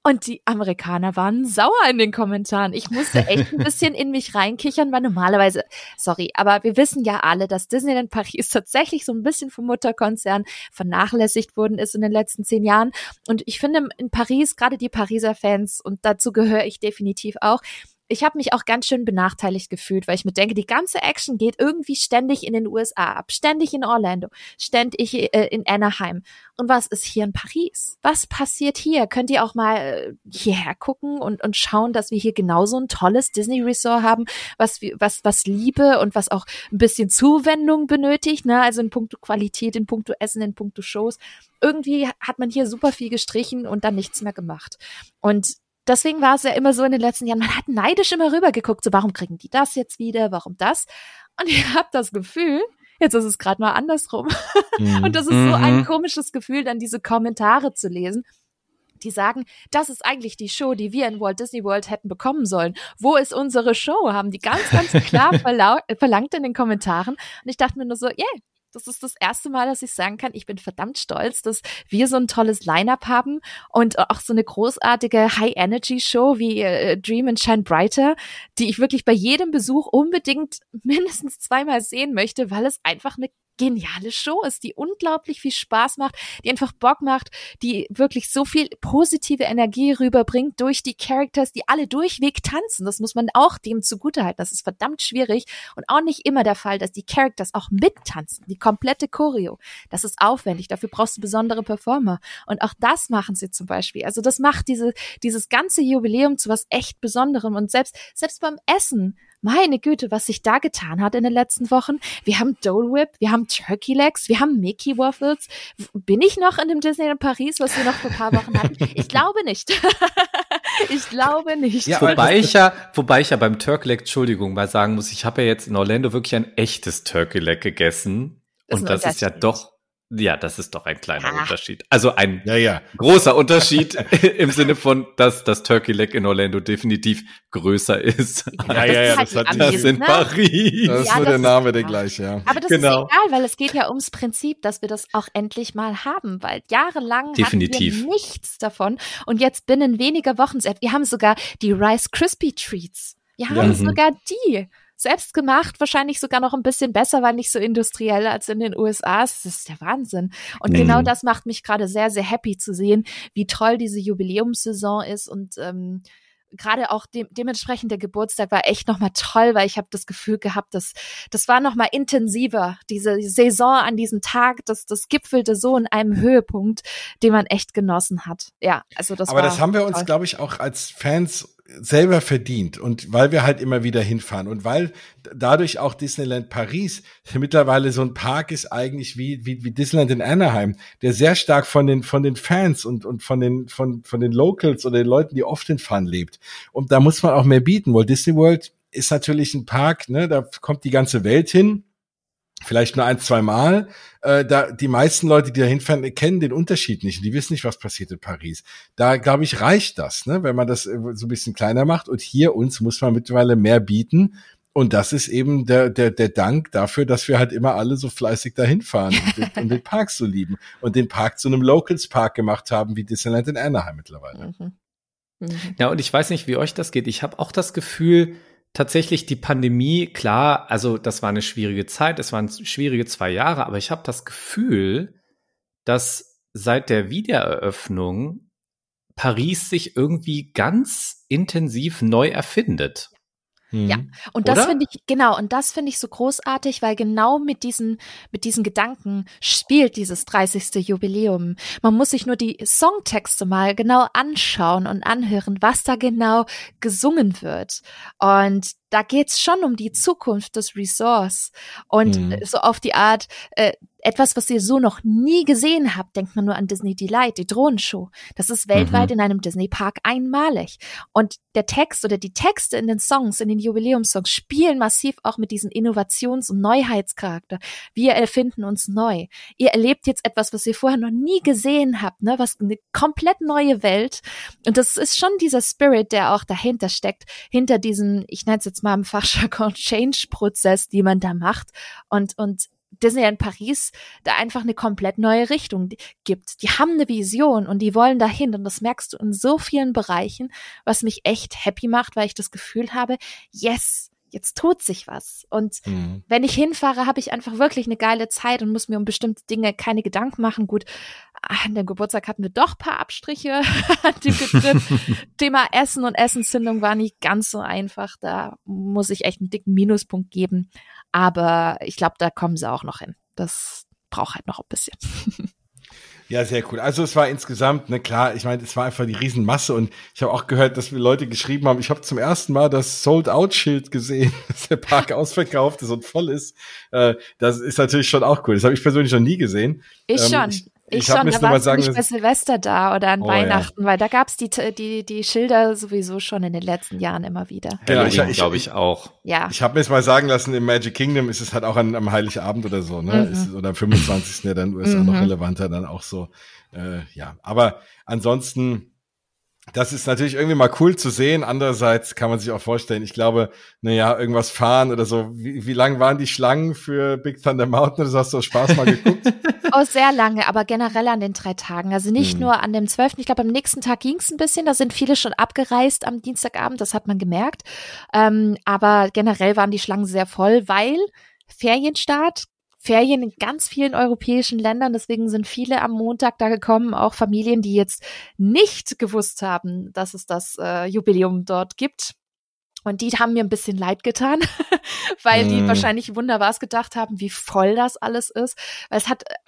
Und die Amerikaner waren sauer in den Kommentaren. Ich musste echt ein bisschen in mich reinkichern, weil normalerweise, sorry, aber wir wissen ja alle, dass Disneyland Paris tatsächlich so ein bisschen vom Mutterkonzern vernachlässigt worden ist in den letzten 10 Jahren. Und ich finde in Paris, gerade die Pariser Fans, und dazu gehöre ich definitiv auch, ich habe mich auch ganz schön benachteiligt gefühlt, weil ich mir denke, die ganze Action geht irgendwie ständig in den USA ab, ständig in Orlando, ständig in Anaheim. Und was ist hier in Paris? Was passiert hier? Könnt ihr auch mal hierher gucken und schauen, dass wir hier genauso ein tolles Disney-Resort haben, was Liebe und was auch ein bisschen Zuwendung benötigt, ne? Also in puncto Qualität, in puncto Essen, in puncto Shows. Irgendwie hat man hier super viel gestrichen und dann nichts mehr gemacht. Und deswegen war es ja immer so in den letzten Jahren, man hat neidisch immer rübergeguckt, so warum kriegen die das jetzt wieder, warum das? Und ich habe das Gefühl, jetzt ist es gerade mal andersrum. Und das ist so ein komisches Gefühl, dann diese Kommentare zu lesen, die sagen, das ist eigentlich die Show, die wir in Walt Disney World hätten bekommen sollen. Wo ist unsere Show? Haben die ganz, ganz klar verlangt in den Kommentaren. Und ich dachte mir nur so, das ist das erste Mal, dass ich sagen kann, ich bin verdammt stolz, dass wir so ein tolles Line-Up haben und auch so eine großartige High-Energy-Show wie Dream and Shine Brighter, die ich wirklich bei jedem Besuch unbedingt mindestens 2-mal sehen möchte, weil es einfach eine geniale Show ist, die unglaublich viel Spaß macht, die einfach Bock macht, die wirklich so viel positive Energie rüberbringt durch die Characters, die alle durchweg tanzen. Das muss man auch dem zugutehalten. Das ist verdammt schwierig und auch nicht immer der Fall, dass die Characters auch mittanzen. Die komplette Choreo. Das ist aufwendig. Dafür brauchst du besondere Performer. Und auch das machen sie zum Beispiel. Also das macht dieses ganze Jubiläum zu was echt Besonderem. Und selbst beim Essen, meine Güte, was sich da getan hat in den letzten Wochen. Wir haben Dole Whip, wir haben Turkey Legs, wir haben Mickey Waffles. Bin ich noch in dem Disneyland Paris, was wir noch vor ein paar Wochen hatten? Ich glaube nicht. Ich glaube nicht. Ja, wobei ich ja beim Turkey Leg, Entschuldigung, mal sagen muss, ich habe ja jetzt in Orlando wirklich ein echtes Turkey Leg gegessen. Und das ist ja doch, das ist doch ein kleiner Unterschied. Also ein großer Unterschied im Sinne von, dass das Turkey Leg in Orlando definitiv größer ist als das in Paris. Das ist nur der Name der gleiche, ja. Aber das ist egal, weil es geht ja ums Prinzip, dass wir das auch endlich mal haben, weil jahrelang hatten wir nichts davon und jetzt binnen weniger Wochen, wir haben sogar die Rice Krispie Treats. Wir haben sogar die. Selbst gemacht, wahrscheinlich sogar noch ein bisschen besser, weil nicht so industriell als in den USA. Das ist der Wahnsinn. Und genau das macht mich gerade sehr, sehr happy zu sehen, wie toll diese Jubiläumssaison ist und gerade auch dementsprechend der Geburtstag war echt nochmal toll, weil ich habe das Gefühl gehabt, das war nochmal intensiver, diese Saison an diesem Tag, das gipfelte so in einem Höhepunkt, den man echt genossen hat. Ja, also das Aber das haben wir uns, glaube ich, auch als Fans selber verdient und weil wir halt immer wieder hinfahren und weil dadurch auch Disneyland Paris mittlerweile so ein Park ist eigentlich wie Disneyland in Anaheim, der sehr stark von den Fans und von den Locals oder den Leuten, die oft hinfahren, lebt. Und da muss man auch mehr bieten, weil Disney World ist natürlich ein Park, ne, da kommt die ganze Welt hin. Vielleicht nur 1-2 Mal. Die meisten Leute, die da hinfahren, kennen den Unterschied nicht. Die wissen nicht, was passiert in Paris. Da, glaube ich, reicht das, ne, wenn man das so ein bisschen kleiner macht. Und hier uns muss man mittlerweile mehr bieten. Und das ist eben der Dank dafür, dass wir halt immer alle so fleißig dahin fahren und den Park so lieben. Und den Park zu einem Locals-Park gemacht haben, wie Disneyland in Anaheim mittlerweile. Ja, und ich weiß nicht, wie euch das geht. Ich habe auch das Gefühl, tatsächlich die Pandemie, klar, also das war eine schwierige Zeit, es waren schwierige 2 Jahre, aber ich habe das Gefühl, dass seit der Wiedereröffnung Paris sich irgendwie ganz intensiv neu erfindet. Ja, und das finde ich so großartig, weil genau mit diesen Gedanken spielt dieses 30. Jubiläum. Man muss sich nur die Songtexte mal genau anschauen und anhören, was da genau gesungen wird. Und da geht's schon um die Zukunft des Resorts und so auf die Art, etwas, was ihr so noch nie gesehen habt, denkt man nur an Disney Delight, die Drohnenshow. Das ist weltweit in einem Disney-Park einmalig. Und der Text oder die Texte in den Songs, in den Jubiläumssongs spielen massiv auch mit diesem Innovations- und Neuheitscharakter. Wir erfinden uns neu. Ihr erlebt jetzt etwas, was ihr vorher noch nie gesehen habt, ne? Was eine komplett neue Welt. Und das ist schon dieser Spirit, der auch dahinter steckt, hinter diesem, ich nenne es jetzt mal im Fachjargon, Change-Prozess, die man da macht. Und Disneyland Paris da einfach eine komplett neue Richtung gibt. Die haben eine Vision und die wollen dahin und das merkst du in so vielen Bereichen, was mich echt happy macht, weil ich das Gefühl habe, yes, jetzt tut sich was. Und wenn ich hinfahre, habe ich einfach wirklich eine geile Zeit und muss mir um bestimmte Dinge keine Gedanken machen. Gut, an dem Geburtstag hatten wir doch ein paar Abstriche an dem Getritt. Thema Essen und Essenszündung war nicht ganz so einfach. Da muss ich echt einen dicken Minuspunkt geben. Aber ich glaube, da kommen sie auch noch hin. Das braucht halt noch ein bisschen. Ja, sehr cool. Also es war insgesamt, ne, klar, ich meine, es war einfach die Riesenmasse und ich habe auch gehört, dass wir Leute geschrieben haben, ich habe zum ersten Mal das Sold-Out-Schild gesehen, dass der Park ausverkauft ist und voll ist. Das ist natürlich schon auch cool. Das habe ich persönlich noch nie gesehen. Ich schon. Ich schon, da warst du nicht bei Silvester da oder an Weihnachten, weil da gab's die Schilder sowieso schon in den letzten Jahren immer wieder. Genau, ich glaube ich auch. Ja. Ich habe mir jetzt mal sagen lassen, im Magic Kingdom ist es halt auch am Heiligabend oder so, ne? Ist es, oder am 25. ja dann USA noch relevanter, dann auch so. Ja, aber ansonsten, das ist natürlich irgendwie mal cool zu sehen. Andererseits kann man sich auch vorstellen, ich glaube, irgendwas fahren oder so. Wie lang waren die Schlangen für Big Thunder Mountain? Das hast du aus Spaß mal geguckt? Oh, sehr lange, aber generell an den 3 Tagen. Also nicht nur an dem 12. Ich glaube, am nächsten Tag ging es ein bisschen. Da sind viele schon abgereist am Dienstagabend. Das hat man gemerkt. Aber generell waren die Schlangen sehr voll, weil Ferienstart, Ferien in ganz vielen europäischen Ländern. Deswegen sind viele am Montag da gekommen, auch Familien, die jetzt nicht gewusst haben, dass es das Jubiläum dort gibt. Und die haben mir ein bisschen leid getan, weil die wahrscheinlich wunderbar gedacht haben, wie voll das alles ist. Weil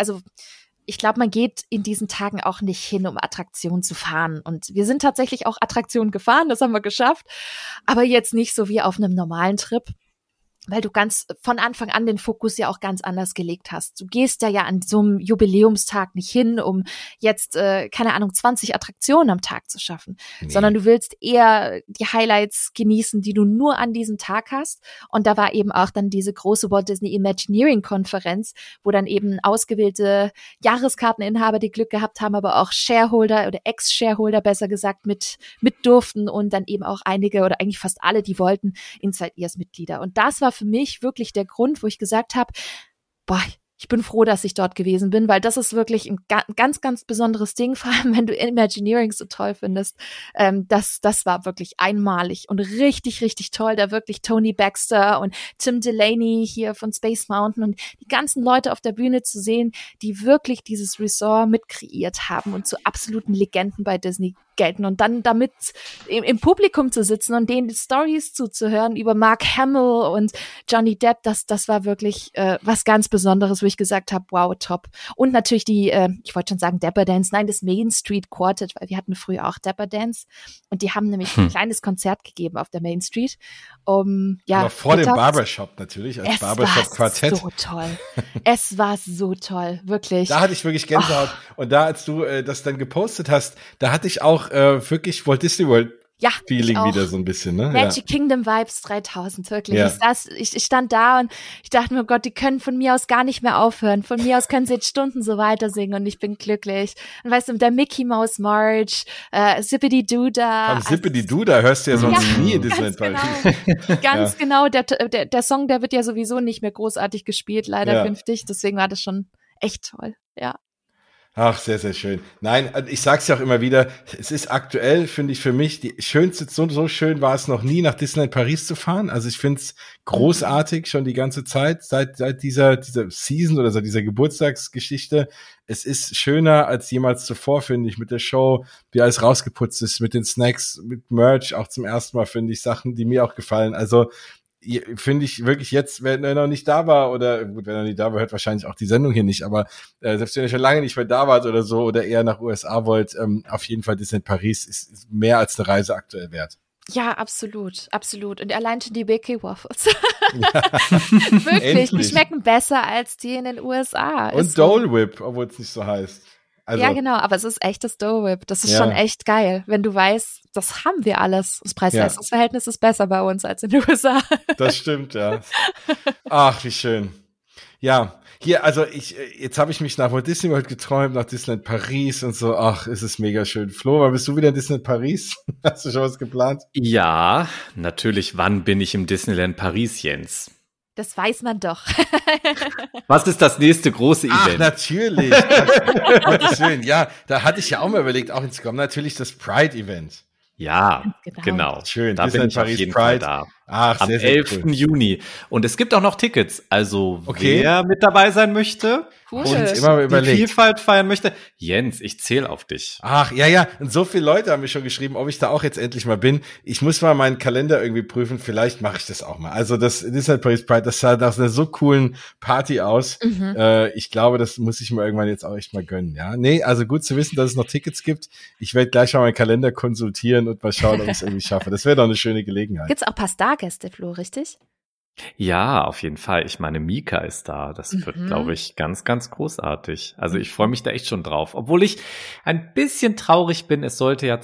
ich glaube, man geht in diesen Tagen auch nicht hin, um Attraktionen zu fahren. Und wir sind tatsächlich auch Attraktionen gefahren, das haben wir geschafft. Aber jetzt nicht so wie auf einem normalen Trip, weil du ganz von Anfang an den Fokus ja auch ganz anders gelegt hast. Du gehst ja an so einem Jubiläumstag nicht hin, um jetzt, 20 Attraktionen am Tag zu schaffen, sondern du willst eher die Highlights genießen, die du nur an diesem Tag hast. Und da war eben auch dann diese große Walt Disney Imagineering-Konferenz, wo dann eben ausgewählte Jahreskarteninhaber, die Glück gehabt haben, aber auch Shareholder oder Ex-Shareholder, besser gesagt, mit durften und dann eben auch einige oder eigentlich fast alle, die wollten, Inside Ears Mitglieder. Und das war für mich wirklich der Grund, wo ich gesagt habe, ich bin froh, dass ich dort gewesen bin, weil das ist wirklich ein ganz, ganz besonderes Ding, vor allem wenn du Imagineering so toll findest. Das war wirklich einmalig und richtig, richtig toll, da wirklich Tony Baxter und Tim Delaney hier von Space Mountain und die ganzen Leute auf der Bühne zu sehen, die wirklich dieses Resort mitkreiert haben und zu absoluten Legenden bei Disney gelten und dann damit im Publikum zu sitzen und denen die Stories zuzuhören über Mark Hamill und Johnny Depp, das war wirklich was ganz Besonderes, wo ich gesagt habe, wow, top. Und natürlich ich wollte schon sagen Dapper Dance, nein, das Main Street Quartet, weil wir hatten früher auch Dapper Dance und die haben nämlich ein kleines Konzert gegeben auf der Main Street. Aber vor dem Barbershop natürlich, als Barbershop-Quartett. Es war so toll. Es war so toll, wirklich. Da hatte ich wirklich Gänsehaut. Und da, als du das dann gepostet hast, da hatte ich auch wirklich Walt Disney World Feeling wieder so ein bisschen, ne? Magic Kingdom Vibes 3000, wirklich. Ja. Ich stand da und ich dachte mir, oh Gott, die können von mir aus gar nicht mehr aufhören. Von mir aus können sie jetzt Stunden so weiter singen und ich bin glücklich. Und weißt du, der Mickey Mouse March, Zippity Doo Da. Zippity Doo Da hörst du ja sonst nie in Disneyland Paris. Ganz genau. Der Song, der wird ja sowieso nicht mehr großartig gespielt, leider künftig. Deswegen war das schon echt toll, ja. Ach, sehr, sehr schön. Nein, ich sag's ja auch immer wieder, es ist aktuell, finde ich, für mich die schönste, so schön war es noch nie, nach Disneyland Paris zu fahren. Also ich find's großartig schon die ganze Zeit, seit dieser Season oder seit dieser Geburtstagsgeschichte. Es ist schöner als jemals zuvor, finde ich, mit der Show, wie alles rausgeputzt ist, mit den Snacks, mit Merch, auch zum ersten Mal, finde ich, Sachen, die mir auch gefallen. Also finde ich wirklich jetzt, wenn er noch nicht da war oder gut, wenn er nicht da war, hört wahrscheinlich auch die Sendung hier nicht, aber selbst wenn ihr schon lange nicht mehr da wart oder so oder eher nach USA wollt, auf jeden Fall Disneyland Paris ist mehr als eine Reise aktuell wert. Ja, absolut, absolut. Und allein schon die BK Waffles. Ja. Wirklich, endlich. Die schmecken besser als die in den USA. Und Dole Whip, obwohl es nicht so heißt. Also, ja, genau, aber es ist echtes Dole Whip. Das ist schon echt geil, wenn du weißt, das haben wir alles. Das Preis-Leistungs-Verhältnis ist besser bei uns als in den USA. Das stimmt, ja. Ach, wie schön. Ja, hier, also jetzt habe ich mich nach Walt Disney World geträumt, nach Disneyland Paris und so. Ach, ist es mega schön. Flo, wann bist du wieder in Disneyland Paris? Hast du schon was geplant? Ja, natürlich. Wann bin ich im Disneyland Paris, Jens? Das weiß man doch. Was ist das nächste große Event? Ach, natürlich. Gottes Willen. Ja, da hatte ich ja auch mal überlegt, auch ins Kommen natürlich das Pride-Event. Ja, genau. Schön. Da bin ich auf jeden Fall da. Ach, am sehr, sehr 11. cool. Juni. Und es gibt auch noch Tickets. Also wer mit dabei sein möchte Cool. und Immer die Vielfalt feiern möchte, Jens, ich zähle auf dich. Ach, ja. Und so viele Leute haben mir schon geschrieben, ob ich da auch jetzt endlich mal bin. Ich muss mal meinen Kalender irgendwie prüfen. Vielleicht mache ich das auch mal. Also das Disneyland Paris Pride, das sah nach einer so coolen Party aus. Ich glaube, das muss ich mir irgendwann jetzt auch echt mal gönnen. Ja, nee, also gut zu wissen, dass es noch Tickets gibt. Ich werde gleich mal meinen Kalender konsultieren und mal schauen, ob ich es irgendwie schaffe. Das wäre doch eine schöne Gelegenheit. Gibt's auch ein paar Stargäste, Flo, richtig? Ja, auf jeden Fall. Ich meine, Mika ist da. Das wird, glaube ich, ganz, ganz großartig. Also ich freue mich da echt schon drauf. Obwohl ich ein bisschen traurig bin, es sollte ja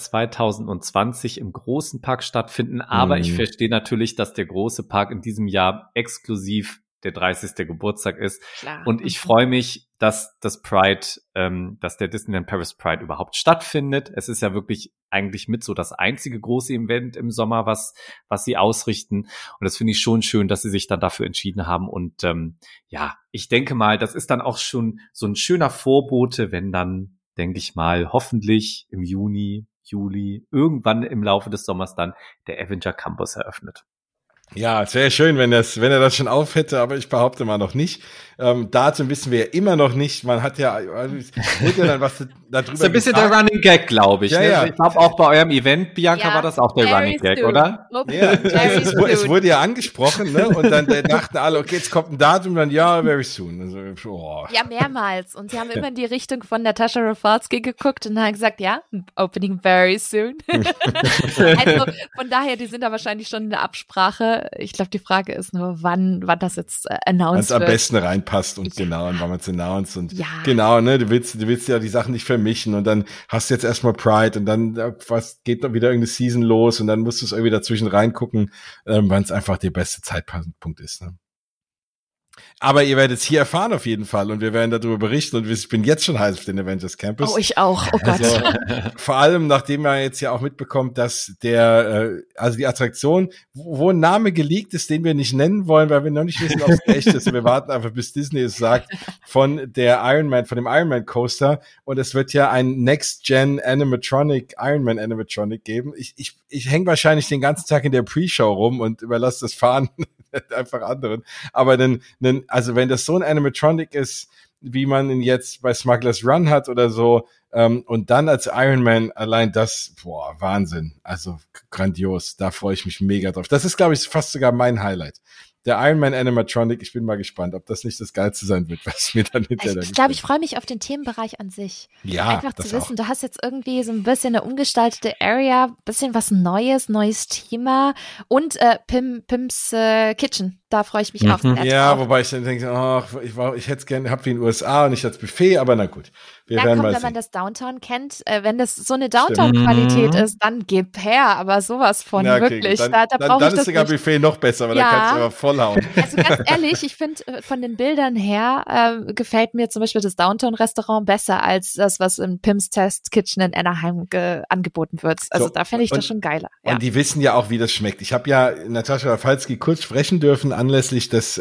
2020 im großen Park stattfinden. Aber ich verstehe natürlich, dass der große Park in diesem Jahr exklusiv der 30. Geburtstag ist. Klar. Und ich freue mich, dass das Pride, dass der Disneyland Paris Pride überhaupt stattfindet. Es ist ja wirklich eigentlich mit so das einzige große Event im Sommer, was sie ausrichten. Und das finde ich schon schön, dass sie sich dann dafür entschieden haben. Und ich denke mal, das ist dann auch schon so ein schöner Vorbote, wenn dann, denke ich mal, hoffentlich im Juni, Juli, irgendwann im Laufe des Sommers dann der Avenger Campus eröffnet. Ja, es wäre schön, wenn er das schon auf hätte, aber ich behaupte mal noch nicht. Datum wissen wir ja immer noch nicht. Man hat ja, wird ja dann was darüber. Das ist ein bisschen gefragt. Der Running Gag, glaube ich. Ja, ne? ja. Ich glaube auch bei eurem Event, Bianca, war das auch der Running Gag, oder? Ja, es wurde ja angesprochen, ne? Und dann dachten alle, okay, jetzt kommt ein Datum, dann very soon. Also, Ja, mehrmals. Und sie haben immer in die Richtung von Natasha Rafalski geguckt und haben gesagt, ja, opening very soon. Also von daher, die sind da wahrscheinlich schon in der Absprache. Ich glaube, die Frage ist nur, wann das jetzt announced wird. Am besten reinpasst und genau, und wann man es announced und genau, ne, du willst ja die Sachen nicht vermischen und dann hast du jetzt erstmal Pride und dann geht noch wieder irgendeine Season los und dann musst du es irgendwie dazwischen reingucken, wann es einfach der beste Zeitpunkt ist, ne? Aber ihr werdet es hier erfahren auf jeden Fall und wir werden darüber berichten und ich bin jetzt schon heiß auf den Avengers Campus. Oh, ich auch. Oh Gott. Also, vor allem, nachdem man jetzt ja auch mitbekommt, dass also die Attraktion, wo ein Name geleakt ist, den wir nicht nennen wollen, weil wir noch nicht wissen, ob es echt ist. Wir warten einfach, bis Disney es sagt, von dem Iron Man Coaster und es wird ja ein Next-Gen Iron Man Animatronic geben. Ich hänge wahrscheinlich den ganzen Tag in der Pre-Show rum und überlasse das Fahren einfach anderen. Aber also wenn das so ein Animatronic ist, wie man ihn jetzt bei Smuggler's Run hat oder so, und dann als Iron Man, allein das, Wahnsinn. Also grandios. Da freue ich mich mega drauf. Das ist, glaube ich, fast sogar mein Highlight. Der Iron Man Animatronic, ich bin mal gespannt, ob das nicht das Geilste sein wird, was mir dann hinterher Ich glaube, ich freue mich auf den Themenbereich an sich. Ja, einfach zu wissen, du hast jetzt irgendwie so ein bisschen eine umgestaltete Area, bisschen was neues Thema und Pim's Kitchen. Da freue ich mich auch sehr drauf. Wobei ich dann denke, ich hätte es gerne gehabt wie in den USA und nicht als Buffet, aber na gut. Wenn man das Downtown kennt, wenn das so eine Downtown-Qualität ist, dann gib her, aber sowas von wirklich. Dann brauche ich das Dann ist sogar Buffet noch besser, weil da kannst du aber vollhauen. Also ganz ehrlich, ich finde von den Bildern her gefällt mir zum Beispiel das Downtown-Restaurant besser als das, was im Pim's Test Kitchen in Anaheim angeboten wird. Also da finde ich das schon geiler. Ja. Und die wissen ja auch, wie das schmeckt. Ich habe ja Natascha Rafalski kurz sprechen dürfen anlässlich des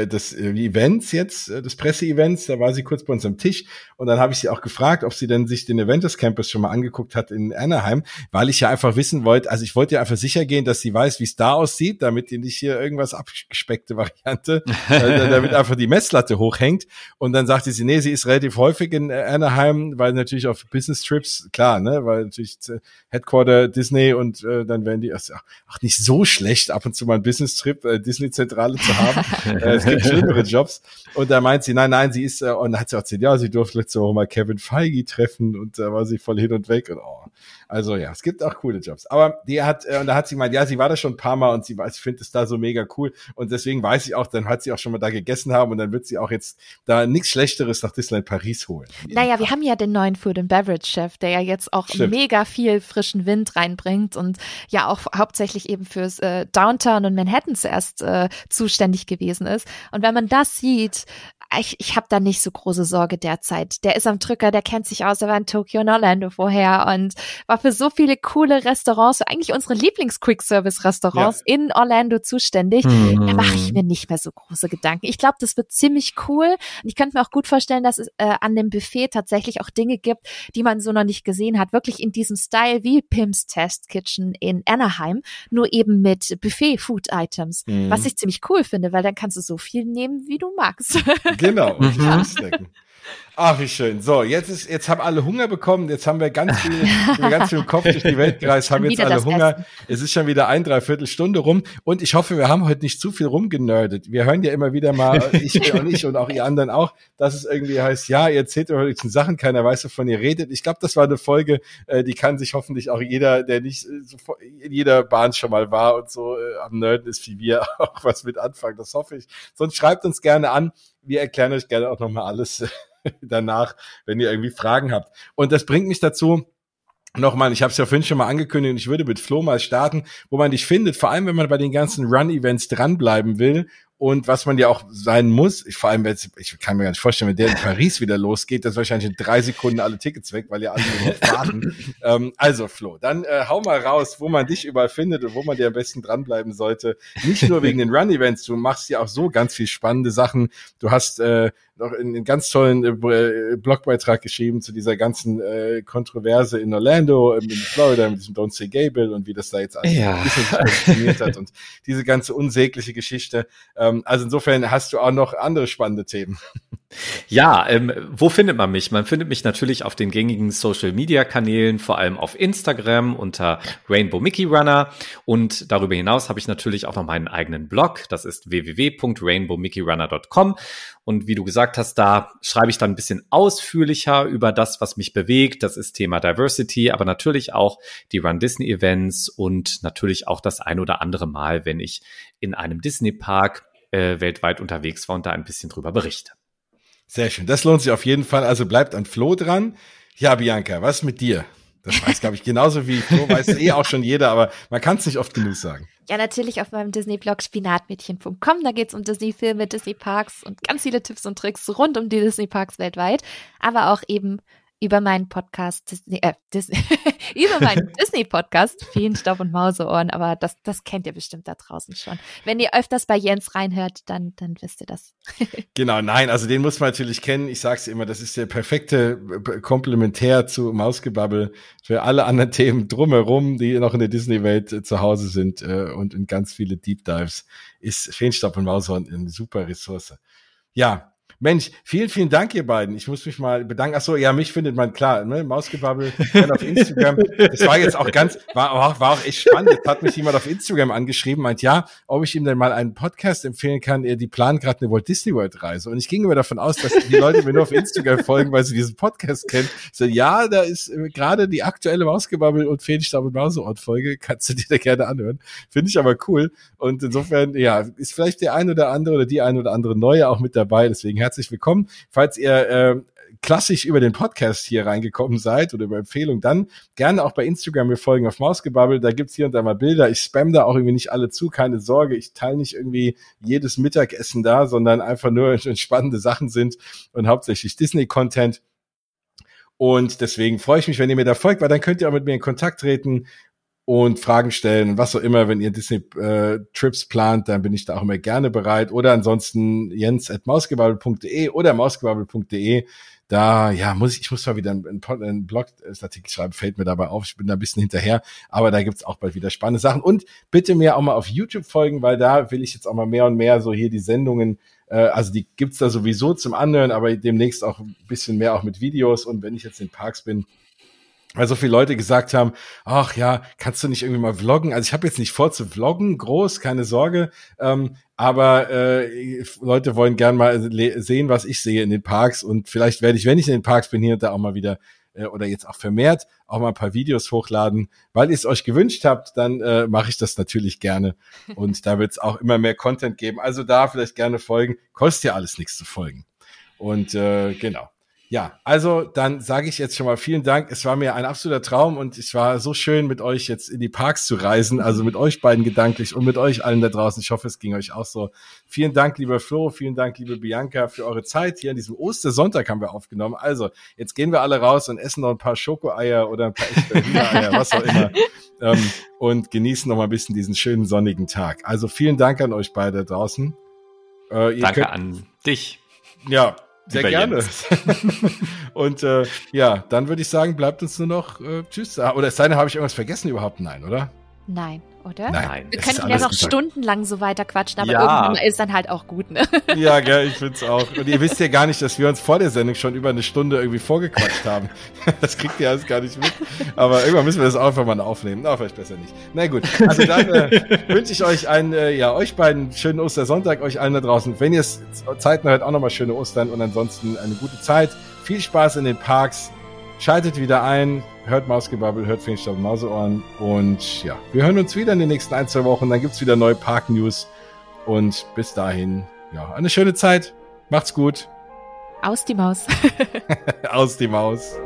Events jetzt, des Presseevents. Da war sie kurz bei uns am Tisch und dann habe ich sie auch gefragt, ob sie denn sich den Avengers Campus schon mal angeguckt hat in Anaheim, weil ich ja einfach wissen wollte, also ich wollte ja einfach sicher gehen, dass sie weiß, wie es da aussieht, damit die nicht hier irgendwas abgespeckte Variante, damit einfach die Messlatte hochhängt. Und dann sagte sie, nee, sie ist relativ häufig in Anaheim, weil natürlich auf Business Trips, klar, ne, weil natürlich Headquarter Disney und dann werden die, nicht so schlecht, ab und zu mal einen Business Trip, Disney-Zentrale zu haben. Es gibt schlimmere Jobs. Und da meint sie, nein, sie ist, und dann hat sie auch gesagt, ja, sie durfte letzte Woche mal Kevin Feige treffen und da war sie voll hin und weg und also ja, es gibt auch coole Jobs. Aber und da hat sie gemeint, ja, sie war da schon ein paar Mal und sie findet es da so mega cool und deswegen weiß ich auch, dann hat sie auch schon mal da gegessen haben und dann wird sie auch jetzt da nichts Schlechteres nach Disneyland Paris holen. Naja, wir haben ja den neuen Food and Beverage Chef, der ja jetzt auch mega viel frischen Wind reinbringt und ja auch hauptsächlich eben fürs Downtown und Manhattan zuerst zuständig gewesen ist. Und wenn man das sieht, ich habe da nicht so große Sorge derzeit. Der ist am Drücker, der kennt sich aus, er war in Tokio und Orlando vorher und war für so viele coole Restaurants, eigentlich unsere Lieblings-Quick-Service-Restaurants in Orlando zuständig. Da mache ich mir nicht mehr so große Gedanken. Ich glaube, das wird ziemlich cool und ich könnte mir auch gut vorstellen, dass es an dem Buffet tatsächlich auch Dinge gibt, die man so noch nicht gesehen hat. Wirklich in diesem Style wie Pim's Test Kitchen in Anaheim, nur eben mit Buffet-Food-Items, was ich ziemlich cool finde, weil dann kannst du so viel nehmen, wie du magst. Genau, und snacken. Ach, wie schön. So, jetzt haben alle Hunger bekommen. Jetzt haben wir ganz viel im Kopf durch die Welt gereist, haben jetzt alle Hunger. Essen. Es ist schon wieder 1/3 Stunde rum. Und ich hoffe, wir haben heute nicht zu viel rumgenördet. Wir hören ja immer wieder mal, ich und auch ihr anderen auch, dass es irgendwie heißt, ja, ihr erzählt über irgendwelche Sachen, keiner weiß, wovon ihr redet. Ich glaube, das war eine Folge, die kann sich hoffentlich auch jeder, der nicht in jeder Bahn schon mal war und so am Nerden ist wie wir, auch was mit anfangen. Das hoffe ich. Sonst schreibt uns gerne an. Wir erklären euch gerne auch nochmal alles danach, wenn ihr irgendwie Fragen habt. Und das bringt mich dazu, nochmal, ich habe es ja vorhin schon mal angekündigt, und ich würde mit Flo mal starten, wo man dich findet, vor allem wenn man bei den ganzen Run-Events dranbleiben will und was man ja auch sein muss, vor allem jetzt, ich kann mir gar nicht vorstellen, wenn der in Paris wieder losgeht, dass wahrscheinlich in 3 Sekunden alle Tickets weg, weil ja alle nur noch warten. Also Flo, dann hau mal raus, wo man dich überall findet und wo man dir am besten dranbleiben sollte. Nicht nur wegen den Run-Events, du machst ja auch so ganz viel spannende Sachen. Du hast noch einen ganz tollen Blogbeitrag geschrieben zu dieser ganzen Kontroverse in Orlando, in Florida mit diesem Don't Say Gay Bill und wie das da jetzt alles funktioniert hat und diese ganze unsägliche Geschichte. Also insofern hast du auch noch andere spannende Themen. Ja, wo findet man mich? Man findet mich natürlich auf den gängigen Social-Media-Kanälen, vor allem auf Instagram unter Rainbow Mickey Runner und darüber hinaus habe ich natürlich auch noch meinen eigenen Blog, das ist www.rainbowmickeyrunner.com und wie du gesagt hast, da schreibe ich dann ein bisschen ausführlicher über das, was mich bewegt, das ist Thema Diversity, aber natürlich auch die Run Disney Events und natürlich auch das ein oder andere Mal, wenn ich in einem Disney-Park weltweit unterwegs war und da ein bisschen drüber berichte. Sehr schön, das lohnt sich auf jeden Fall, also bleibt an Flo dran. Ja, Bianca, was mit dir? Das weiß, glaube ich, genauso wie Flo, weiß auch schon jeder, aber man kann es nicht oft genug sagen. Ja, natürlich auf meinem Disney-Blog spinatmädchen.com, da geht's um Disney-Filme, Disney-Parks und ganz viele Tipps und Tricks rund um die Disney-Parks weltweit, aber auch eben über meinen Podcast, über meinen Disney-Podcast, Feenstaub und Mauseohren, aber das kennt ihr bestimmt da draußen schon. Wenn ihr öfters bei Jens reinhört, dann wisst ihr das. Genau, nein, also den muss man natürlich kennen. Ich sag's immer, das ist der perfekte Komplementär zu Mausgebabbel für alle anderen Themen drumherum, die noch in der Disney-Welt zu Hause sind und in ganz viele Deep Dives, ist Feenstaub und Mauseohren eine super Ressource. Ja, Mensch, vielen, vielen Dank, ihr beiden. Ich muss mich mal bedanken. Ach so, ja, mich findet man klar, ne? Mausgebabbel, dann auf Instagram. Das war jetzt auch war auch echt spannend. Jetzt hat mich jemand auf Instagram angeschrieben, meint, ja, ob ich ihm denn mal einen Podcast empfehlen kann. Die planen gerade eine Walt Disney World Reise. Und ich ging immer davon aus, dass die Leute mir nur auf Instagram folgen, weil sie diesen Podcast kennen. Ich so, ja, da ist gerade die aktuelle Mausgebabbel und Feenstaub und Mauseort Folge. Kannst du dir da gerne anhören. Finde ich aber cool. Und insofern, ja, ist vielleicht der ein oder andere oder die ein oder andere Neue auch mit dabei. Deswegen herzlich willkommen. Falls ihr klassisch über den Podcast hier reingekommen seid oder über Empfehlung, dann gerne auch bei Instagram mir folgen auf Mausgebabbel. Da gibt's hier und da mal Bilder. Ich spam da auch irgendwie nicht alle zu, keine Sorge. Ich teile nicht irgendwie jedes Mittagessen da, sondern einfach nur spannende Sachen sind und hauptsächlich Disney-Content. Und deswegen freue ich mich, wenn ihr mir da folgt, weil dann könnt ihr auch mit mir in Kontakt treten und Fragen stellen und was auch immer, wenn ihr Disney-Trips plant, dann bin ich da auch immer gerne bereit. Oder ansonsten jens@mausgebabbel.de oder mausgebabbel.de. Da, ja, ich muss mal wieder einen Blogartikel schreiben, fällt mir dabei auf. Ich bin da ein bisschen hinterher, aber da gibt's auch bald wieder spannende Sachen. Und bitte mir auch mal auf YouTube folgen, weil da will ich jetzt auch mal mehr und mehr so hier die Sendungen, also die gibt's da sowieso zum Anhören, aber demnächst auch ein bisschen mehr auch mit Videos. Und wenn ich jetzt in Parks bin, weil so viele Leute gesagt haben, ach ja, kannst du nicht irgendwie mal vloggen? Also ich habe jetzt nicht vor zu vloggen, groß, keine Sorge, aber Leute wollen gern mal sehen, was ich sehe in den Parks und vielleicht werde ich, wenn ich in den Parks bin, hier und da auch mal wieder oder jetzt auch vermehrt auch mal ein paar Videos hochladen, weil ihr es euch gewünscht habt, dann mache ich das natürlich gerne und da wird es auch immer mehr Content geben. Also da vielleicht gerne folgen, kostet ja alles nichts zu folgen und genau. Ja, also dann sage ich jetzt schon mal vielen Dank. Es war mir ein absoluter Traum und es war so schön, mit euch jetzt in die Parks zu reisen, also mit euch beiden gedanklich und mit euch allen da draußen. Ich hoffe, es ging euch auch so. Vielen Dank, lieber Flo, vielen Dank, liebe Bianca, für eure Zeit hier an diesem Ostersonntag haben wir aufgenommen. Also, jetzt gehen wir alle raus und essen noch ein paar Schokoeier oder ein paar echte Hühnereier, was auch immer. Und genießen noch mal ein bisschen diesen schönen sonnigen Tag. Also vielen Dank an euch beide da draußen. Danke an dich. Ja, sehr gerne. Und dann würde ich sagen, bleibt uns nur noch tschüss. Oder es sei denn, habe ich irgendwas vergessen überhaupt? Nein, oder? Nein, oder? Nein. Wir könnten ja noch stundenlang so weiter quatschen, aber ja. irgendwann ist dann halt auch gut, ne? Ja, gell, ich find's auch. Und ihr wisst ja gar nicht, dass wir uns vor der Sendung schon über eine Stunde irgendwie vorgequatscht haben. Das kriegt ihr alles gar nicht mit. Aber irgendwann müssen wir das auch einfach mal aufnehmen. Na, vielleicht besser nicht. Na gut, also dann wünsche ich euch euch beiden schönen Ostersonntag, euch allen da draußen. Wenn ihr es zeitnah hört, auch nochmal schöne Ostern und ansonsten eine gute Zeit. Viel Spaß in den Parks. Schaltet wieder ein, hört Mausgebabbel, hört Feenstaub und Mauseohren und ja, wir hören uns wieder in den nächsten 1-2 Wochen, dann gibt's wieder neue Park-News und bis dahin, ja, eine schöne Zeit, macht's gut. Aus die Maus. Aus die Maus.